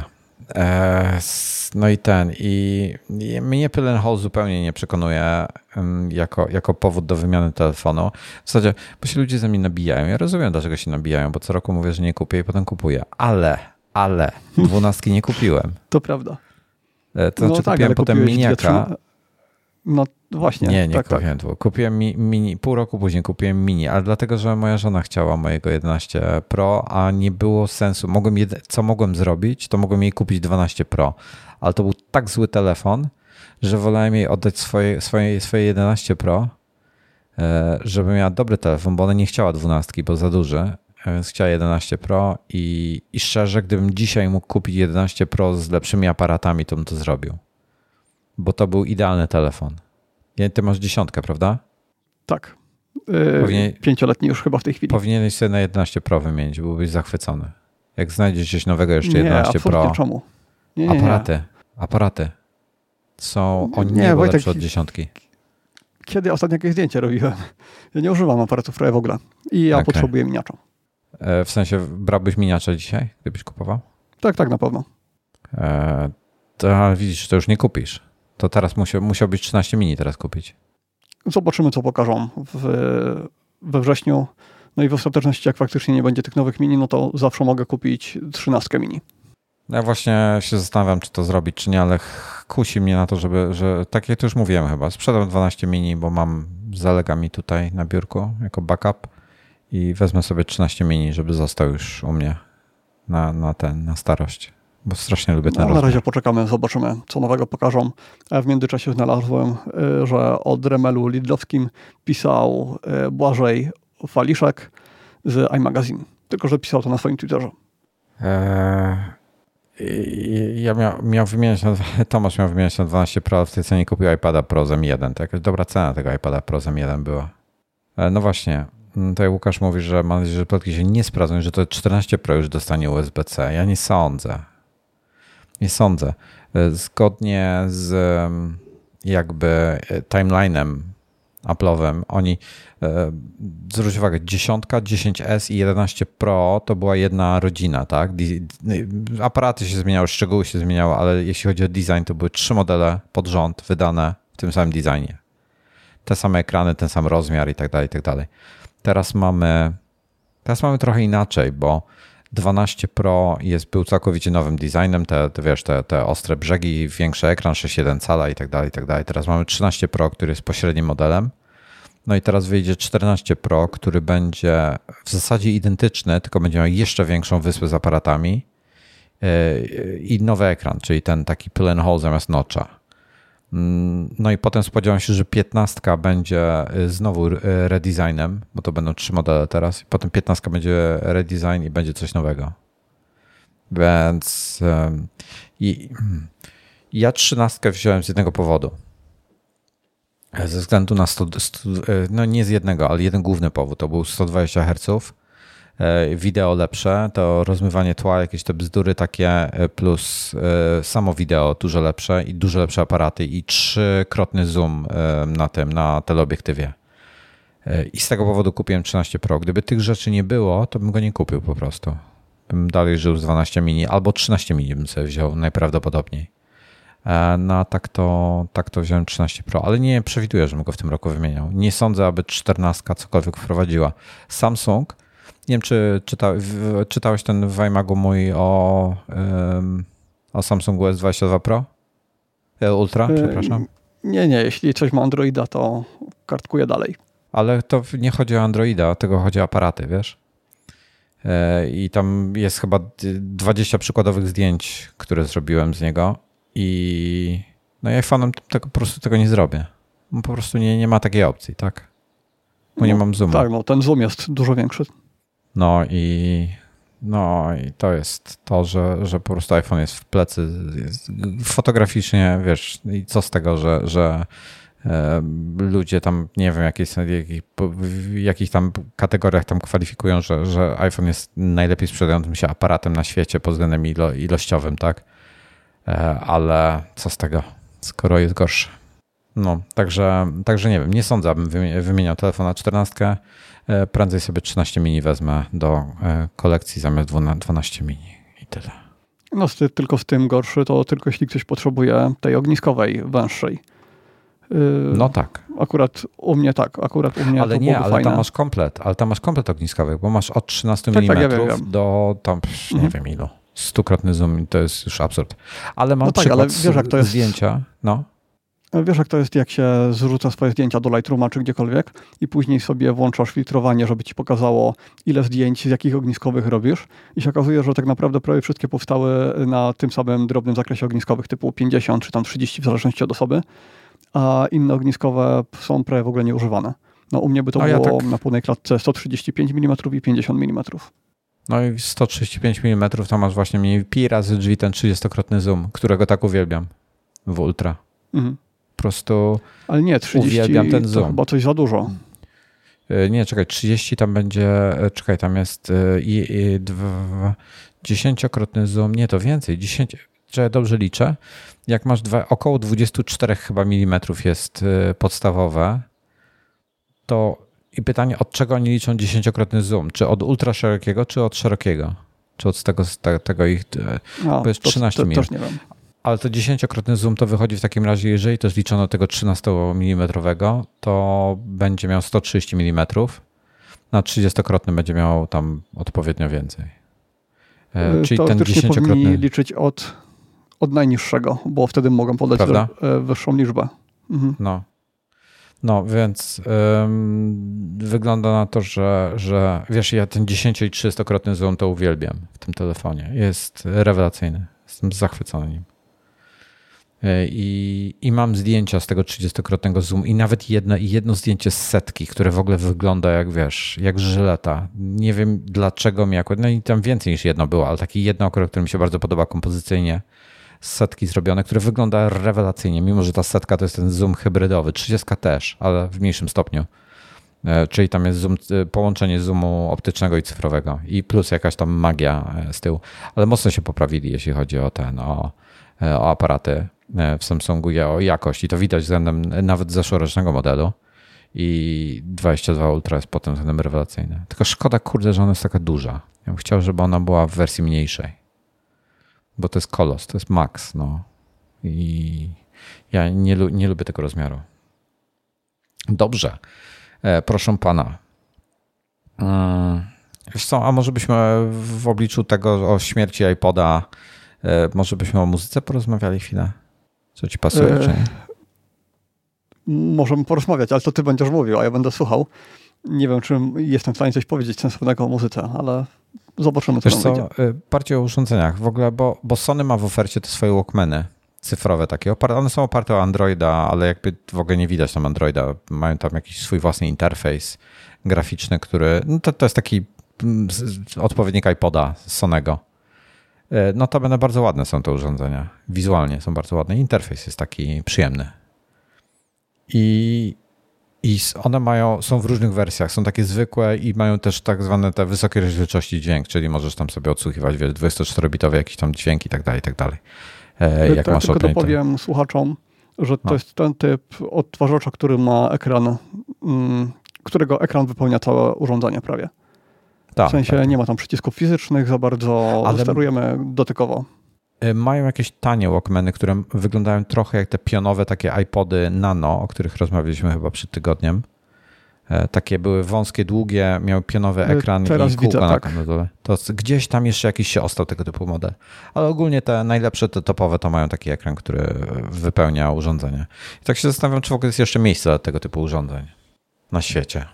No i mnie pill and hole zupełnie nie przekonuje jako powód do wymiany telefonu. W zasadzie, bo się ludzie ze mnie nabijają. Ja rozumiem, dlaczego się nabijają, bo co roku mówię, że nie kupię i potem kupuję. Ale 12 nie kupiłem. To prawda. To znaczy kupiłem potem miniaka. No właśnie. Nie kupiłem dwóch. Kupiłem mini, pół roku później kupiłem mini, ale dlatego, że moja żona chciała mojego 11 Pro, a nie było sensu. Co mogłem zrobić, to mogłem jej kupić 12 Pro, ale to był tak zły telefon, że wolałem jej oddać swoje 11 Pro, żeby miała dobry telefon, bo ona nie chciała 12, bo za duży, więc chciała 11 Pro i szczerze, gdybym dzisiaj mógł kupić 11 Pro z lepszymi aparatami, to bym to zrobił. Bo to był idealny telefon. Ty masz 10, prawda? Tak. 5-letni już chyba w tej chwili. Powinieneś sobie na 11 Pro wymienić, byłbyś zachwycony. Jak znajdziesz coś nowego jeszcze 11 Pro. Czemu? Nie. Aparaty są o niebo lepsze od 10. Kiedy ostatnio jakieś zdjęcie robiłem? Ja nie używam aparatów prawie w ogóle. I ja potrzebuję miniacza. W sensie brałbyś miniacza dzisiaj, gdybyś kupował? Tak, na pewno. To widzisz, to już nie kupisz. To teraz musiał być 13 mini teraz kupić. Zobaczymy, co pokażą we wrześniu. No i w ostateczności, jak faktycznie nie będzie tych nowych mini, no to zawsze mogę kupić 13 mini. Ja właśnie się zastanawiam, czy to zrobić, czy nie, ale kusi mnie na to, że tak jak to już mówiłem chyba, sprzedam 12 mini, bo mam zalega mi tutaj na biurku jako backup i wezmę sobie 13 mini, żeby został już u mnie na starość. Bo strasznie lubię ten rozmiar. Na razie poczekamy, zobaczymy, co nowego pokażą. A w międzyczasie znalazłem, że o Dremelu Lidlowskim pisał Błażej Waliszek z iMagazine. Tylko że pisał to na swoim Twitterze. Tomasz miał wymieniać na 12 Pro, w tej cenie kupił iPada Pro z M1. To jakaś dobra cena tego iPada Pro z M1 była. No właśnie. Tutaj Łukasz mówi, że mam nadzieję, że plotki się nie sprawdzą, że to 14 Pro już dostanie USB-C. Ja nie sądzę. Zgodnie z jakby timeline'em Apple'owym, oni, zwróć uwagę, 10, 10S i 11 Pro to była jedna rodzina, tak? Aparaty się zmieniały, szczegóły się zmieniały, ale jeśli chodzi o design, to były 3 modele pod rząd wydane w tym samym designie. Te same ekrany, ten sam rozmiar i tak dalej. Teraz mamy trochę inaczej, bo 12 Pro był całkowicie nowym designem, te ostre brzegi, większy ekran, 6,1 cala i tak dalej. Teraz mamy 13 Pro, który jest pośrednim modelem. No i teraz wyjdzie 14 Pro, który będzie w zasadzie identyczny, tylko będzie miał jeszcze większą wyspę z aparatami i nowy ekran, czyli ten taki pill and hole zamiast notcha. No i potem spodziewam się, że 15 będzie znowu redesignem, bo to będą 3 modele teraz. I potem 15 będzie redesign i będzie coś nowego. Więc ja 13 wziąłem z jednego powodu. Ze względu na no nie z jednego, ale jeden główny powód, to był 120 Hz, wideo lepsze, to rozmywanie tła, jakieś te bzdury takie, plus samo wideo dużo lepsze i dużo lepsze aparaty i 3-krotny zoom na teleobiektywie. I z tego powodu kupiłem 13 Pro. Gdyby tych rzeczy nie było, to bym go nie kupił po prostu. Bym dalej żył z 12 mini albo 13 mini bym sobie wziął najprawdopodobniej. No a tak to wziąłem 13 Pro, ale nie przewiduję, żebym go w tym roku wymieniał. Nie sądzę, aby 14 cokolwiek wprowadziła. Samsung, nie wiem, czy czytałeś ten w iMagu mój o Samsungu S22 Pro? Ultra, przepraszam. Nie, jeśli coś ma Androida, to kartkuję dalej. Ale to nie chodzi o Androida, tylko chodzi o aparaty, wiesz? I tam jest chyba 20 przykładowych zdjęć, które zrobiłem z niego i no ja iPhone'em po prostu tego nie zrobię. Po prostu nie ma takiej opcji, tak? Bo nie mam zoomu. Tak, no ten zoom jest dużo większy. No i to jest to, że po prostu iPhone jest w plecy fotograficznie, wiesz, i co z tego, że ludzie tam, nie wiem, w jakich tam kategoriach tam kwalifikują, że iPhone jest najlepiej sprzedającym się aparatem na świecie pod względem ilościowym, tak? Ale co z tego, skoro jest gorszy. No, także nie wiem, nie sądzę, abym wymieniał telefon na 14. Prędzej sobie 13 mini wezmę do kolekcji zamiast 12 mini i tyle. No tylko z tym gorszy, to tylko jeśli ktoś potrzebuje tej ogniskowej, węższej. No tak. Akurat u mnie ale to nie, ale fajne. tam masz komplet ogniskowy, bo masz od 13 mm ja wiem. do tam nie wiem ilu. 100-krotny zoom, to jest już absurd. Ale mam przykład ale wiesz, jak to jest zdjęcia. No. Wiesz, jak to jest, jak się zrzuca swoje zdjęcia do Lightrooma czy gdziekolwiek i później sobie włączasz filtrowanie, żeby ci pokazało, ile zdjęć z jakich ogniskowych robisz i się okazuje, że tak naprawdę prawie wszystkie powstały na tym samym drobnym zakresie ogniskowych, typu 50 czy tam 30 w zależności od osoby, a inne ogniskowe są prawie w ogóle nieużywane. No u mnie by to było na pełnej klatce 135 mm i 50 mm. No i 135 mm to masz właśnie mniej pi razy drzwi ten 30-krotny zoom, którego tak uwielbiam w ultra. Mhm. Po prostu ale nie, 30 uwielbiam ten zoom. To chyba coś za dużo. Nie, czekaj, 30 tam będzie, tam jest 10-krotny zoom, nie, to więcej, 10, że dobrze liczę, jak masz około 24 chyba milimetrów jest podstawowe, to i pytanie, od czego oni liczą 10-krotny zoom? Czy od ultra szerokiego, czy od szerokiego? Czy od tego ich, bo jest 13 mm. Też nie wiem. Ale to 10-krotny zoom to wychodzi w takim razie, jeżeli to jest liczono tego 13 mm, to będzie miał 130 mm. Na 30-krotny będzie miał tam odpowiednio więcej. Czyli ten 10-krotny... powinni liczyć od najniższego, bo wtedy mogą podać wyższą liczbę. Mhm. No, więc wygląda na to, że wiesz, ja ten 10 i 30-krotny zoom to uwielbiam w tym telefonie. Jest rewelacyjny. Jestem zachwycony nim. I mam zdjęcia z tego 30-krotnego zoom i nawet jedno zdjęcie z setki, które w ogóle wygląda jak, wiesz, jak żyleta. Nie wiem dlaczego mi akurat, no i tam więcej niż jedno było, ale taki jedno akurat, które mi się bardzo podoba kompozycyjnie, z setki zrobione, które wygląda rewelacyjnie, mimo że ta setka to jest ten zoom hybrydowy, 30 też, ale w mniejszym stopniu. Czyli tam jest zoom, połączenie zoomu optycznego i cyfrowego i plus jakaś tam magia z tyłu. Ale mocno się poprawili, jeśli chodzi o aparaty w Samsungu, o jakość i to widać względem nawet zeszłorocznego modelu i 22 Ultra jest potem względem rewelacyjny. Tylko szkoda, kurde, że ona jest taka duża. Ja bym chciał, żeby ona była w wersji mniejszej, bo to jest kolos, to jest max, no i ja nie lubię tego rozmiaru. Dobrze, proszę pana. Wiesz co, a może byśmy w obliczu tego o śmierci iPoda, może byśmy o muzyce porozmawiali chwilę? Co ci pasuje, czy nie? Możemy porozmawiać, ale to ty będziesz mówił, a ja będę słuchał. Nie wiem, czy jestem w stanie coś powiedzieć sensownego o muzyce, ale zobaczymy, co nam wyjdzie. Bardziej o urządzeniach. W ogóle, bo Sony ma w ofercie te swoje Walkmany cyfrowe takie. One są oparte o Androida, ale jakby w ogóle nie widać tam Androida. Mają tam jakiś swój własny interfejs graficzny, który no to jest taki odpowiednik iPoda z Sonego. Notabene bardzo ładne są te urządzenia. Wizualnie są bardzo ładne. Interfejs jest taki przyjemny. I one są w różnych wersjach. Są takie zwykłe i mają też tak zwane te wysokiej rozdzielczości dźwięk, czyli możesz tam sobie odsłuchiwać 24-bitowe jakieś tam dźwięki i tak dalej, i tak dalej. Jak masz tylko dopowiem słuchaczom, że to jest ten typ odtwarzacza, który ma ekran, którego ekran wypełnia całe urządzenie prawie. W sensie nie ma tam przycisków fizycznych za bardzo, ale sterujemy dotykowo. Mają jakieś tanie Walkmany, które wyglądają trochę jak te pionowe takie iPody Nano, o których rozmawialiśmy chyba przed tygodniem. Takie były wąskie, długie, miały pionowy ekran i kółko na dole. To gdzieś tam jeszcze jakiś się ostał tego typu model. Ale ogólnie te najlepsze, te topowe to mają taki ekran, który wypełnia urządzenie. I tak się zastanawiam, czy w ogóle jest jeszcze miejsce dla tego typu urządzeń na świecie.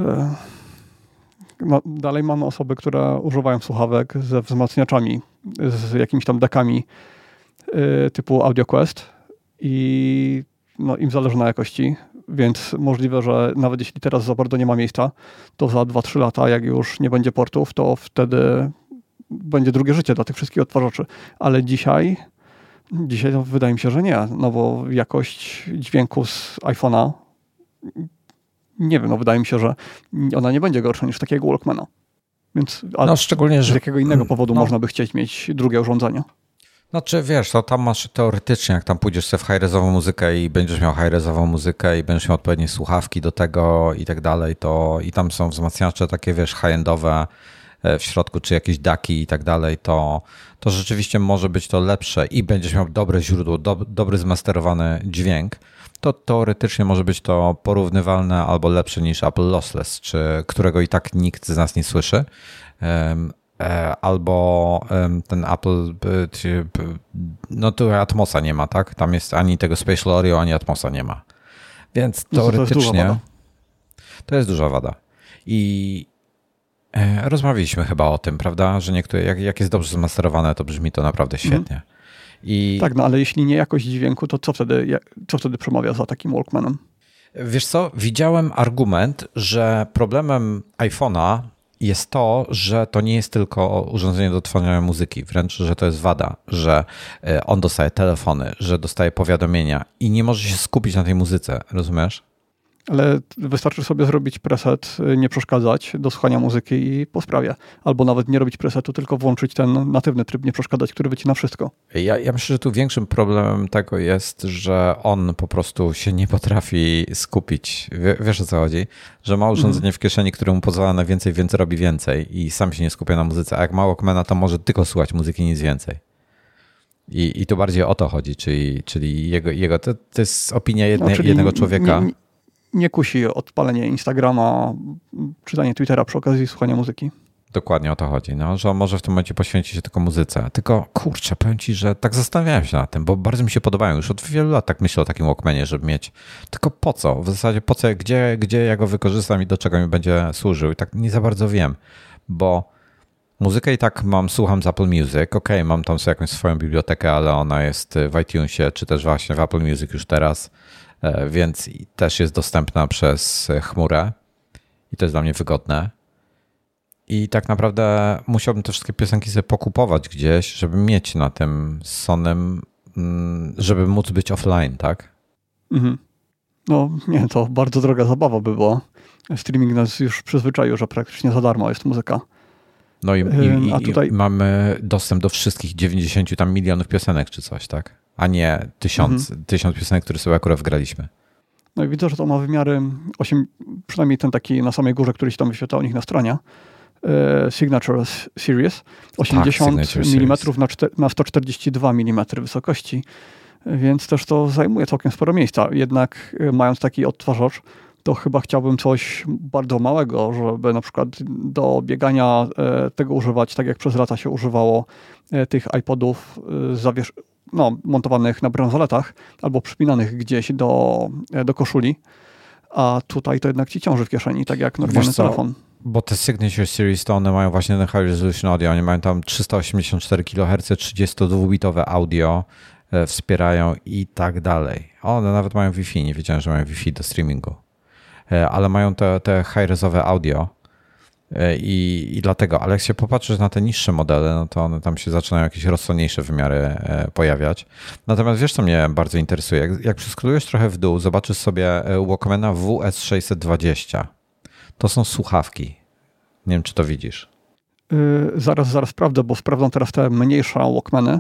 No, dalej mamy osoby, które używają słuchawek ze wzmacniaczami, z jakimiś tam dekami typu AudioQuest i no, im zależy na jakości, więc możliwe, że nawet jeśli teraz za bardzo nie ma miejsca, to za 2-3 lata, jak już nie będzie portów, to wtedy będzie drugie życie dla tych wszystkich odtwarzaczy. Ale dzisiaj no, wydaje mi się, że nie, no bo jakość dźwięku z iPhone'a, nie wiem, no wydaje mi się, że ona nie będzie gorsza niż takiego Walkmana. Więc szczególnie, że z jakiego innego powodu można by chcieć mieć drugie urządzenie? Znaczy wiesz, to tam masz teoretycznie, jak tam pójdziesz sobie w high-resową muzykę i będziesz miał high-resową muzykę i będziesz miał odpowiednie słuchawki do tego i tak dalej, to i tam są wzmacniacze takie, wiesz, high-endowe w środku, czy jakieś DAC-i i tak dalej, to rzeczywiście może być to lepsze i będziesz miał dobre źródło, dobry zmasterowany dźwięk, to teoretycznie może być to porównywalne albo lepsze niż Apple Lossless, którego i tak nikt z nas nie słyszy. Albo ten Apple, no tu Atmosa nie ma, tak? Tam jest ani tego Spatial Audio, ani Atmosa nie ma. Więc teoretycznie to jest duża wada. I rozmawialiśmy chyba o tym, prawda? Że niektóre, jak jest dobrze zmasterowane, to brzmi to naprawdę świetnie. Tak, no ale jeśli nie jakość dźwięku, to co wtedy przemawia za takim Walkmanem? Wiesz co, widziałem argument, że problemem iPhone'a jest to, że to nie jest tylko urządzenie do tworzenia muzyki, wręcz, że to jest wada, że on dostaje telefony, że dostaje powiadomienia i nie może się skupić na tej muzyce, rozumiesz? Ale wystarczy sobie zrobić preset, nie przeszkadzać do słuchania muzyki i po sprawie. Albo nawet nie robić presetu, tylko włączyć ten natywny tryb nie przeszkadzać, który wycina wszystko. Ja myślę, że tu większym problemem tego jest, że on po prostu się nie potrafi skupić. Wiesz o co chodzi? Że ma urządzenie w kieszeni, które mu pozwala na więcej, więc robi więcej i sam się nie skupia na muzyce. A jak ma Walkmana, to może tylko słuchać muzyki, nic więcej. I tu bardziej o to chodzi, czyli jego to jest opinia jednego człowieka. Nie kusi odpalenie Instagrama, czytanie Twittera przy okazji słuchania muzyki. Dokładnie o to chodzi, no, że on może w tym momencie poświęcić się tylko muzyce. Tylko kurczę, powiem ci, że tak zastanawiałem się nad tym, bo bardzo mi się podobają. Już od wielu lat tak myślę o takim Walkmanie, żeby mieć. Tylko po co? W zasadzie po co, gdzie ja go wykorzystam i do czego mi będzie służył? I tak nie za bardzo wiem, bo muzykę i tak słucham z Apple Music. Okej, mam tam sobie jakąś swoją bibliotekę, ale ona jest w iTunesie, czy też właśnie w Apple Music już teraz, więc też jest dostępna przez chmurę i to jest dla mnie wygodne. I tak naprawdę musiałbym te wszystkie piosenki sobie pokupować gdzieś, żeby mieć na tym Sonym, żeby móc być offline, tak? No nie, to bardzo droga zabawa by była. Streaming nas już przyzwyczaił, że praktycznie za darmo jest muzyka. No i tutaj mamy dostęp do wszystkich 90 tam milionów piosenek czy coś, tak? A nie 1000 piosenek, które sobie akurat wgraliśmy. No i widzę, że to ma wymiary 8, przynajmniej ten taki na samej górze, który się tam wyświetla u nich na stronie. Signature Series 80 mm na 142 mm wysokości, więc też to zajmuje całkiem sporo miejsca. Jednak mając taki odtwarzacz, to chyba chciałbym coś bardzo małego, żeby na przykład do biegania tego używać, tak jak przez lata się używało tych iPodów montowanych na bransoletach albo przypinanych gdzieś do koszuli, a tutaj to jednak ci ciąży w kieszeni, tak jak normalny telefon. Bo te Signature Series to one mają właśnie ten High Resolution Audio, oni mają tam 384 kHz, 32-bitowe audio, wspierają i tak dalej. One nawet mają Wi-Fi, nie wiedziałem, że mają Wi-Fi do streamingu, ale mają te high-resowe audio I dlatego, ale jak się popatrzysz na te niższe modele, no to one tam się zaczynają jakieś rozsądniejsze wymiary pojawiać. Natomiast wiesz, co mnie bardzo interesuje? Jak przeskrolujesz trochę w dół, zobaczysz sobie Walkmana WS620. To są słuchawki. Nie wiem, czy to widzisz. Zaraz sprawdzę, bo sprawdzam teraz te mniejsze Walkmany.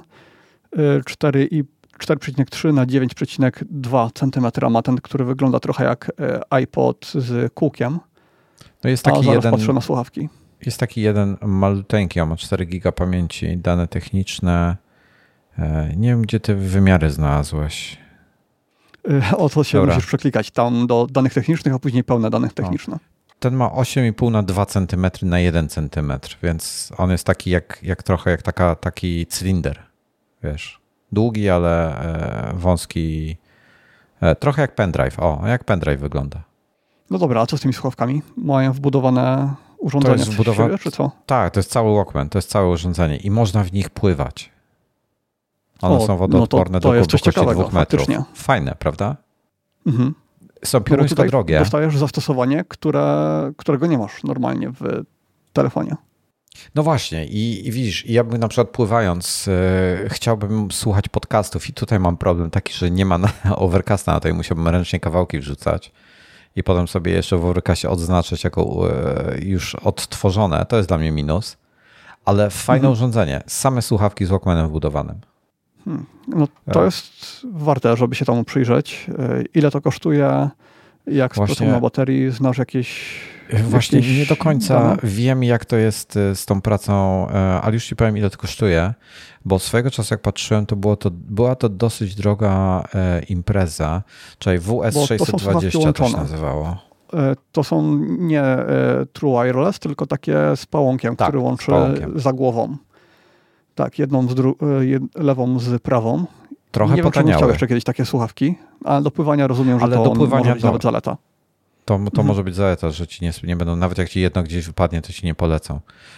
4,3 na 9,2 cm ma ten, który wygląda trochę jak iPod z kółkiem. No jest taki zaraz jeden, patrzę na słuchawki. jest taki jeden maluteńki, on ma 4 giga pamięci, dane techniczne. Nie wiem, gdzie te wymiary znalazłeś. O to się musisz przeklikać. Tam do danych technicznych, a później pełne danych techniczne. Ten ma 8,5 na 2 cm na 1 cm, więc on jest taki trochę jak taki cylinder, wiesz. Długi, ale wąski. Trochę jak pendrive. Jak pendrive wygląda. No dobra, a co z tymi słuchawkami? Mają wbudowane urządzenia w siebie, czy co? Tak, to jest cały Walkman, to jest całe urządzenie i można w nich pływać. One są wodoodporne do głębokości 2 metrów. Faktycznie. Fajne, prawda? Mhm. Są pioruńsko drogie. Dostajesz zastosowanie, którego nie masz normalnie w telefonie. No właśnie i widzisz, ja bym na przykład pływając chciałbym słuchać podcastów i tutaj mam problem taki, że nie ma Overcasta na to i musiałbym ręcznie kawałki wrzucać i potem sobie jeszcze w Overcastie odznaczyć jako już odtworzone. To jest dla mnie minus, ale fajne urządzenie. Same słuchawki z Walkmanem wbudowanym. No to jest warte, żeby się temu przyjrzeć. Ile to kosztuje? Jak z na baterii? Znasz jakieś... Właśnie nie do końca wiem, jak to jest z tą pracą, ale już ci powiem, ile to kosztuje, bo swojego czasu, jak patrzyłem, to była to dosyć droga impreza, czyli WS620 to się nazywało. To są nie True Wireless, tylko takie z pałąkiem, który łączy za głową. Tak, jedną lewą z prawą. Trochę nie potaniały. Nie wiem, czy chciał jeszcze kiedyś takie słuchawki, ale do pływania rozumiem, że to może być nawet zaleta. To może być zaleta, że ci nie będą, nawet jak ci jedno gdzieś wypadnie, to ci nie polecą.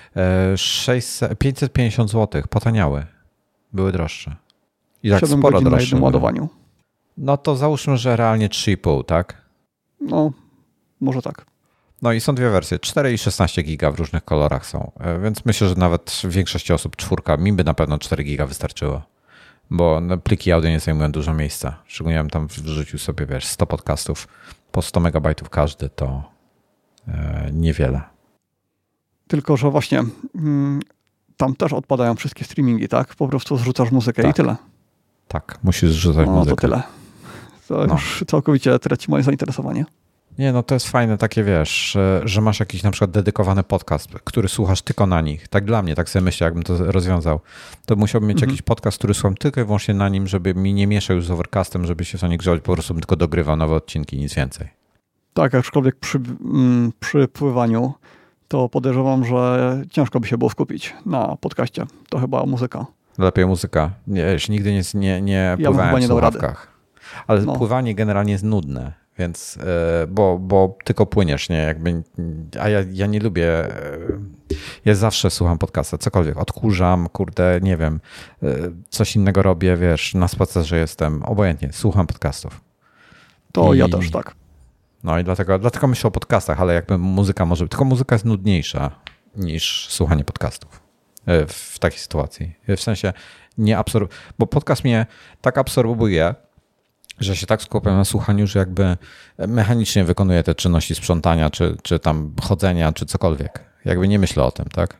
550 zł, potaniały. Były droższe. I tak 7 sporo godzin droższe. Na jednym ładowaniu. No to załóżmy, że realnie 3,5, tak? No, może tak. No i są dwie wersje, 4 i 16 giga w różnych kolorach są, więc myślę, że nawet w większości osób 4, mi by na pewno 4 giga wystarczyło, bo pliki audio nie zajmują dużo miejsca. Szczególnie ja bym tam wrzucił sobie, 100 podcastów, po 100 megabajtów każdy, to niewiele. Tylko, że właśnie tam też odpadają wszystkie streamingi, tak? Po prostu zrzucasz muzykę i tyle. Tak, musisz zrzucać muzykę. No to tyle. To już całkowicie traci moje zainteresowanie. Nie, no to jest fajne takie, że masz jakiś na przykład dedykowany podcast, który słuchasz tylko na nich. Tak dla mnie, tak sobie myślę, jakbym to rozwiązał. To musiałbym mieć jakiś podcast, który słucham tylko i wyłącznie na nim, żeby mi nie mieszał już z Overcastem, żeby się w nie grzać, po prostu tylko dogrywał nowe odcinki, nic więcej. Tak, aczkolwiek przy pływaniu to podejrzewam, że ciężko by się było skupić na podcaście. To chyba muzyka. Lepiej muzyka. Nigdy nie pływałem w słuchawkach. Ale pływanie generalnie jest nudne. Więc, bo tylko płyniesz, nie? Jakby, a ja nie lubię, ja zawsze słucham podcasta, cokolwiek, odkurzam, nie wiem, coś innego robię, na spacerze jestem, obojętnie, słucham podcastów. Ja też tak. No i dlatego myślę o podcastach, ale jakby muzyka może być, tylko muzyka jest nudniejsza niż słuchanie podcastów w takiej sytuacji. W sensie bo podcast mnie tak absorbuje, że się tak skupiam na słuchaniu, że jakby mechanicznie wykonuję te czynności sprzątania, czy tam chodzenia, czy cokolwiek. Jakby nie myślę o tym, tak?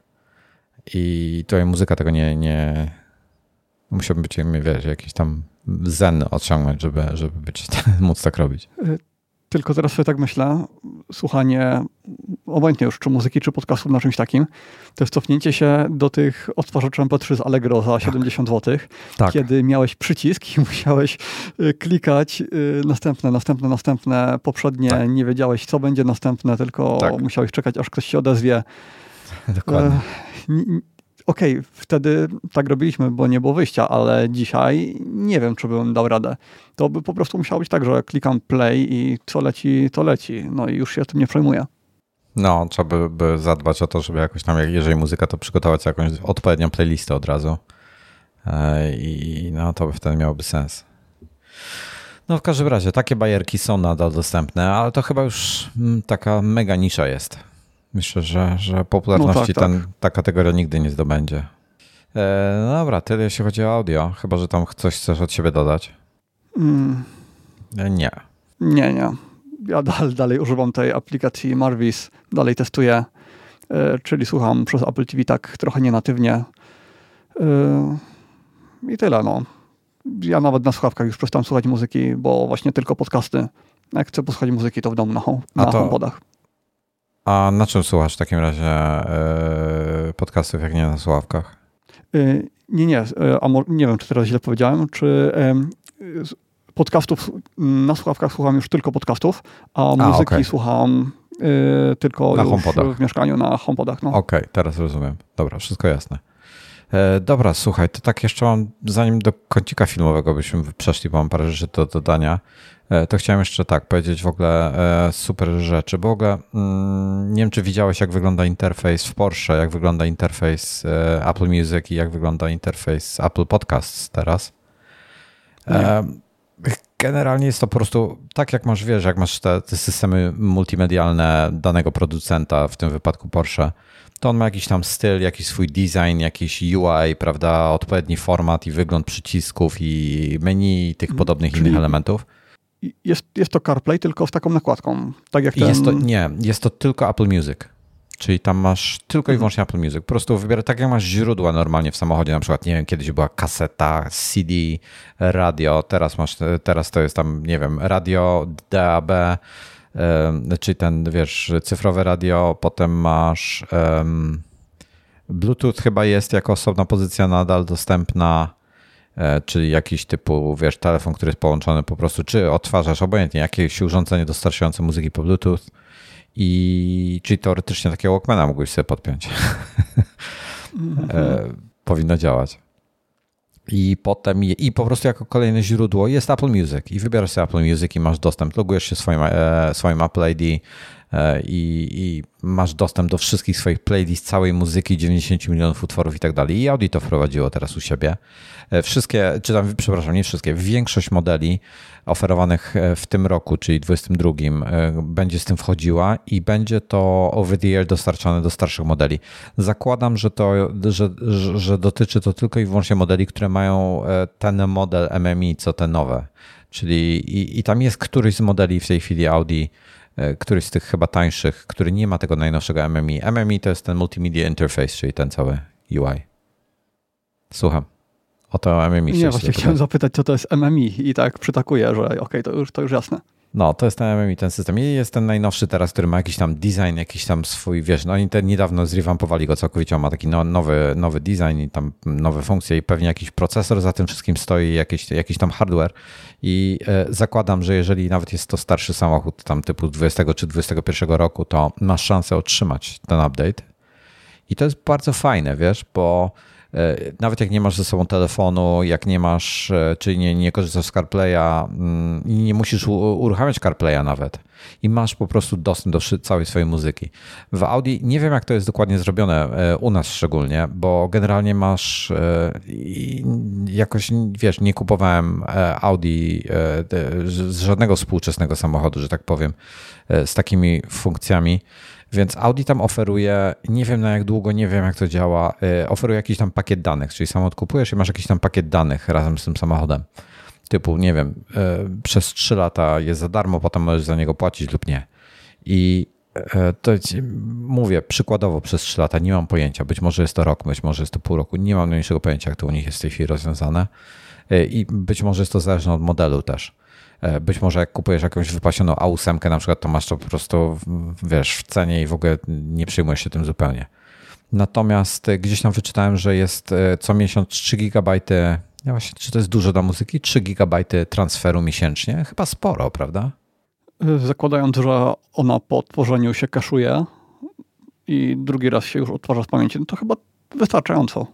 I tutaj muzyka tego nie musiałbym być, jakiś tam zen osiągnąć, żeby móc tak robić. Tylko teraz sobie tak myślę, słuchanie, obojętnie już czy muzyki, czy podcastów na czymś takim, to jest cofnięcie się do tych odtwarzaczy MP3 z Allegro za 70 zł, kiedy miałeś przycisk i musiałeś klikać następne, poprzednie, nie wiedziałeś, co będzie następne, tylko musiałeś czekać, aż ktoś się odezwie. Dokładnie. Okej, wtedy tak robiliśmy, bo nie było wyjścia, ale dzisiaj nie wiem, czy bym dał radę. To by po prostu musiało być tak, że klikam play i co leci, to leci. No i już się tym nie przejmuję. No, trzeba by zadbać o to, żeby jakoś tam, jeżeli muzyka, to przygotować jakąś odpowiednią playlistę od razu. I to by wtedy miałoby sens. No w każdym razie, takie bajerki są nadal dostępne, ale to chyba już taka mega nisza jest. Myślę, że popularności tak. ta kategoria nigdy nie zdobędzie. No dobra, tyle jeśli chodzi o audio. Chyba, że tam coś chcesz od siebie dodać. Nie. Nie. Ja dalej używam tej aplikacji Marvis, dalej testuję, czyli słucham przez Apple TV tak trochę nienatywnie. I tyle, no. Ja nawet na słuchawkach już przestałem słuchać muzyki, bo właśnie tylko podcasty. Jak chcę posłuchać muzyki, to w domu na HomePodach. A na czym słuchasz w takim razie podcastów, jak nie na słuchawkach? Nie. Nie wiem, czy teraz źle powiedziałem, czy podcastów na słuchawkach słucham już tylko podcastów, a muzyki słucham tylko na już w mieszkaniu na HomePodach. No. Okej, teraz rozumiem. Dobra, wszystko jasne. Dobra, słuchaj, to tak jeszcze mam, zanim do kącika filmowego byśmy przeszli, bo mam parę rzeczy do dodania, to chciałem jeszcze tak powiedzieć w ogóle super rzeczy, bo w ogóle nie wiem, czy widziałeś, jak wygląda interfejs w Porsche, jak wygląda interfejs Apple Music i jak wygląda interfejs Apple Podcasts teraz. Generalnie jest to po prostu tak, jak masz, wiesz, jak masz te systemy multimedialne danego producenta, w tym wypadku Porsche, to on ma jakiś tam styl, jakiś swój design, jakiś UI, prawda, odpowiedni format i wygląd przycisków i menu i tych podobnych innych elementów. Jest to CarPlay tylko z taką nakładką. Tak jak jest to tylko Apple Music. Czyli tam masz tylko i wyłącznie Apple Music. Po prostu wybierasz, tak jak masz źródła normalnie w samochodzie, na przykład, nie wiem, kiedyś była kaseta, CD, radio, teraz to jest tam, nie wiem, radio, DAB, czyli ten, wiesz, cyfrowe radio, potem masz Bluetooth chyba jest jako osobna pozycja nadal dostępna, czyli jakiś typu, wiesz, telefon, który jest połączony po prostu, czy odtwarzasz obojętnie jakieś urządzenie dostarczające muzyki po Bluetooth czyli teoretycznie takiego Walkmana mógłbyś sobie podpiąć. Powinno działać. I potem po prostu jako kolejne źródło jest Apple Music i wybierasz sobie Apple Music i masz dostęp, logujesz się swoim Apple ID i masz dostęp do wszystkich swoich playlist, całej muzyki, 90 milionów utworów i tak dalej. I Audi to wprowadziło teraz u siebie. Większość modeli oferowanych w tym roku, czyli 2022, będzie z tym wchodziła i będzie to over the air dostarczane do starszych modeli. Zakładam, że dotyczy to tylko i wyłącznie modeli, które mają ten model MMI, co te nowe. Czyli i tam jest któryś z modeli w tej chwili Audi, któryś z tych chyba tańszych, który nie ma tego najnowszego MMI. MMI to jest ten Multimedia Interface, czyli ten cały UI. Słucham. O to MMI. Nie, właśnie chciałem zapytać, co to jest MMI i tak przytakuję, że okej, to już jasne. No, to jest ten MMI, ten system. I jest ten najnowszy teraz, który ma jakiś tam design, jakiś tam swój, wiesz, no oni niedawno zrewampowali go całkowicie, on ma taki nowy design i tam nowe funkcje i pewnie jakiś procesor za tym wszystkim stoi, jakiś tam hardware i zakładam, że jeżeli nawet jest to starszy samochód tam typu 20 czy 21 roku, to masz szansę otrzymać ten update i to jest bardzo fajne, wiesz, bo nawet jak nie masz ze sobą telefonu, jak nie masz, czyli nie korzystasz z CarPlaya, nie musisz uruchamiać CarPlaya nawet i masz po prostu dostęp do całej swojej muzyki. W Audi nie wiem, jak to jest dokładnie zrobione, u nas szczególnie, bo generalnie masz jakoś, wiesz, nie kupowałem Audi z żadnego współczesnego samochodu, że tak powiem, z takimi funkcjami. Więc Audi tam oferuje, nie wiem na jak długo, nie wiem jak to działa, oferuje jakiś tam pakiet danych, czyli samochód kupujesz i masz jakiś tam pakiet danych razem z tym samochodem. Typu, nie wiem, przez 3 lata jest za darmo, potem możesz za niego płacić lub nie. I to mówię przykładowo przez 3 lata, nie mam pojęcia, być może jest to rok, być może jest to pół roku, nie mam najmniejszego pojęcia, jak to u nich jest w tej chwili rozwiązane i być może jest to zależne od modelu też. Być może jak kupujesz jakąś wypasioną A8 na przykład, to masz to po prostu, wiesz, w cenie i w ogóle nie przejmujesz się tym zupełnie. Natomiast gdzieś tam wyczytałem, że jest co miesiąc 3 GB, ja właśnie, czy to jest dużo dla muzyki? 3 GB transferu miesięcznie? Chyba sporo, prawda? Zakładając, że ona po odtworzeniu się kaszuje i drugi raz się już odtwarza z pamięci, no to chyba wystarczająco.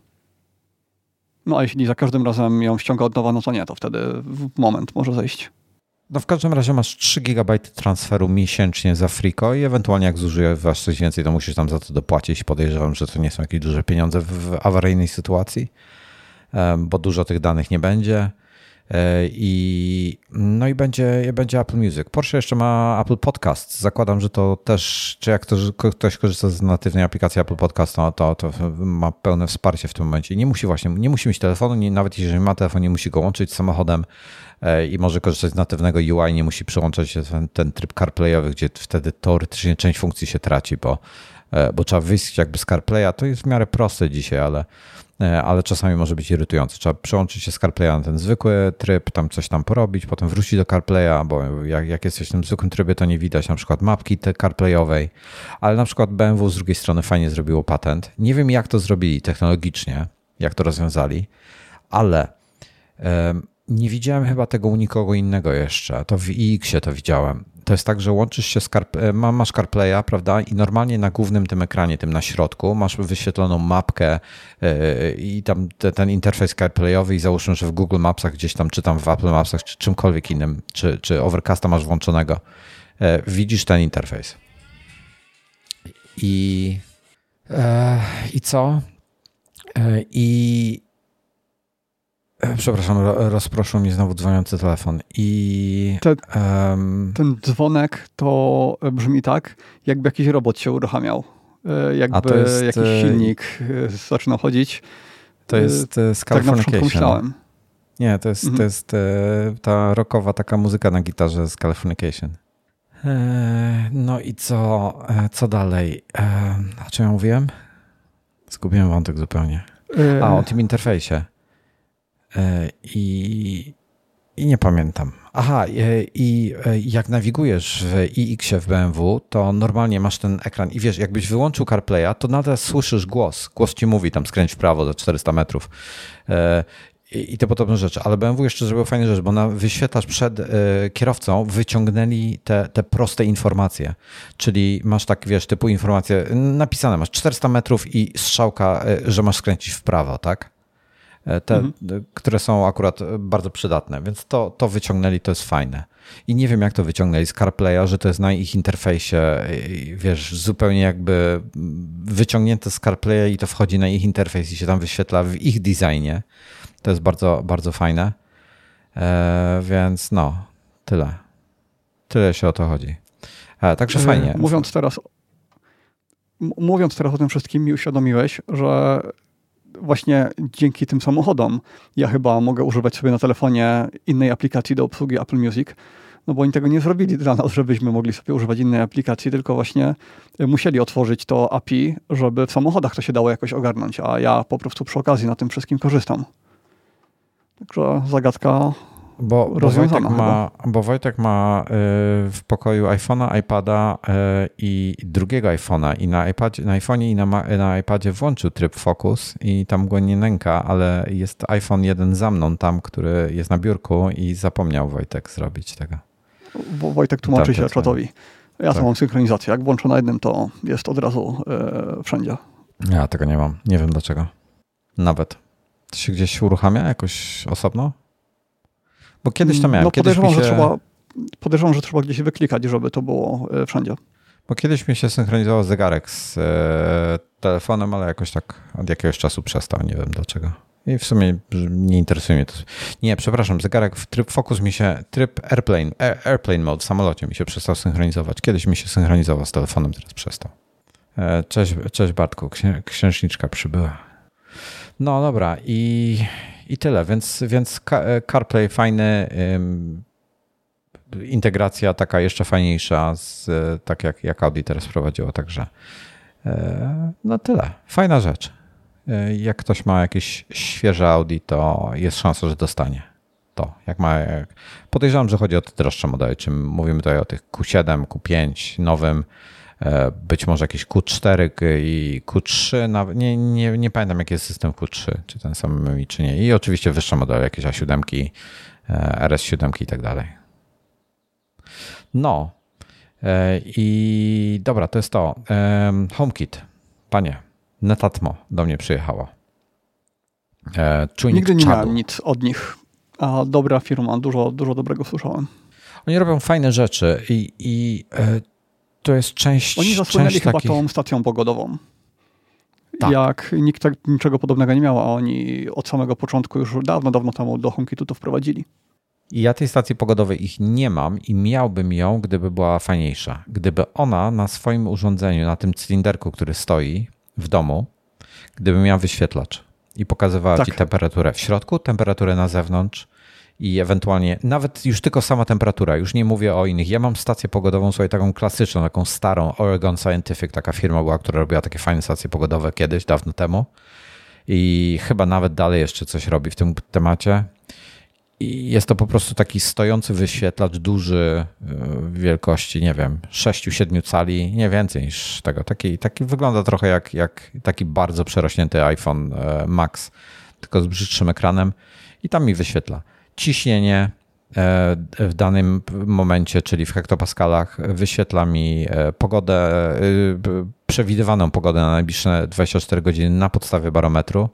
No a jeśli za każdym razem ją ściąga od nowa, no to nie, to wtedy w moment może zejść. No w każdym razie masz 3 GB transferu miesięcznie za Frico i ewentualnie jak zużywasz coś więcej, to musisz tam za to dopłacić. Podejrzewam, że to nie są jakieś duże pieniądze w awaryjnej sytuacji, bo dużo tych danych nie będzie. No i będzie Apple Music. Porsche jeszcze ma Apple Podcast. Zakładam, że to też, czy jak ktoś korzysta z natywnej aplikacji Apple Podcast, to ma pełne wsparcie w tym momencie. Nie musi mieć telefonu, nawet jeżeli ma telefon, nie musi go łączyć z samochodem i może korzystać z natywnego UI, nie musi przyłączać się ten tryb CarPlayowy, gdzie wtedy teoretycznie część funkcji się traci, bo trzeba wyjść jakby z CarPlaya. To jest w miarę proste dzisiaj, ale czasami może być irytujące. Trzeba przełączyć się z CarPlaya na ten zwykły tryb, tam coś tam porobić, potem wrócić do CarPlaya, bo jak jesteś w tym zwykłym trybie, to nie widać na przykład mapki CarPlayowej, ale na przykład BMW z drugiej strony fajnie zrobiło patent. Nie wiem, jak to zrobili technologicznie, jak to rozwiązali, ale nie widziałem chyba tego u nikogo innego jeszcze. To w iX-ie to widziałem. To jest tak, że łączysz się z masz CarPlaya, prawda? I normalnie na głównym tym ekranie, tym na środku, masz wyświetloną mapkę i tam ten interfejs CarPlayowy i załóżmy, że w Google Mapsach gdzieś tam, czy tam w Apple Mapsach, czy czymkolwiek innym, czy Overcasta masz włączonego, widzisz ten interfejs. I co? Przepraszam, rozproszył mnie znowu dzwoniący telefon. Ten dzwonek to brzmi tak, jakby jakiś robot się uruchamiał. Jakby jakiś silnik zaczynał chodzić. To jest z tak na początku myślałem. Nie, to jest ta rockowa taka muzyka na gitarze z Californication. No i co dalej? O czym ja mówiłem? Zgubiłem wątek zupełnie. O tym interfejsie. I nie pamiętam. Aha, i jak nawigujesz w iX-ie w BMW, to normalnie masz ten ekran i wiesz, jakbyś wyłączył CarPlaya, to nadal słyszysz głos. Głos ci mówi tam skręć w prawo za 400 metrów i te podobne rzeczy. Ale BMW jeszcze zrobił fajną rzecz, bo wyświetlasz przed kierowcą, wyciągnęli te proste informacje. Czyli masz tak, wiesz, typu informacje napisane, masz 400 metrów i strzałka, że masz skręcić w prawo, tak? Które są akurat bardzo przydatne, więc to wyciągnęli, to jest fajne. I nie wiem, jak to wyciągnęli z CarPlaya, że to jest na ich interfejsie, wiesz, zupełnie jakby wyciągnięte z CarPlaya i to wchodzi na ich interfejs i się tam wyświetla w ich designie. To jest bardzo, bardzo fajne. Więc no, tyle. Tyle się o to chodzi. Także fajnie. Mówiąc teraz o tym wszystkim, mi uświadomiłeś, że właśnie dzięki tym samochodom ja chyba mogę używać sobie na telefonie innej aplikacji do obsługi Apple Music, no bo oni tego nie zrobili dla nas, żebyśmy mogli sobie używać innej aplikacji, tylko właśnie musieli otworzyć to API, żeby w samochodach to się dało jakoś ogarnąć, a ja po prostu przy okazji na tym wszystkim korzystam. Także zagadka rozwiązana. Bo Wojtek ma w pokoju iPhone'a, iPada i drugiego iPhone'a i na iPhone'ie i na iPadzie włączył tryb Focus i tam go nie nęka, ale jest iPhone 1 za mną tam, który jest na biurku i zapomniał Wojtek zrobić tego. Bo Wojtek tłumaczy się czatowi. Ja to mam synchronizację. Jak włączę na jednym, to jest od razu wszędzie. Ja tego nie mam. Nie wiem dlaczego. Nawet. To się gdzieś uruchamia jakoś osobno? Bo kiedyś to miałem. No podejrzewam, że trzeba gdzieś wyklikać, żeby to było wszędzie. Bo kiedyś mi się synchronizował zegarek z telefonem, ale jakoś tak od jakiegoś czasu przestał. Nie wiem dlaczego. I w sumie nie interesuje mnie to. Nie, przepraszam, zegarek w tryb Focus tryb Airplane Mode w samolocie mi się przestał synchronizować. Kiedyś mi się synchronizował z telefonem, teraz przestał. Cześć Bartku, księżniczka przybyła. No dobra i tyle, więc CarPlay fajny, integracja taka jeszcze fajniejsza, tak jak Audi teraz prowadziło, także no tyle. Fajna rzecz. Jak ktoś ma jakieś świeże Audi, to jest szansa, że dostanie to. Podejrzewam, że chodzi o te droższe modele, czy mówimy tutaj o tych Q7, Q5 nowym, być może jakieś Q4 i Q3, nawet nie pamiętam jaki jest system Q3, czy ten sam czy nie. I oczywiście wyższe modele, jakieś A7, RS7 i tak dalej. No i dobra, to jest to. HomeKit, panie, Netatmo do mnie przyjechało. Czujnik Nigdy nie czadu. miałem nic od nich, a dobra firma, dużo dobrego słyszałem. Oni robią fajne rzeczy i to jest część... Oni zasłynęli chyba tą stacją pogodową. Tak. Jak nikt niczego podobnego nie miał, a oni od samego początku już dawno temu do HomeKitu to wprowadzili. I ja tej stacji pogodowej ich nie mam i miałbym ją, gdyby była fajniejsza. Gdyby ona na swoim urządzeniu, na tym cylinderku, który stoi w domu, gdyby miała wyświetlacz i pokazywała ci temperaturę w środku, temperaturę na zewnątrz i ewentualnie nawet już tylko sama temperatura, już nie mówię o innych. Ja mam stację pogodową, sobie taką klasyczną, taką starą, Oregon Scientific, taka firma była, która robiła takie fajne stacje pogodowe kiedyś, dawno temu i chyba nawet dalej jeszcze coś robi w tym temacie. I jest to po prostu taki stojący wyświetlacz duży wielkości, nie wiem, 6-7 cali, nie więcej niż tego. Taki wygląda trochę jak taki bardzo przerośnięty iPhone Max, tylko z brzydszym ekranem i tam mi wyświetla ciśnienie w danym momencie, czyli w hektopaskalach, wyświetla mi pogodę, przewidywaną pogodę na najbliższe 24 godziny na podstawie barometru,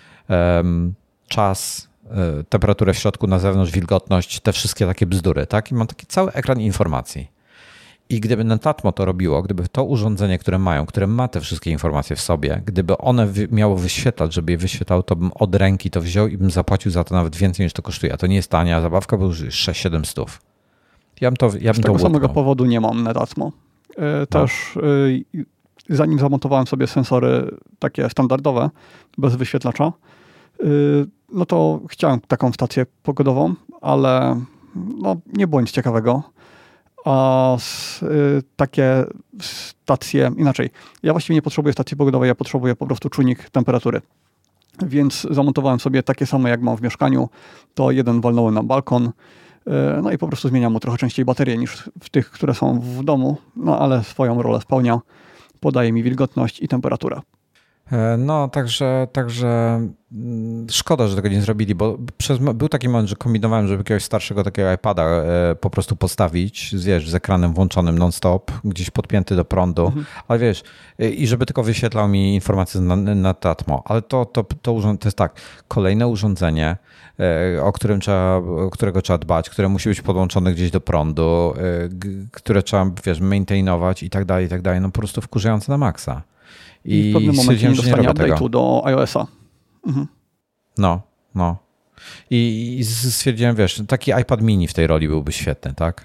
czas, temperaturę w środku, na zewnątrz, wilgotność, te wszystkie takie bzdury, tak? I mam taki cały ekran informacji. I gdyby Netatmo to robiło, gdyby to urządzenie, które ma te wszystkie informacje w sobie, gdyby one miało wyświetlać, żeby je wyświetlało, to bym od ręki to wziął i bym zapłacił za to nawet więcej niż to kosztuje. A to nie jest tania zabawka, bo już 6-7 stów. Ja bym Z tego samego powodu nie mam Netatmo. Też zanim zamontowałem sobie sensory takie standardowe, bez wyświetlacza, no to chciałem taką stację pogodową, ale no, nie było nic ciekawego. A takie stacje, inaczej, ja właściwie nie potrzebuję stacji pogodowej, ja potrzebuję po prostu czujnik temperatury. Więc zamontowałem sobie takie same, jak mam w mieszkaniu, to jeden walnąłem na balkon, no i po prostu zmieniam mu trochę częściej baterię niż w tych, które są w domu, no ale swoją rolę spełnia, podaje mi wilgotność i temperaturę. No, także szkoda, że tego nie zrobili, bo był taki moment, że kombinowałem, żeby jakiegoś starszego takiego iPada po prostu postawić, wiesz, z ekranem włączonym non-stop, gdzieś podpięty do prądu, ale wiesz, i żeby tylko wyświetlał mi informacje na Tatmo, ale to jest tak, kolejne urządzenie, o którego trzeba dbać, które musi być podłączone gdzieś do prądu, które trzeba, wiesz, maintainować i tak dalej, no po prostu wkurzające na maksa. I w pewnym momencie nie dostanie update'u do iOS-a. No. I stwierdziłem, wiesz, taki iPad mini w tej roli byłby świetny, tak?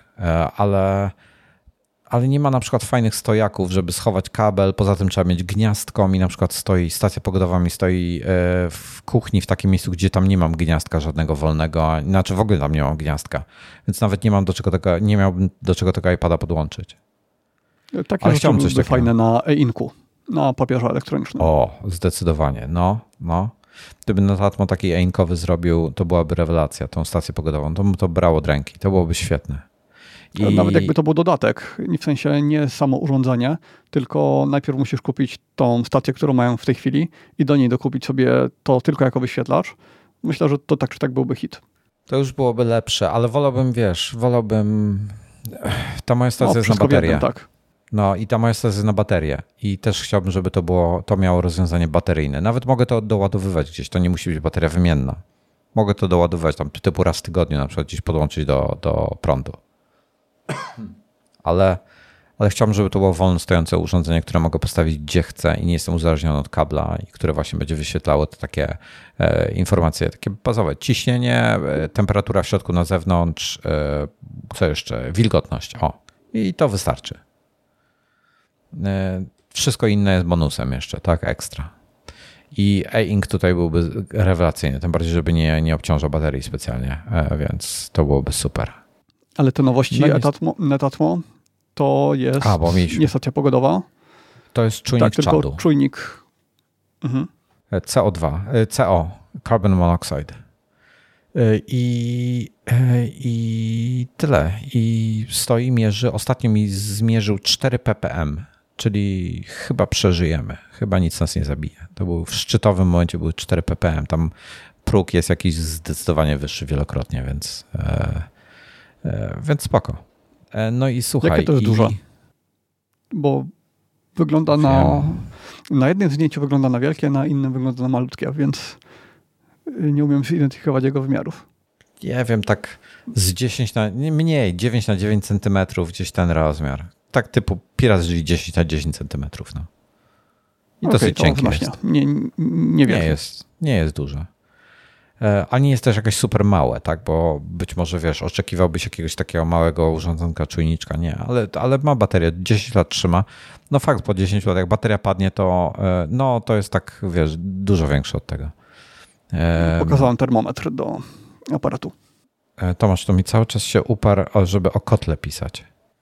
Ale nie ma na przykład fajnych stojaków, żeby schować kabel. Poza tym trzeba mieć gniazdko. Mi na przykład stacja pogodowa mi stoi w kuchni w takim miejscu, gdzie tam nie mam gniazdka żadnego wolnego. Znaczy w ogóle tam nie mam gniazdka. Więc nawet nie miałbym do czego tego iPada podłączyć. Takie rzeczy byłyby fajne na e-inku. Na papierze elektronicznym. O, zdecydowanie. No. Gdyby Netatmo taki e-inkowy zrobił, to byłaby rewelacja, tą stację pogodową. To by to brało od ręki. To byłoby świetne. Nawet jakby to był dodatek, w sensie nie samo urządzenie, tylko najpierw musisz kupić tą stację, którą mają w tej chwili i do niej dokupić sobie to tylko jako wyświetlacz. Myślę, że to tak czy tak byłby hit. To już byłoby lepsze, ale wolałbym... Ta moja stacja jest na baterię. Tak. No i ta moja stacja jest na baterię i też chciałbym, żeby to miało rozwiązanie bateryjne. Nawet mogę to doładowywać gdzieś, to nie musi być bateria wymienna. Mogę to doładowywać tam typu raz w tygodniu, na przykład gdzieś podłączyć do prądu. Ale chciałbym, żeby to było wolno stojące urządzenie, które mogę postawić gdzie chcę i nie jestem uzależniony od kabla i które właśnie będzie wyświetlało te takie informacje, takie bazowe. Ciśnienie, temperatura w środku, na zewnątrz, co jeszcze? Wilgotność. O, i to wystarczy. Wszystko inne jest bonusem jeszcze, tak? Ekstra. I e-ink tutaj byłby rewelacyjny, tym bardziej, żeby nie obciążał baterii specjalnie, więc to byłoby super. Ale te nowości Netatmo to jest nie stacja pogodowa. To jest czujnik czadu. Tylko czujnik CO2, CO, carbon monoxide. I tyle. I stoi, mierzy. Ostatnio mi zmierzył 4 ppm, czyli chyba przeżyjemy. Chyba nic nas nie zabije. To był w szczytowym momencie były 4 ppm. Tam próg jest jakiś zdecydowanie wyższy wielokrotnie, więc spoko. No i słuchaj. Jakie to jest dużo? Bo wygląda na jednym zdjęciu wygląda na wielkie, na innym wygląda na malutkie, więc nie umiem zidentyfikować jego wymiarów. Nie wiem, tak z 10 na, mniej, 9 na 9 centymetrów gdzieś ten rozmiar. Tak typu Pirat drzwi 10 na 10 centymetrów. No. I dosyć cienkie jest. Nie Nie jest duże. A nie jest też jakieś super małe, tak? Bo być może, wiesz, oczekiwałbyś jakiegoś takiego małego urządzonka, czujniczka. Nie, ale ma baterię, 10 lat trzyma. No fakt, po 10 lat jak bateria padnie, to no to jest tak, wiesz, dużo większe od tego. Pokazałem termometr do aparatu. Tomasz, to mi cały czas się uparł, żeby o kotle pisać.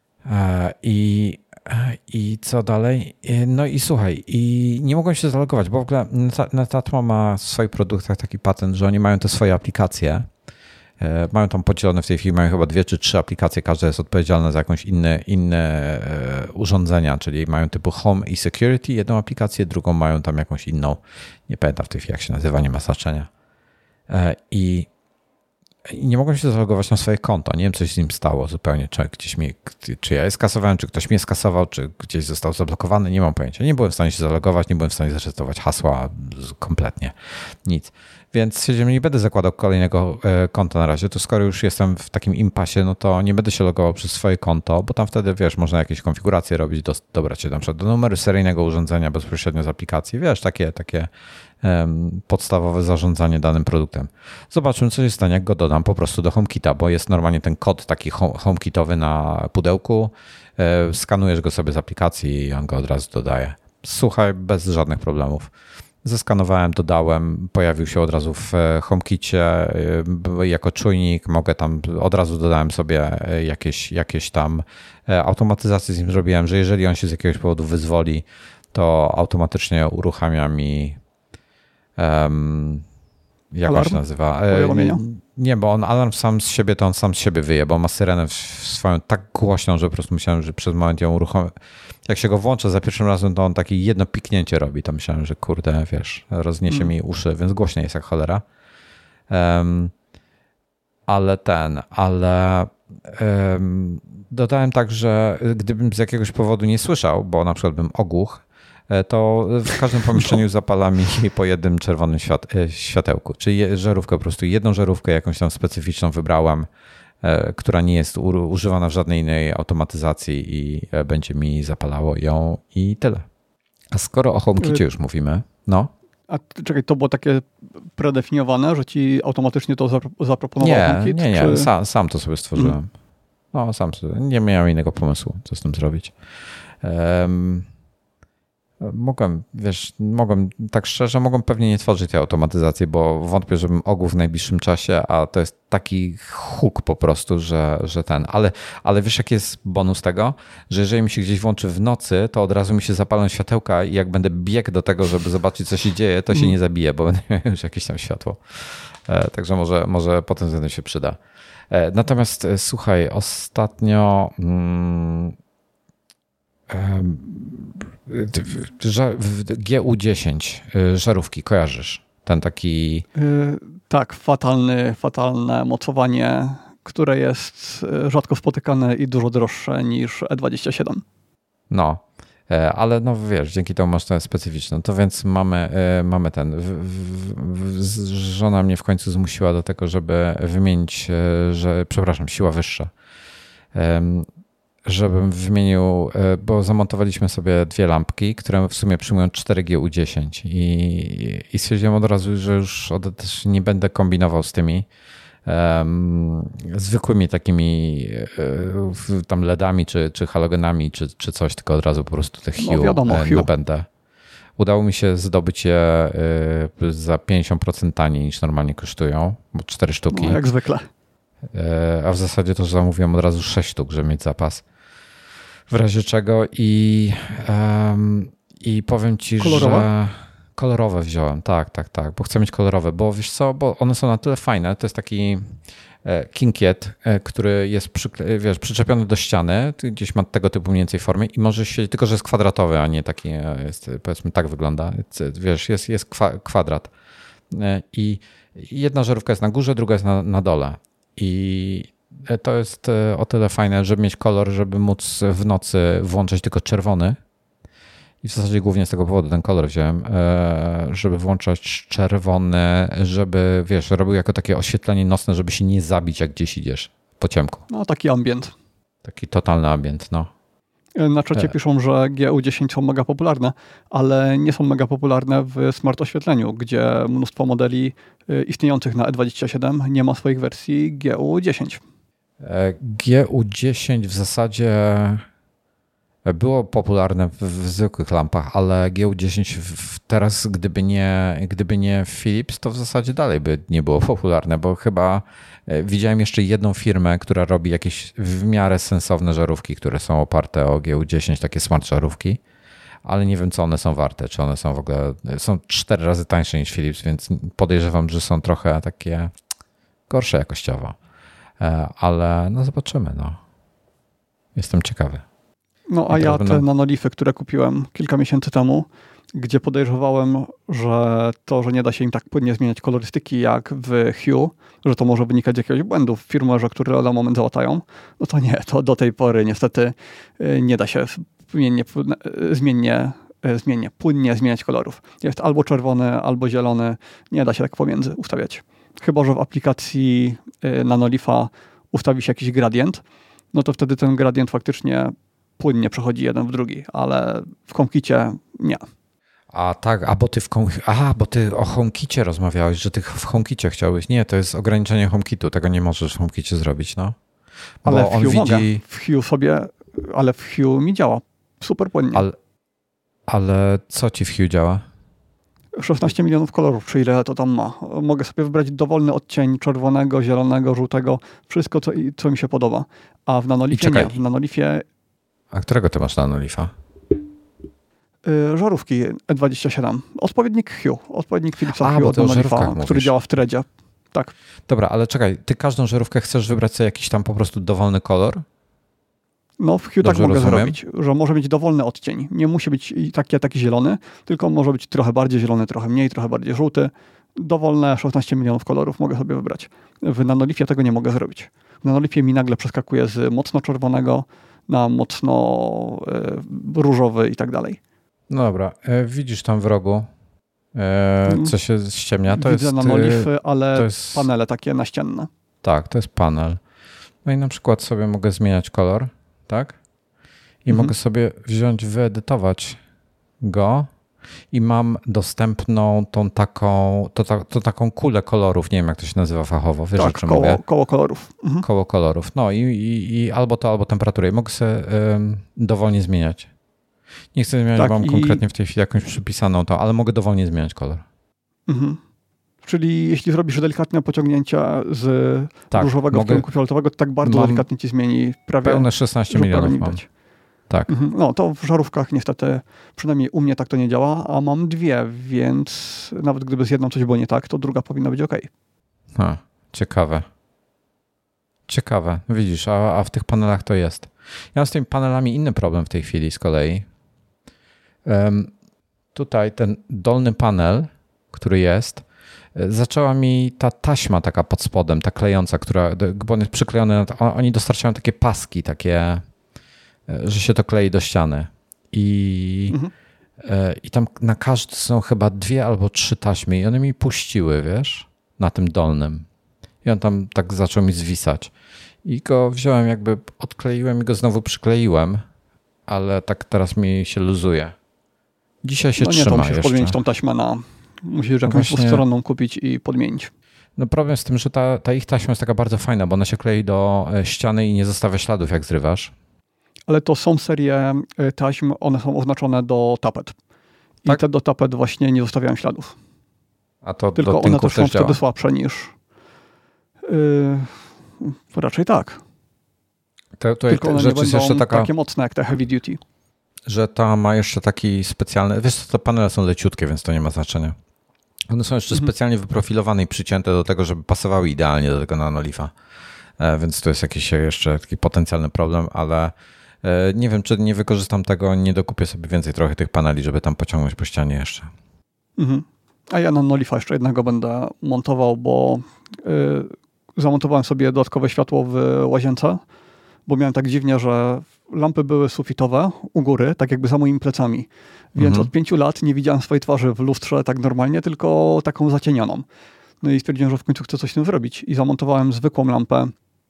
I co dalej? No i słuchaj, i nie mogłem się zalogować, bo w ogóle Netatmo ma w swoich produktach taki patent, że oni mają te swoje aplikacje. Mają tam podzielone w tej chwili, mają chyba 2 czy 3 aplikacje, każda jest odpowiedzialna za jakąś inne urządzenia, czyli mają typu Home i Security jedną aplikację, drugą mają tam jakąś inną, nie pamiętam w tej chwili jak się nazywa, nie ma znaczenia. I nie mogłem się zalogować na swoje konto. Nie wiem, co się z nim stało zupełnie. Czy ja je skasowałem, czy ktoś mnie skasował, czy gdzieś został zablokowany. Nie mam pojęcia. Nie byłem w stanie się zalogować, nie byłem w stanie zresetować hasła kompletnie. Nic. Więc stwierdziłem, nie będę zakładał kolejnego konta na razie. To skoro już jestem w takim impasie, no to nie będę się logował przez swoje konto, bo tam wtedy, wiesz, można jakieś konfiguracje robić, dobrać się na przykład do numeru seryjnego urządzenia bezpośrednio z aplikacji. Wiesz, takie podstawowe zarządzanie danym produktem. Zobaczymy, co się stanie, jak go dodam po prostu do HomeKita, bo jest normalnie ten kod taki HomeKitowy na pudełku. Skanujesz go sobie z aplikacji i on go od razu dodaje. Słuchaj, bez żadnych problemów. Zeskanowałem, dodałem, pojawił się od razu w HomeKicie jako czujnik. Mogę tam, od razu dodałem sobie jakieś tam automatyzacje z nim zrobiłem, że jeżeli on się z jakiegoś powodu wyzwoli, to automatycznie uruchamia mi jak on się nazywa? Nie, bo on alarm sam z siebie wyje, bo ma syrenę swoją tak głośną, że po prostu myślałem, że przez moment ją uruchomię. Jak się go włączę za pierwszym razem, to on takie jedno piknięcie robi. To myślałem, że kurde, wiesz, rozniesie mi uszy, więc głośno jest jak cholera. Ale dodałem tak, że gdybym z jakiegoś powodu nie słyszał, bo na przykład bym ogłuch, to w każdym pomieszczeniu zapala mi po jednym czerwonym światełku. Czyli żarówkę, po prostu jedną żarówkę jakąś tam specyficzną wybrałem, która nie jest używana w żadnej innej automatyzacji i będzie mi zapalało ją i tyle. A skoro o HomeKicie już mówimy, no. A czekaj, to było takie predefiniowane, że ci automatycznie to zaproponował HomeKit? Nie, sam to sobie stworzyłem. No, sam sobie. Nie miałem innego pomysłu, co z tym zrobić. Mogłem tak szczerze, mogłem pewnie nie tworzyć tej automatyzacji, bo wątpię, żebym ogół w najbliższym czasie, a to jest taki huk po prostu, że ten. Ale wiesz, jaki jest bonus tego? Że jeżeli mi się gdzieś włączy w nocy, to od razu mi się zapalą światełka i jak będę biegł do tego, żeby zobaczyć, co się dzieje, to się nie zabije, bo będę miał już jakieś tam światło. Także może pod tym względem się przyda. Natomiast słuchaj, ostatnio GU10 żarówki, kojarzysz? Ten taki... Tak, fatalne mocowanie, które jest rzadko spotykane i dużo droższe niż E27. No, ale no wiesz, dzięki temu masz ten specyficzny. To więc mamy ten... Żona mnie w końcu zmusiła do tego, żeby wymienić, siła wyższa. Żebym wymienił, bo zamontowaliśmy sobie 2 lampki, które w sumie przyjmują 4GU10 i stwierdziłem od razu, że już też nie będę kombinował z tymi zwykłymi takimi tam LEDami, czy halogenami, czy coś, tylko od razu po prostu te Hue nabędę. Udało mi się zdobyć je za 50% taniej niż normalnie kosztują, bo 4 sztuki. No, jak zwykle. A w zasadzie to zamówiłem od razu 6 sztuk, żeby mieć zapas. W razie czego i powiem ci, kolorowe? Że kolorowe wziąłem, tak, bo chcę mieć kolorowe, bo wiesz co, bo one są na tyle fajne, to jest taki kinkiet, który jest przyczepiony do ściany, gdzieś ma tego typu mniej więcej formy i może świecić, tylko że jest kwadratowy, a nie taki, jest, powiedzmy tak wygląda, wiesz, jest kwadrat i jedna żarówka jest na górze, druga jest na dole. I to jest o tyle fajne, żeby mieć kolor, żeby móc w nocy włączać tylko czerwony. I w zasadzie głównie z tego powodu ten kolor wziąłem, żeby włączać czerwony, żeby, wiesz, robił jako takie oświetlenie nocne, żeby się nie zabić, jak gdzieś idziesz po ciemku. No, taki ambient. Taki totalny ambient, no. Na czacie piszą, że GU10 są mega popularne, ale nie są mega popularne w smart oświetleniu, gdzie mnóstwo modeli istniejących na E27 nie ma swoich wersji GU10. GU10 w zasadzie było popularne w zwykłych lampach, ale GU10 teraz, gdyby nie Philips, to w zasadzie dalej by nie było popularne, bo chyba widziałem jeszcze jedną firmę, która robi jakieś w miarę sensowne żarówki, które są oparte o GU10, takie smart żarówki, ale nie wiem, co one są warte, czy one są w ogóle, są 4 razy tańsze niż Philips, więc podejrzewam, że są trochę takie gorsze jakościowo, ale no zobaczymy, no. Jestem ciekawy. No a ja te nanolify, które kupiłem kilka miesięcy temu, gdzie podejrzewałem, że to, że nie da się im tak płynnie zmieniać kolorystyki jak w Hue, że to może wynikać z jakiegoś błędu w firmwarze, który lada moment załatają, no to nie, to do tej pory niestety nie da się płynnie zmieniać kolorów. Jest albo czerwony, albo zielony, nie da się tak pomiędzy ustawiać. Chyba że w aplikacji nanolifa ustawi się jakiś gradient, no to wtedy ten gradient faktycznie płynnie przechodzi jeden w drugi, ale w HomeKicie nie. A tak, bo ty o HomeKicie rozmawiałeś, że ty w HomeKicie chciałeś. Nie, to jest ograniczenie HomeKitu, tego nie możesz w HomeKicie zrobić, no. Bo ale w Hue mogę. Ale w Hue mi działa super płynnie. Ale co ci w Hue działa? 16 milionów kolorów, czy ile to tam ma. Mogę sobie wybrać dowolny odcień czerwonego, zielonego, żółtego, wszystko, co mi się podoba. A w nanolifie nie. W nanolifie... A którego ty masz nanolifa? Żarówki E27. Odpowiednik Hue. Odpowiednik Philipsa Hue od nanolifa, który działa w Threadzie. Tak. Dobra, ale czekaj, ty każdą żarówkę chcesz wybrać sobie jakiś tam po prostu dowolny kolor? No w Hue tak mogę zrobić, że może mieć dowolny odcień. Nie musi być taki zielony, tylko może być trochę bardziej zielony, trochę mniej, trochę bardziej żółty. Dowolne 16 milionów kolorów mogę sobie wybrać. W nanolifie tego nie mogę zrobić. W nanolifie mi nagle przeskakuje z mocno czerwonego na mocno różowy i tak dalej. No dobra, widzisz tam w rogu, co się ściemnia. Widzę nanolify, ale to jest panele takie naścienne. Tak, to jest panel. No i na przykład sobie mogę zmieniać kolor, tak? I mogę sobie wziąć, wyedytować go i mam dostępną tą taką kulę kolorów. Nie wiem, jak to się nazywa fachowo. Wiesz, tak, koło kolorów. Koło kolorów. No i albo to, albo temperaturę. I mogę sobie dowolnie zmieniać. Nie chcę zmieniać, bo mam konkretnie w tej chwili jakąś przypisaną ale mogę dowolnie zmieniać kolor. Czyli jeśli zrobisz delikatne pociągnięcia z różowego w kierunku fioletowego, to tak bardzo delikatnie ci zmieni prawie... Pełne 16 milionów mam. Tak. No to w żarówkach niestety, przynajmniej u mnie tak to nie działa, a mam dwie, więc nawet gdyby z jedną coś było nie tak, to druga powinna być ok. Ciekawe. Widzisz, a w tych panelach to jest. Ja mam z tymi panelami inny problem w tej chwili z kolei. Tutaj ten dolny panel, który jest, zaczęła mi ta taśma taka pod spodem, ta klejąca, bo on jest przyklejony, oni dostarczają takie paski, takie, że się to klei do ściany. I tam na każdy są chyba 2 albo 3 taśmy i one mi puściły, wiesz, na tym dolnym. I on tam tak zaczął mi zwisać. I go wziąłem, jakby odkleiłem i go znowu przykleiłem, ale tak teraz mi się luzuje. Dzisiaj się trzyma to musisz jeszcze podmienić tą taśmę musisz jakąś dwustronną kupić i podmienić. No problem z tym, że ta ich taśma jest taka bardzo fajna, bo ona się klei do ściany i nie zostawia śladów, jak zrywasz. Ale to są serie taśm, one są oznaczone do tapet. I te do tapet właśnie nie zostawiają śladów. A to tylko one też są wtedy słabsze niż... raczej tak. Tylko one nie będą takie mocne jak te heavy duty. Że ta ma jeszcze taki specjalny... Wiesz co, te panele są leciutkie, więc to nie ma znaczenia. One są jeszcze specjalnie wyprofilowane i przycięte do tego, żeby pasowały idealnie do tego nanolifa. Więc to jest jakiś jeszcze taki potencjalny problem, ale nie wiem, czy nie wykorzystam tego, nie dokupię sobie więcej trochę tych paneli, żeby tam pociągnąć po ścianie jeszcze. A ja nanolifa jeszcze jednego będę montował, bo zamontowałem sobie dodatkowe światło w łazience, bo miałem tak dziwnie, że lampy były sufitowe u góry, tak jakby za moimi plecami. Więc od 5 lat nie widziałem swojej twarzy w lustrze tak normalnie, tylko taką zacienioną. No i stwierdziłem, że w końcu chcę coś z tym zrobić. I zamontowałem zwykłą lampę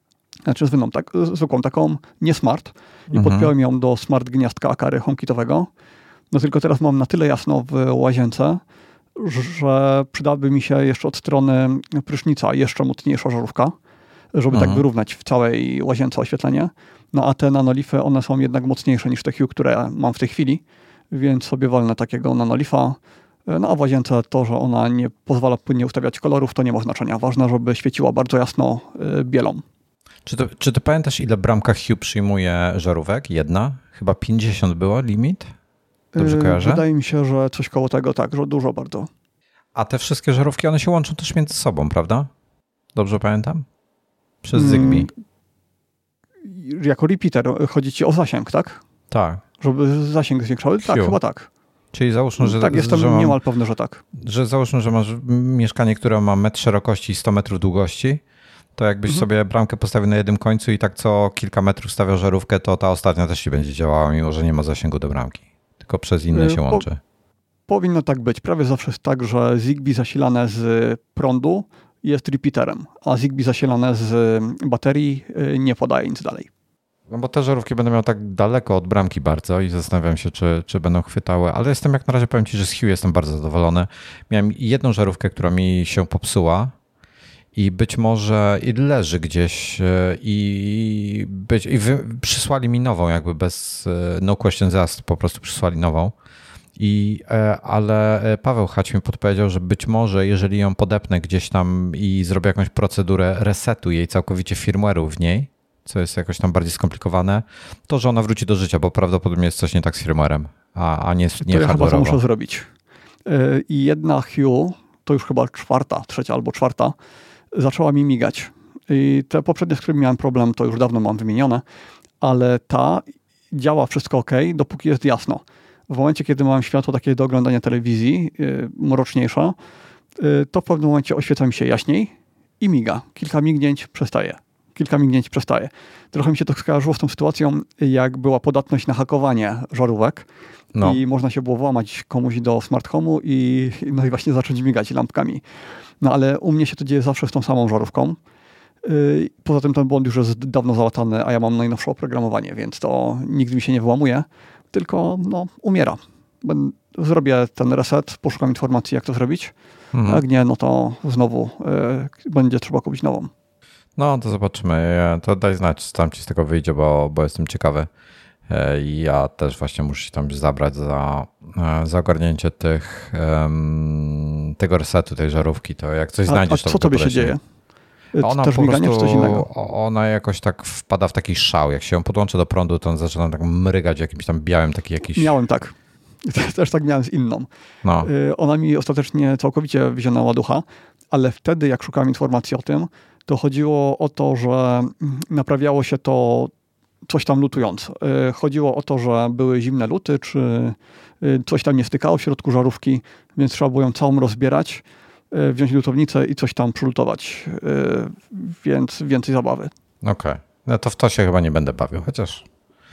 znaczy zwykłą taką, nie smart, i podpiąłem ją do smart gniazdka Akary HomeKitowego. No tylko teraz mam na tyle jasno w łazience, że przydałaby mi się jeszcze od strony prysznica jeszcze mocniejsza żarówka, żeby tak wyrównać w całej łazience oświetlenie. No a te nanolify, one są jednak mocniejsze niż te Hue, które mam w tej chwili, więc sobie wolę takiego nanolifa. No a w łazience to, że ona nie pozwala płynnie ustawiać kolorów, to nie ma znaczenia. Ważne, żeby świeciła bardzo jasno bielą. Czy ty pamiętasz, ile bramka Hue przyjmuje żarówek? Jedna? Chyba 50 było limit? Dobrze kojarzę? Wydaje mi się, że coś koło tego, tak, że dużo bardzo. A te wszystkie żarówki, one się łączą też między sobą, prawda? Dobrze pamiętam? Przez Zigbee. Jako repeater chodzi ci o zasięg, tak? Tak. Żeby zasięg zwiększały? Tak, chyba tak. Czyli załóżmy, że... Tak, jestem niemal pewny, że tak. Że załóżmy, że masz mieszkanie, które ma metr szerokości i 100 metrów długości, to jakbyś sobie bramkę postawił na jednym końcu i tak co kilka metrów stawiał żarówkę, to ta ostatnia też ci będzie działała, mimo że nie ma zasięgu do bramki. Tylko przez inne się łączy. Powinno tak być. Prawie zawsze jest tak, że Zigbee zasilane z prądu jest repeaterem, a Zigbee zasilane z baterii nie podaje nic dalej. No bo te żarówki będę miał tak daleko od bramki bardzo i zastanawiam się, czy będą chwytały, ale jestem jak na razie, powiem ci, że z Hue jestem bardzo zadowolony. Miałem jedną żarówkę, która mi się popsuła i być może leży gdzieś przysłali mi nową, jakby bez no questions asked, po prostu przysłali nową. Ale Paweł Hać mi podpowiedział, że być może jeżeli ją podepnę gdzieś tam i zrobię jakąś procedurę resetu jej całkowicie firmware'u w niej, co jest jakoś tam bardziej skomplikowane, to że ona wróci do życia, bo prawdopodobnie jest coś nie tak z firmware'em, a nie to ja chyba to muszę zrobić. I jedna Hue, to już chyba trzecia albo czwarta, zaczęła mi migać. I te poprzednie, z którymi miałem problem, to już dawno mam wymienione, ale ta działa wszystko ok, dopóki jest jasno. W momencie, kiedy mam światło takie do oglądania telewizji, mroczniejsze, to w pewnym momencie oświeca mi się jaśniej i miga. Kilka mignięć przestaje. Trochę mi się to skojarzyło z tą sytuacją, jak była podatność na hakowanie żarówek i można się było włamać komuś do smart home'u i właśnie zacząć migać lampkami. No ale u mnie się to dzieje zawsze z tą samą żarówką. Poza tym ten błąd już jest dawno załatany, a ja mam najnowsze oprogramowanie, więc to nigdy mi się nie wyłamuje, tylko umiera. Zrobię ten reset, poszukam informacji, jak to zrobić. A jak nie, no to znowu będzie trzeba kupić nową. No to zobaczymy. To daj znać, co tam ci z tego wyjdzie, bo jestem ciekawy. Ja też właśnie muszę się tam zabrać za ogarnięcie tego resetu, tej żarówki. To jak coś znajdziesz, to co tobie się dzieje? Ona też po miganie, prostu, czy coś innego? ona jakoś tak wpada w taki szał. Jak się ją podłączy do prądu, to on zaczyna tak mrygać jakimś tam białym, taki jakiś... Miałem tak. Też tak miałem z inną. No. Ona mi ostatecznie całkowicie wzięła ducha, ale wtedy, jak szukałem informacji o tym, to chodziło o to, że naprawiało się to coś tam lutując. Chodziło o to, że były zimne luty, czy coś tam nie stykało w środku żarówki, więc trzeba było ją całą rozbierać, wziąć lutownicę i coś tam przylutować, więc więcej zabawy. Okej. No to w to się chyba nie będę bawił, chociaż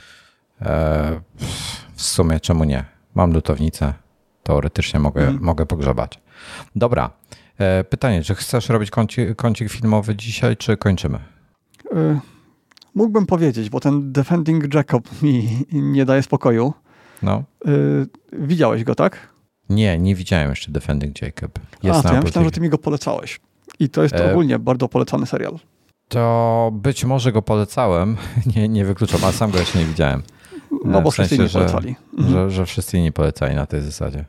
w sumie czemu nie? Mam lutownicę, teoretycznie mogę pogrzebać. Dobra. Pytanie, czy chcesz robić kącik filmowy dzisiaj, czy kończymy? Mógłbym powiedzieć, bo ten Defending Jacob mi nie daje spokoju. No. Widziałeś go, tak? Nie widziałem jeszcze Defending Jacob. Jest to ja myślałem, że ty mi go polecałeś. I to jest ogólnie bardzo polecany serial. To być może go polecałem, nie wykluczam, ale sam go jeszcze nie widziałem. No bo wszyscy inni polecali. Że wszyscy inni polecali na tej zasadzie.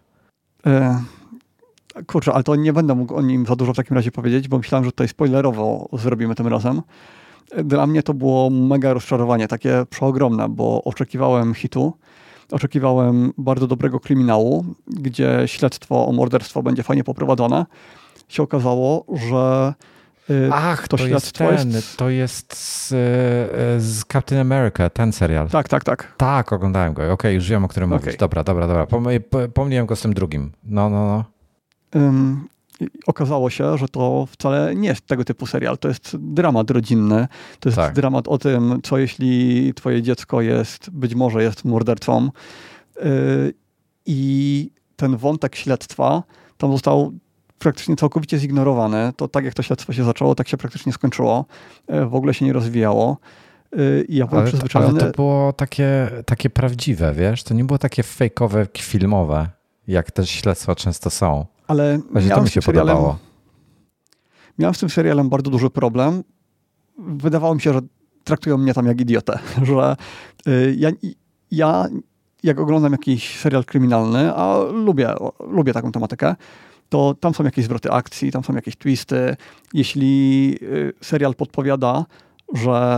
Kurczę, ale to nie będę mógł o nim za dużo w takim razie powiedzieć, bo myślałem, że tutaj spoilerowo zrobimy tym razem. Dla mnie to było mega rozczarowanie, takie przeogromne, bo oczekiwałem hitu, oczekiwałem bardzo dobrego kryminału, gdzie śledztwo o morderstwo będzie fajnie poprowadzone. Się okazało, że to śledztwo to jest z Captain America, ten serial. Tak. Tak, oglądałem go. Okej, już wiem, o którym mówisz. Dobra. Pomyliłem go z tym drugim. No. Okazało się, że to wcale nie jest tego typu serial. To jest dramat rodzinny. To jest dramat o tym, co jeśli twoje dziecko być może jest mordercą. I ten wątek śledztwa tam został praktycznie całkowicie zignorowane. To tak jak to śledztwo się zaczęło, tak się praktycznie skończyło. W ogóle się nie rozwijało. I ja byłem przyzwyczajony. Ale to było takie prawdziwe, wiesz? To nie było takie fejkowe, filmowe, jak te śledztwa często są. Ale to mi się podobało. Miałem z tym serialem bardzo duży problem. Wydawało mi się, że traktują mnie tam jak idiotę. Że ja jak oglądam jakiś serial kryminalny, a lubię taką tematykę, to tam są jakieś zwroty akcji, tam są jakieś twisty. Jeśli serial podpowiada, że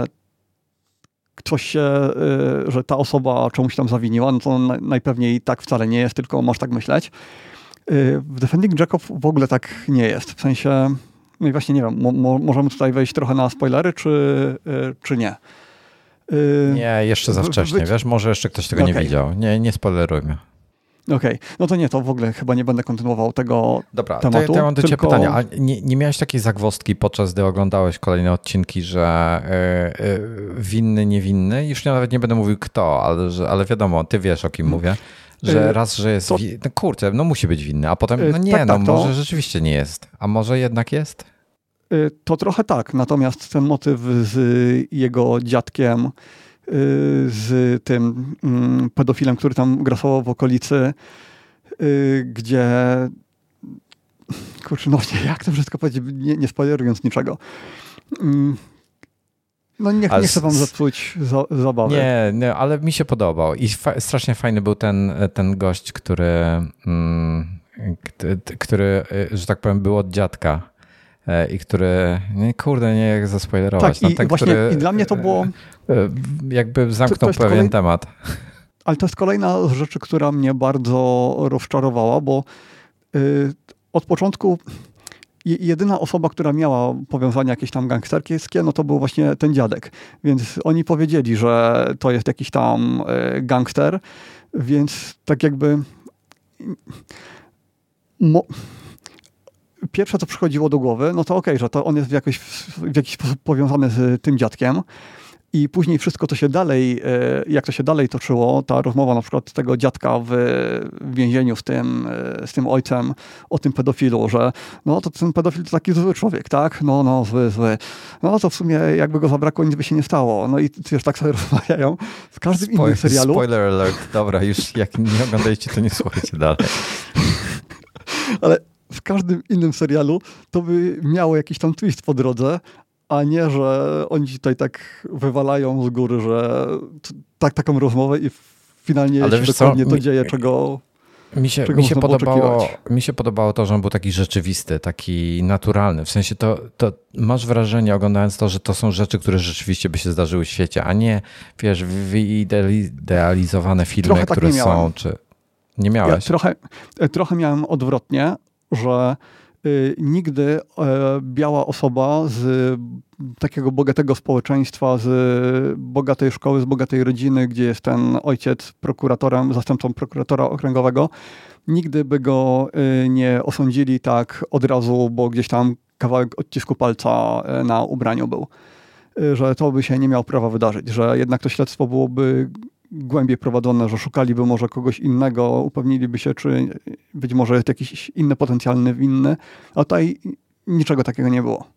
że ta osoba czemuś tam zawiniła, no to najpewniej tak wcale nie jest, tylko masz tak myśleć. W Defending Jacob w ogóle tak nie jest. W sensie, no i właśnie nie wiem, możemy tutaj wejść trochę na spoilery, czy nie? Nie, jeszcze za wcześnie, wiesz, może jeszcze ktoś tego nie widział. Nie spoilerujmy. Okej, no to nie, to w ogóle chyba nie będę kontynuował tego tematu. To ja mam do ciebie pytanie, a nie miałeś takiej zagwozdki podczas gdy oglądałeś kolejne odcinki, że winny, niewinny? Już nawet nie będę mówił kto, ale wiadomo, ty wiesz o kim mówię, że raz, że jest no kurczę, no musi być winny, a potem no nie, może rzeczywiście nie jest, a może jednak jest? To trochę tak, natomiast ten motyw z jego dziadkiem, z tym pedofilem, który tam grasował w okolicy, gdzie kurczę, no jak to wszystko powiedzieć, nie spoilerując niczego. No nie chcę wam zepsuć zabawy. Nie, ale mi się podobał i strasznie fajny był ten gość, który, że tak powiem, był od dziadka. I który, nie jak zaspoilerować. Tak, i dla mnie to było... Jakby zamknął pewien temat. Ale to jest kolejna z rzeczy, która mnie bardzo rozczarowała, bo od początku jedyna osoba, która miała powiązania jakieś tam gangsterskie, no to był właśnie ten dziadek. Więc oni powiedzieli, że to jest jakiś tam gangster, więc tak jakby... Pierwsze, co przychodziło do głowy, no to okej, że to on jest w jakiś sposób powiązany z tym dziadkiem. I później wszystko to się dalej, jak to się dalej toczyło, ta rozmowa na przykład tego dziadka w więzieniu z tym ojcem o tym pedofilu, że no to ten pedofil to taki zły człowiek, tak? No, zły. No to w sumie jakby go zabrakło, nic by się nie stało. No i wiesz, tak sobie rozmawiają. W każdym innym serialu... Spoiler alert, dobra, już jak nie oglądajcie, to nie słuchajcie dalej. Ale w każdym innym serialu to by miało jakiś tam twist po drodze, a nie, że oni tutaj tak wywalają z góry, że taką rozmowę i finalnie się dokładnie to dzieje, czego mi się podobało to, że on był taki rzeczywisty, taki naturalny. W sensie to masz wrażenie, oglądając to, że to są rzeczy, które rzeczywiście by się zdarzyły w świecie, a nie, wiesz, wyidealizowane filmy, trochę które tak są, czy... Nie miałeś? Ja trochę miałem odwrotnie, że nigdy biała osoba z takiego bogatego społeczeństwa, z bogatej szkoły, z bogatej rodziny, gdzie jest ten ojciec prokuratorem, zastępcą prokuratora okręgowego, nigdy by go nie osądzili tak od razu, bo gdzieś tam kawałek odcisku palca na ubraniu był. Że to by się nie miało prawa wydarzyć, że jednak to śledztwo byłoby głębiej prowadzone, że szukaliby może kogoś innego, upewniliby się, czy być może jest jakiś inny potencjalny winny, a tutaj niczego takiego nie było.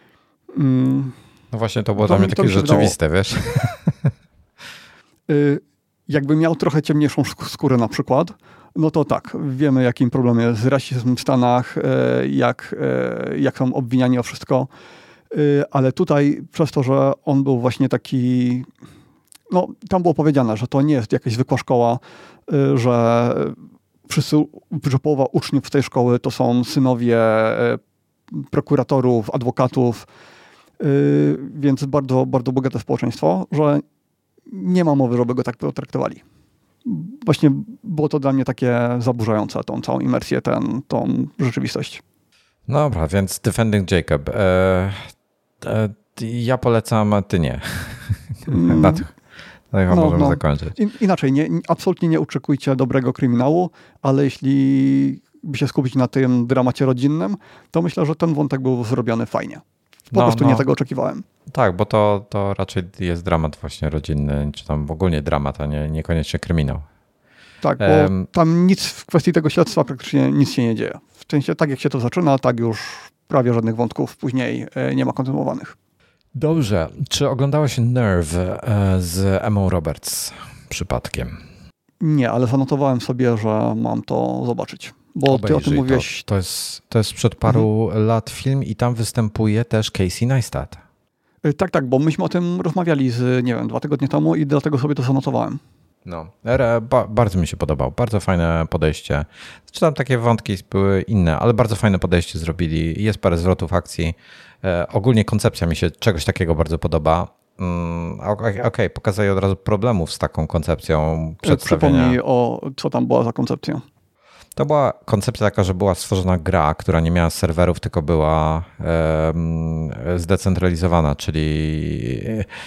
No właśnie, to było dla mnie takie rzeczywiste, wiesz? Jakby miał trochę ciemniejszą skórę na przykład, no to tak, wiemy jakim problem jest rasizm w Stanach, jak są obwiniani o wszystko, ale tutaj przez to, że on był właśnie taki... No, tam było powiedziane, że to nie jest jakaś zwykła szkoła, że połowa uczniów z tej szkoły to są synowie prokuratorów, adwokatów, więc bardzo, bardzo bogate społeczeństwo, że nie ma mowy, żeby go tak potraktowali. Właśnie było to dla mnie takie zaburzające, tą całą imersję, tą rzeczywistość. Dobra, więc Defending Jacob. Ja polecam, a ty nie. No chyba możemy zakończyć. Inaczej, absolutnie nie oczekujcie dobrego kryminału, ale jeśli by się skupić na tym dramacie rodzinnym, to myślę, że ten wątek był zrobiony fajnie. Po prostu nie tego oczekiwałem. Tak, bo to raczej jest dramat właśnie rodzinny, czy tam ogólnie dramat, a niekoniecznie kryminał. Tak, bo tam nic w kwestii tego śledztwa praktycznie nic się nie dzieje. W sensie tak jak się to zaczyna, tak już prawie żadnych wątków później nie ma kontynuowanych. Dobrze. Czy oglądałeś Nerve z Emmą Roberts przypadkiem? Nie, ale zanotowałem sobie, że mam to zobaczyć. Bo Obejrzyj ty o tym mówiłeś. To jest sprzed paru lat film i tam występuje też Casey Neistat. Tak, bo myśmy o tym rozmawiali nie wiem, 2 tygodnie temu i dlatego sobie to zanotowałem. No, bardzo mi się podobał. Bardzo fajne podejście. Czy tam takie wątki były inne, ale bardzo fajne podejście zrobili. Jest parę zwrotów akcji. Ogólnie koncepcja mi się czegoś takiego bardzo podoba. Okej, pokazuję od razu problemów z taką koncepcją przedstawienia. Przypomnij co tam była za koncepcja. To była koncepcja taka, że była stworzona gra, która nie miała serwerów, tylko była zdecentralizowana, czyli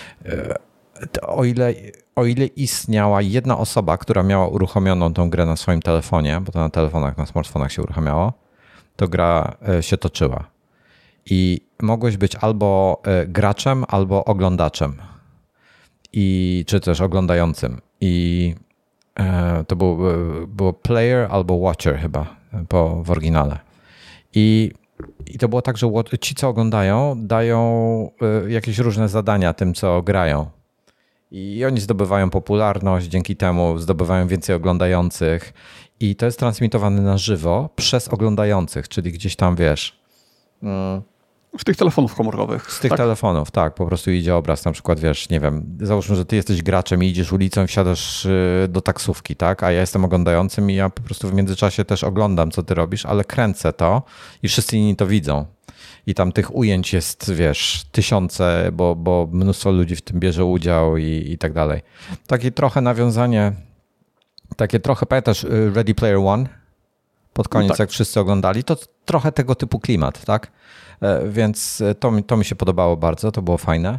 o ile istniała jedna osoba, która miała uruchomioną tą grę na swoim telefonie, bo to na telefonach, na smartfonach się uruchamiało, to gra się toczyła. I mogłeś być albo graczem, albo oglądaczem. Czy też oglądającym. I to było player albo watcher chyba w oryginale. I to było tak, że ci, co oglądają, dają jakieś różne zadania tym, co grają. I oni zdobywają popularność, dzięki temu zdobywają więcej oglądających. I to jest transmitowane na żywo przez oglądających, czyli gdzieś tam, wiesz... Z tych telefonów komórkowych. Z tych telefonów, tak. Po prostu idzie obraz, na przykład, wiesz, nie wiem, załóżmy, że ty jesteś graczem i idziesz ulicą i wsiadasz do taksówki, tak? A ja jestem oglądającym i ja po prostu w międzyczasie też oglądam, co ty robisz, ale kręcę to i wszyscy inni to widzą. I tam tych ujęć jest, wiesz, tysiące, bo mnóstwo ludzi w tym bierze udział i tak dalej. Takie trochę nawiązanie, pamiętasz Ready Player One? Pod koniec, tak. Jak wszyscy oglądali, to trochę tego typu klimat, tak? Więc to mi się podobało bardzo, to było fajne.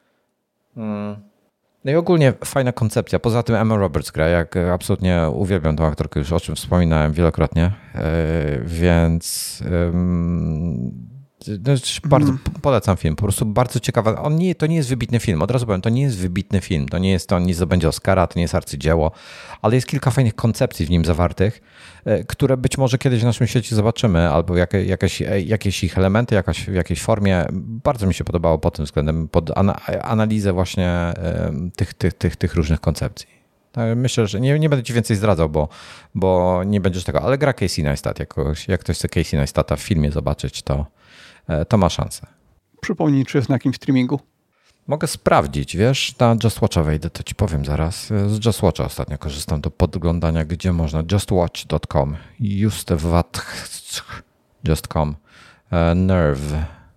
No i ogólnie fajna koncepcja. Poza tym Emma Roberts gra, jak absolutnie uwielbiam tą aktorkę, już o czym wspominałem wielokrotnie, więc bardzo polecam film. Po prostu bardzo ciekawy. To nie jest wybitny film. Od razu powiem, to nie jest wybitny film. To nie jest to, nie zdobędzie Oscara, to nie jest arcydzieło, ale jest kilka fajnych koncepcji w nim zawartych, które być może kiedyś w naszym świecie zobaczymy, albo jakieś ich elementy, w jakiejś formie. Bardzo mi się podobało pod tym względem, pod analizę właśnie tych różnych koncepcji. Myślę, że nie będę ci więcej zdradzał, bo nie będziesz tego, ale gra Casey Neistat jakoś. Jak ktoś chce Casey Neistata w filmie zobaczyć, to ma szansę. Przypomnij, czy jest na jakimś streamingu? Mogę sprawdzić, wiesz, na Just Watcha wejdę, to ci powiem zaraz. Z Just Watcha ostatnio korzystam do podglądania, gdzie można. Justwatch.com, justwatch.com, Nerve.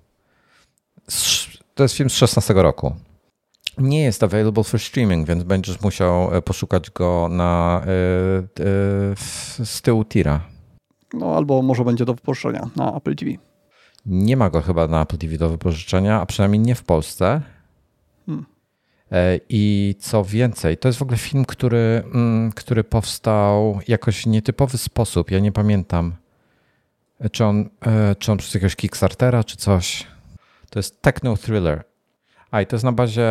To jest film z 2016 roku. Nie jest available for streaming, więc będziesz musiał poszukać go z tyłu tira. No albo może będzie do wypożyczenia na Apple TV. Nie ma go chyba na Apple TV do wypożyczenia, a przynajmniej nie w Polsce. I co więcej, to jest w ogóle film, który powstał jakoś w nietypowy sposób. Ja nie pamiętam, czy on przez jakiegoś Kickstartera, czy coś. To jest techno thriller. I to jest na bazie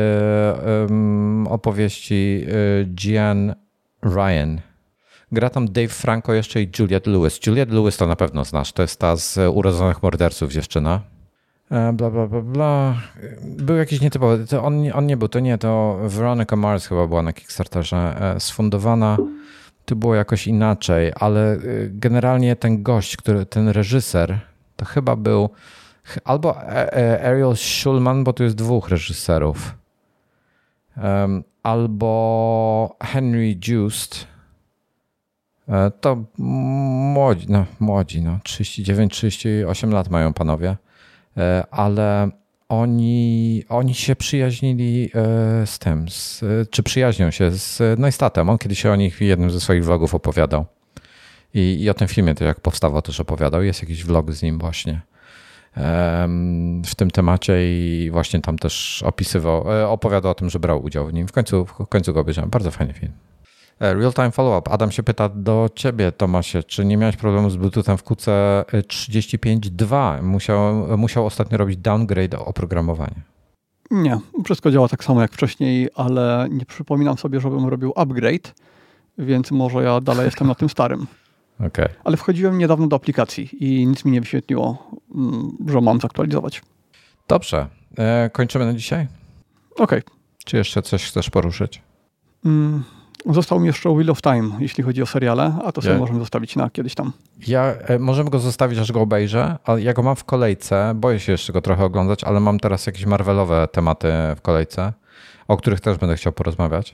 opowieści Gian Ryan. Gra tam Dave Franco jeszcze i Juliette Lewis. Juliette Lewis to na pewno znasz. To jest ta z Urodzonych Morderców dziewczyna. Bla, bla, bla, bla. Był jakiś nietypowy. On nie był. To Veronica Mars chyba była na Kickstarterze sfundowana. To było jakoś inaczej, ale generalnie ten gość, ten reżyser, to chyba był albo Ariel Schulman, bo tu jest 2 reżyserów, albo Henry Joost. To młodzi, 39-38 lat mają panowie, ale oni się przyjaźnili czy przyjaźnią się z Neistatem. On kiedyś o nich w jednym ze swoich vlogów opowiadał. I o tym filmie, to jak powstawał, też opowiadał. Jest jakiś vlog z nim właśnie w tym temacie i właśnie tam też opowiadał o tym, że brał udział w nim. W końcu go obejrzałem. Bardzo fajny film. Real Time Follow-up. Adam się pyta do ciebie, Tomasie, czy nie miałeś problemu z Bluetoothem w QC35.2? Musiał ostatnio robić downgrade oprogramowania. Nie, wszystko działa tak samo jak wcześniej, ale nie przypominam sobie, żebym robił upgrade, więc może ja dalej jestem na tym starym. Okay. Ale wchodziłem niedawno do aplikacji i nic mi nie wyświetliło, że mam zaktualizować. Dobrze. Kończymy na dzisiaj? Okej. Czy jeszcze coś chcesz poruszyć? Został mi jeszcze Wheel of Time, jeśli chodzi o seriale, a to sobie możemy zostawić na kiedyś tam. Możemy go zostawić, aż go obejrzę, ale ja go mam w kolejce. Boję się jeszcze go trochę oglądać, ale mam teraz jakieś Marvelowe tematy w kolejce, o których też będę chciał porozmawiać.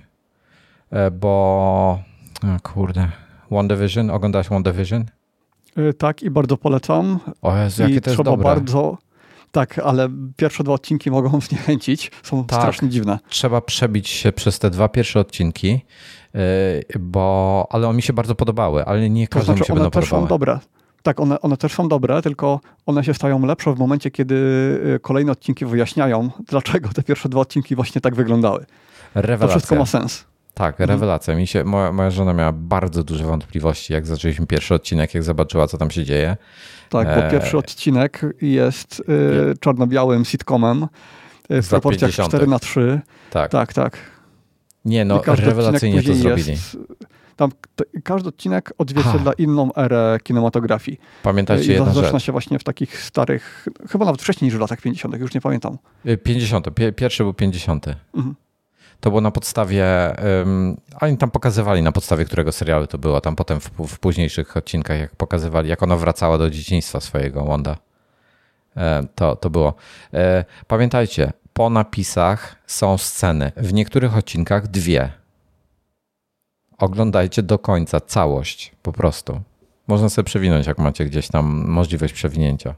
Bo... kurde... WandaVision? Oglądałeś WandaVision? Tak i bardzo polecam. O Jezu, jakie to jest dobre. Bardzo... Tak, ale pierwsze 2 odcinki mogą zniechęcić. Są strasznie dziwne. Trzeba przebić się przez te 2 pierwsze odcinki, ale one mi się bardzo podobały, ale nie każdemu się będą podobały. Są dobre. Tak, one też są dobre, tylko one się stają lepsze w momencie, kiedy kolejne odcinki wyjaśniają, dlaczego te pierwsze 2 odcinki właśnie tak wyglądały. Rewelacja. To wszystko ma sens. Tak, rewelacja. Moja żona miała bardzo duże wątpliwości, jak zaczęliśmy pierwszy odcinek, jak zobaczyła, co tam się dzieje. Tak, bo pierwszy odcinek jest czarno-białym sitcomem w proporcjach 4:3. Tak. Nie, no rewelacyjnie to zrobili. Każdy odcinek odzwierciedla inną erę kinematografii. Pamiętajcie jedną rzecz. Zaczyna się właśnie w takich starych, chyba nawet wcześniej niż w latach 50., już nie pamiętam. 50. Pierwszy był 50. To było na podstawie, oni tam pokazywali na podstawie którego serialu to było, tam potem w późniejszych odcinkach jak pokazywali, jak ona wracała do dzieciństwa swojego, Wanda. To było. Pamiętajcie, po napisach są sceny, w niektórych odcinkach 2. Oglądajcie do końca całość, po prostu. Można sobie przewinąć, jak macie gdzieś tam możliwość przewinięcia.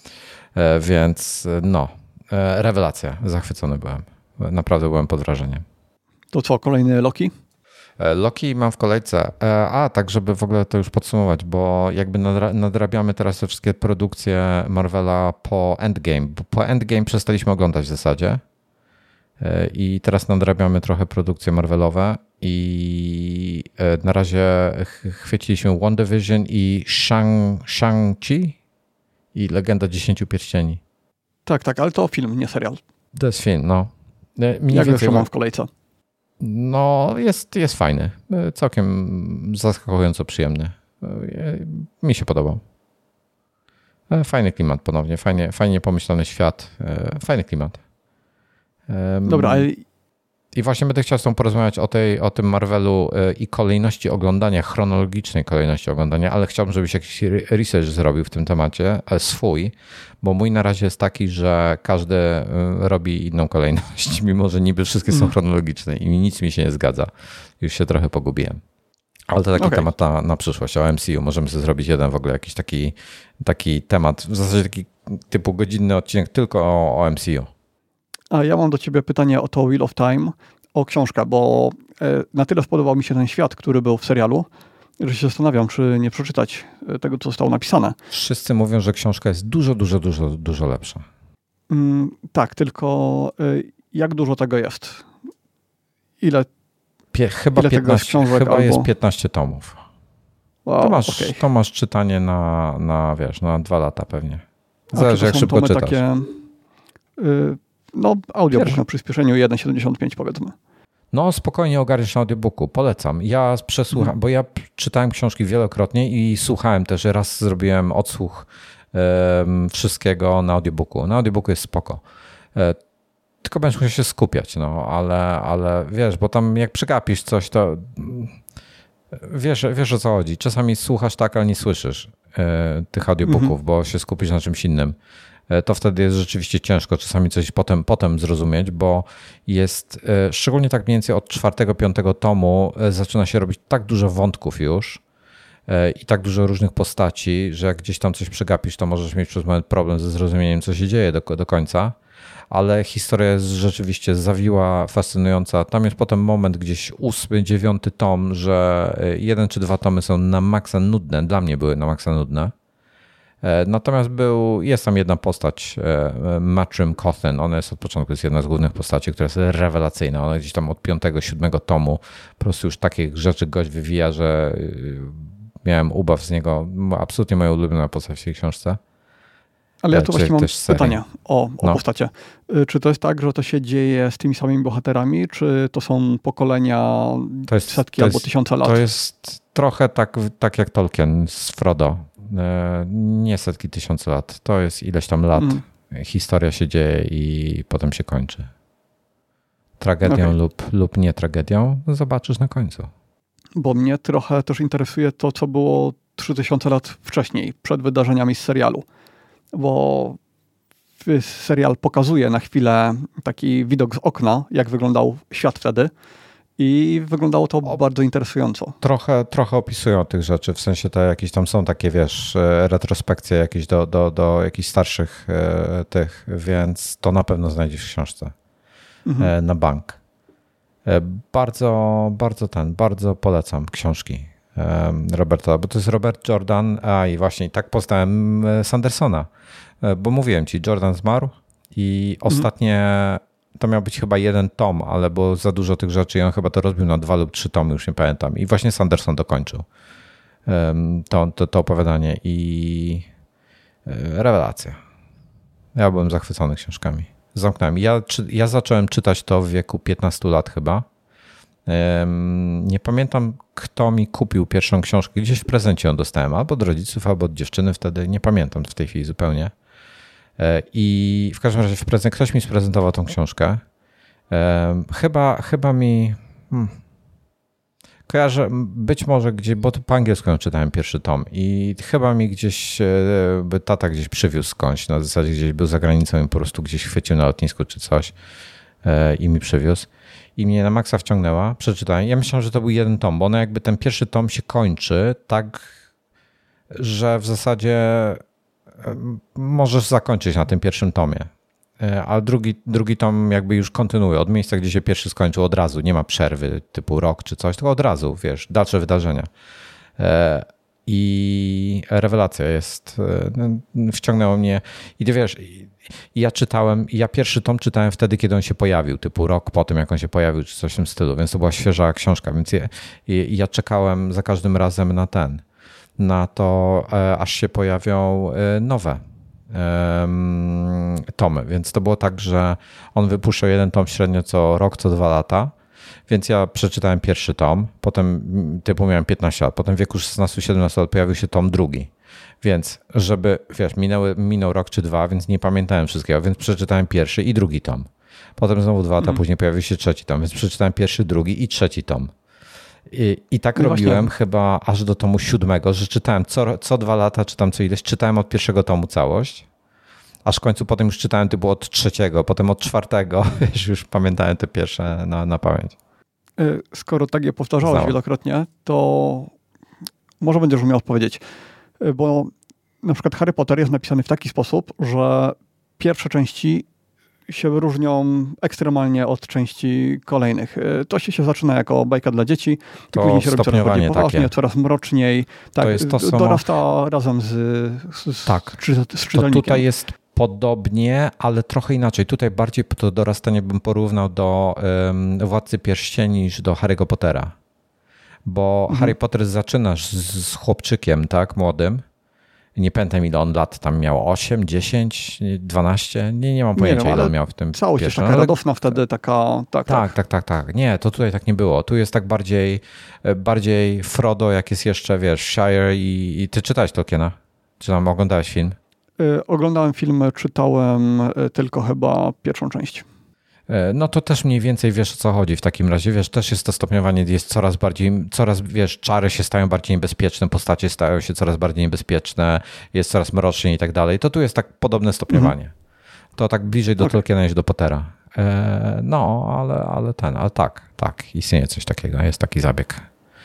Więc rewelacja, zachwycony byłem. Naprawdę byłem pod wrażeniem. To co, kolejny Loki? Loki mam w kolejce. Tak, żeby w ogóle to już podsumować, bo jakby nadrabiamy teraz te wszystkie produkcje Marvela po Endgame. Bo po Endgame przestaliśmy oglądać w zasadzie. I teraz nadrabiamy trochę produkcje Marvelowe i na razie chwyciliśmy WandaVision i Shang-Chi i Legenda 10 Pierścieni. Tak, ale to film, nie serial. To jest film, no. Jak więcej mam w kolejce? No, jest fajny. Całkiem zaskakująco przyjemny. Mi się podobał. Fajny klimat ponownie, fajnie pomyślany świat. Fajny klimat. Dobra, ale... I właśnie będę chciał z tą porozmawiać o tym Marvelu i kolejności oglądania, chronologicznej kolejności oglądania, ale chciałbym, żebyś jakiś research zrobił w tym temacie, swój, bo mój na razie jest taki, że każdy robi inną kolejność, mimo że niby wszystkie są chronologiczne i nic mi się nie zgadza. Już się trochę pogubiłem. Ale to taki temat na przyszłość, o MCU. Możemy sobie zrobić jeden w ogóle jakiś taki temat, w zasadzie taki typu godzinny odcinek tylko o MCU. A ja mam do ciebie pytanie o to Wheel of Time, o książkę, bo na tyle spodobał mi się ten świat, który był w serialu, że się zastanawiam, czy nie przeczytać tego, co zostało napisane. Wszyscy mówią, że książka jest dużo lepsza. Tak, tylko jak dużo tego jest? Ile? Chyba ile 15, książek, chyba jest 15 tomów. Wow, to masz czytanie na 2 lata pewnie. Zależy, jak szybko czytasz. Takie, audiobook na przyspieszeniu 1,75 powiedzmy. No spokojnie ogarniesz na audiobooku, polecam. Ja przesłucham, bo ja czytałem książki wielokrotnie i słuchałem też, raz zrobiłem odsłuch wszystkiego na audiobooku. Na audiobooku jest spoko. Tylko będziesz musiał się skupiać, ale wiesz, bo tam jak przegapisz coś, to wiesz o co chodzi. Czasami słuchasz tak, ale nie słyszysz tych audiobooków, bo się skupisz na czymś innym. To wtedy jest rzeczywiście ciężko czasami coś potem zrozumieć, bo jest, szczególnie tak mniej więcej od 4-5 tomu zaczyna się robić tak dużo wątków już i tak dużo różnych postaci, że jak gdzieś tam coś przegapisz, to możesz mieć przez moment problem ze zrozumieniem, co się dzieje do końca, ale historia jest rzeczywiście zawiła, fascynująca. Tam jest potem moment gdzieś 8, 9 tom, że 1 czy 2 tomy są na maksa nudne, dla mnie były na maksa nudne. Natomiast jest tam jedna postać, Matrim Cawthon, ona jest od początku, jest jedna z głównych postaci, która jest rewelacyjna. Ona gdzieś tam od 5-7 tomu po prostu już takich rzeczy gość wywija, że miałem ubaw z niego. Absolutnie moja ulubiona postać w tej książce. Ale ja tu właśnie mam pytanie o No. postacie. Czy to jest tak, że to się dzieje z tymi samymi bohaterami, czy to są pokolenia setki albo tysiące lat? To jest trochę tak jak Tolkien z Frodo. Nie setki, tysiące lat. To jest ileś tam lat. Historia się dzieje i potem się kończy. Tragedią lub nie tragedią. Zobaczysz na końcu. Bo mnie trochę też interesuje to, co było 3000 lat wcześniej, przed wydarzeniami z serialu. Bo serial pokazuje na chwilę taki widok z okna, jak wyglądał świat wtedy i wyglądało to bardzo interesująco. Trochę opisują tych rzeczy, w sensie to jakieś tam są takie, wiesz, retrospekcje jakieś do jakichś starszych tych, więc to na pewno znajdziesz w książce na bank. Bardzo polecam książki Roberta, bo to jest Robert Jordan, i właśnie tak poznałem Sandersona, bo mówiłem ci, Jordan zmarł i ostatnie, to miał być chyba 1 tom, ale było za dużo tych rzeczy i on chyba to rozbił na 2 lub 3 tomy, już nie pamiętam. I właśnie Sanderson dokończył to opowiadanie i rewelacja. Ja byłem zachwycony książkami. Zamknąłem. Ja zacząłem czytać to w wieku 15 lat chyba. Nie pamiętam, kto mi kupił pierwszą książkę. Gdzieś w prezencie ją dostałem, albo od rodziców, albo od dziewczyny wtedy. Nie pamiętam w tej chwili zupełnie. I w każdym razie ktoś mi sprezentował tą książkę. Chyba mi... Kojarzę, być może gdzieś, bo po angielsku ją czytałem pierwszy tom i chyba mi gdzieś, tata gdzieś przywiózł skądś, na zasadzie gdzieś był za granicą i po prostu gdzieś chwycił na lotnisku czy coś i mi przywiózł. I mnie na maksa wciągnęła, przeczytałem. Ja myślałem, że to był 1 tom, bo jakby ten pierwszy tom się kończy tak, że w zasadzie możesz zakończyć na tym pierwszym tomie. A drugi tom jakby już kontynuuje od miejsca, gdzie się pierwszy skończył od razu. Nie ma przerwy typu rok czy coś, tylko od razu, wiesz, dalsze wydarzenia. I rewelacja jest, wciągnęło mnie. I ty wiesz, ja pierwszy tom czytałem wtedy, kiedy on się pojawił, typu rok po tym, jak on się pojawił, czy coś w tym stylu, więc to była świeża książka, więc ja czekałem za każdym razem na to, aż się pojawią nowe tomy, więc to było tak, że on wypuszczał 1 tom średnio co rok, co 2 lata, więc ja przeczytałem pierwszy tom, potem typu miałem 15 lat, potem w wieku 16-17 lat pojawił się tom drugi, więc żeby, wiesz, minął rok czy 2, więc nie pamiętałem wszystkiego, więc przeczytałem pierwszy i drugi tom. Potem znowu 2 lata później pojawił się 3 tom, więc przeczytałem pierwszy, drugi i 3 tom. I tak robiłem chyba aż do tomu 7, że czytałem co 2 lata, czytam co ileś, czytałem od pierwszego tomu całość, aż w końcu potem już czytałem typu od 3, potem od 4, już pamiętałem te pierwsze na pamięć. Skoro tak je powtarzałeś wielokrotnie, to może będziesz umiał odpowiedzieć, bo na przykład Harry Potter jest napisany w taki sposób, że pierwsze części się różnią ekstremalnie od części kolejnych. To się zaczyna jako bajka dla dzieci, to później się robi coraz bardziej poważnie, takie. Coraz mroczniej. Tak, dorasta razem z czytelnikiem. To tutaj jest podobnie, ale trochę inaczej. Tutaj bardziej to dorastanie bym porównał do Władcy Pierścieni niż do Harry'ego Pottera. Bo Harry Potter zaczynasz z chłopczykiem, tak, młodym. Nie pamiętam, ile on lat tam miał, 8, 10, 12, nie mam pojęcia, ile on miał w tym całość pierwszym. Jest taka radosna wtedy, taka... Tak. Nie, to tutaj tak nie było. Tu jest tak bardziej Frodo, jak jest jeszcze, wiesz, Shire i ty czytałeś Tolkiena? Czy tam oglądałeś film? Oglądałem film, czytałem tylko chyba pierwszą część. No to też mniej więcej wiesz, o co chodzi w takim razie. Wiesz, też jest to stopniowanie, jest coraz, wiesz, czary się stają bardziej niebezpieczne, postacie stają się coraz bardziej niebezpieczne, jest coraz mroczniej i tak dalej. To tu jest tak podobne stopniowanie. To tak bliżej do Tolkiena niż do Pottera. No, ale tak, istnieje coś takiego, jest taki zabieg.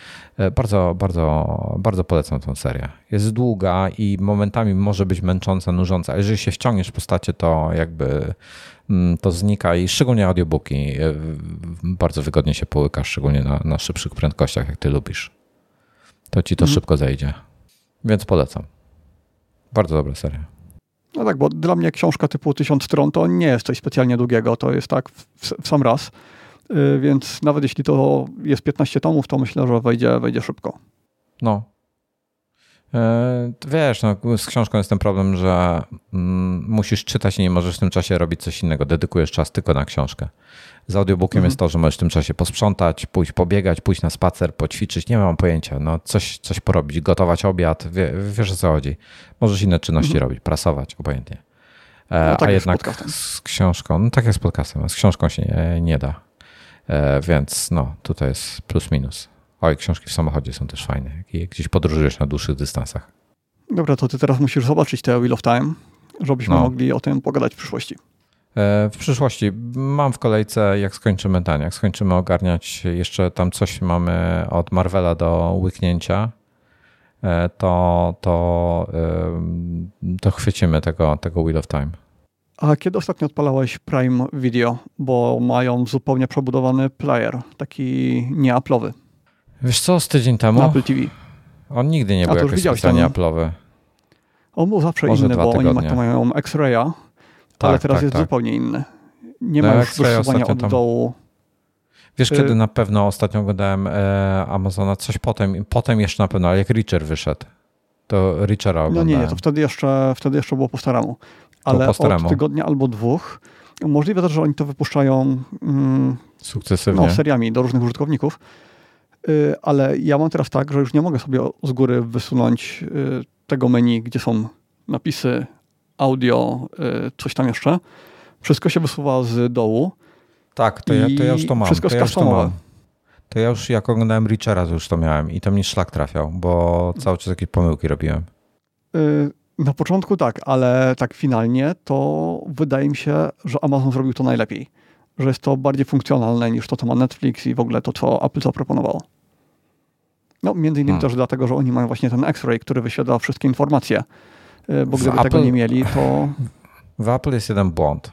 Bardzo polecam tę serię. Jest długa i momentami może być męcząca, nużąca. Jeżeli się wciągniesz w postacie, to jakby to znika i szczególnie audiobooki bardzo wygodnie się połyka, szczególnie na szybszych prędkościach, jak ty lubisz. To ci to szybko zejdzie. Więc polecam. Bardzo dobra seria. No tak, bo dla mnie książka typu 1000 stron to nie jest coś specjalnie długiego, to jest tak w sam raz. Więc nawet jeśli to jest 15 tomów, to myślę, że wejdzie szybko. No. Wiesz, no, z książką jest ten problem, że musisz czytać i nie możesz w tym czasie robić coś innego. Dedykujesz czas tylko na książkę. Z audiobookiem jest to, że możesz w tym czasie posprzątać, pójść pobiegać, pójść na spacer, poćwiczyć. Nie mam pojęcia. No, coś porobić, gotować obiad. Wiesz o co chodzi. Możesz inne czynności robić, prasować, obojętnie. No, tak a jednak z książką, no tak jak z podcastem, z książką się nie da. Więc no, tutaj jest plus minus. Oj, książki w samochodzie są też fajne. Jak gdzieś podróżujesz na dłuższych dystansach. Dobra, to ty teraz musisz zobaczyć te Wheel of Time, żebyśmy mogli o tym pogadać w przyszłości. W przyszłości mam w kolejce, jak skończymy jak skończymy ogarniać, jeszcze tam coś mamy od Marvela do łyknięcia, to chwycimy tego Wheel of Time. A kiedy ostatnio odpalałeś Prime Video? Bo mają zupełnie przebudowany player, taki nie-Apple'owy. Wiesz co, z tydzień temu? Na Apple TV. On nigdy nie był jakoś specjalnie Apple'owy. On był zawsze Może inny, bo oni mają X-Raya, ale teraz jest zupełnie inny. Nie ma już wysuwania od dołu. Wiesz, kiedy na pewno ostatnio oglądałem Amazona, coś potem jeszcze na pewno, ale jak Reacher wyszedł, to Reachera oglądałem. No nie, to wtedy jeszcze było po staremu. Ale od tygodnia albo 2 możliwe też, że oni to wypuszczają sukcesywnie seriami do różnych użytkowników, ale ja mam teraz tak, że już nie mogę sobie z góry wysunąć tego menu, gdzie są napisy, audio, coś tam jeszcze. Wszystko się wysuwa z dołu. Tak, to ja już to mam. Wszystko jest customowe. To ja już jak oglądałem Reachera, to już to miałem i to mnie szlak trafiał, bo cały czas jakieś pomyłki robiłem. Na początku tak, ale tak finalnie to wydaje mi się, że Amazon zrobił to najlepiej. Że jest to bardziej funkcjonalne niż to, co ma Netflix i w ogóle to, co Apple zaproponowało. No, między innymi też dlatego, że oni mają właśnie ten X-Ray, który wyświetla wszystkie informacje. Bo gdyby tego nie mieli, to... W Apple jest jeden błąd.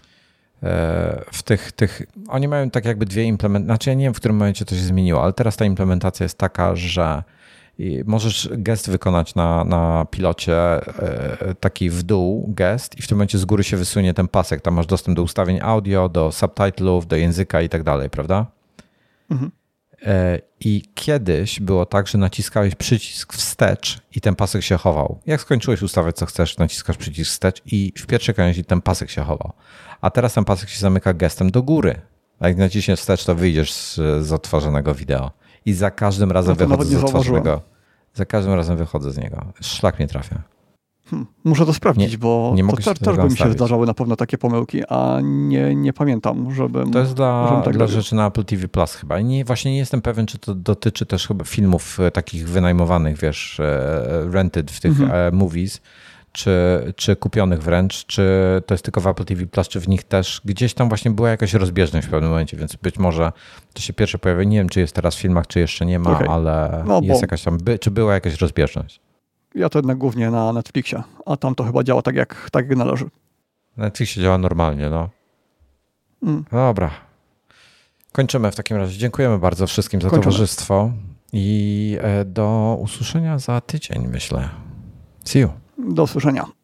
Oni mają tak jakby dwie implementacje. Znaczy ja nie wiem, w którym momencie to się zmieniło, ale teraz ta implementacja jest taka, że możesz gest wykonać na pilocie, taki w dół gest i w tym momencie z góry się wysunie ten pasek. Tam masz dostęp do ustawień audio, do subtitlów, do języka i tak dalej, prawda? Mhm. I kiedyś było tak, że naciskałeś przycisk wstecz i ten pasek się chował. Jak skończyłeś ustawiać co chcesz, naciskasz przycisk wstecz i w pierwszej kolejności ten pasek się chował. A teraz ten pasek się zamyka gestem do góry. A jak naciśniesz wstecz, to wyjdziesz z odtworzonego wideo. I za każdym razem wychodzę z odtworzonego. Za każdym razem wychodzę z niego. Szlak mnie trafia. Muszę to sprawdzić, bo to też by mi się zdarzały na pewno takie pomyłki, a nie pamiętam, żebym... To jest dla rzeczy na Apple TV Plus chyba. Właśnie nie jestem pewien, czy to dotyczy też chyba filmów takich wynajmowanych, wiesz, rented w tych movies, czy kupionych wręcz, czy to jest tylko w Apple TV Plus, czy w nich też gdzieś tam właśnie była jakaś rozbieżność w pewnym momencie, więc być może to się pierwsze pojawia. Nie wiem, czy jest teraz w filmach, czy jeszcze nie ma, ale jest jakaś tam, czy była jakaś rozbieżność. Ja to jednak głównie na Netflixie, a tam to chyba działa tak jak należy. Na Netflixie działa normalnie, no. Dobra. Kończymy w takim razie. Dziękujemy bardzo wszystkim za towarzystwo i do usłyszenia za tydzień, myślę. See you. Do usłyszenia.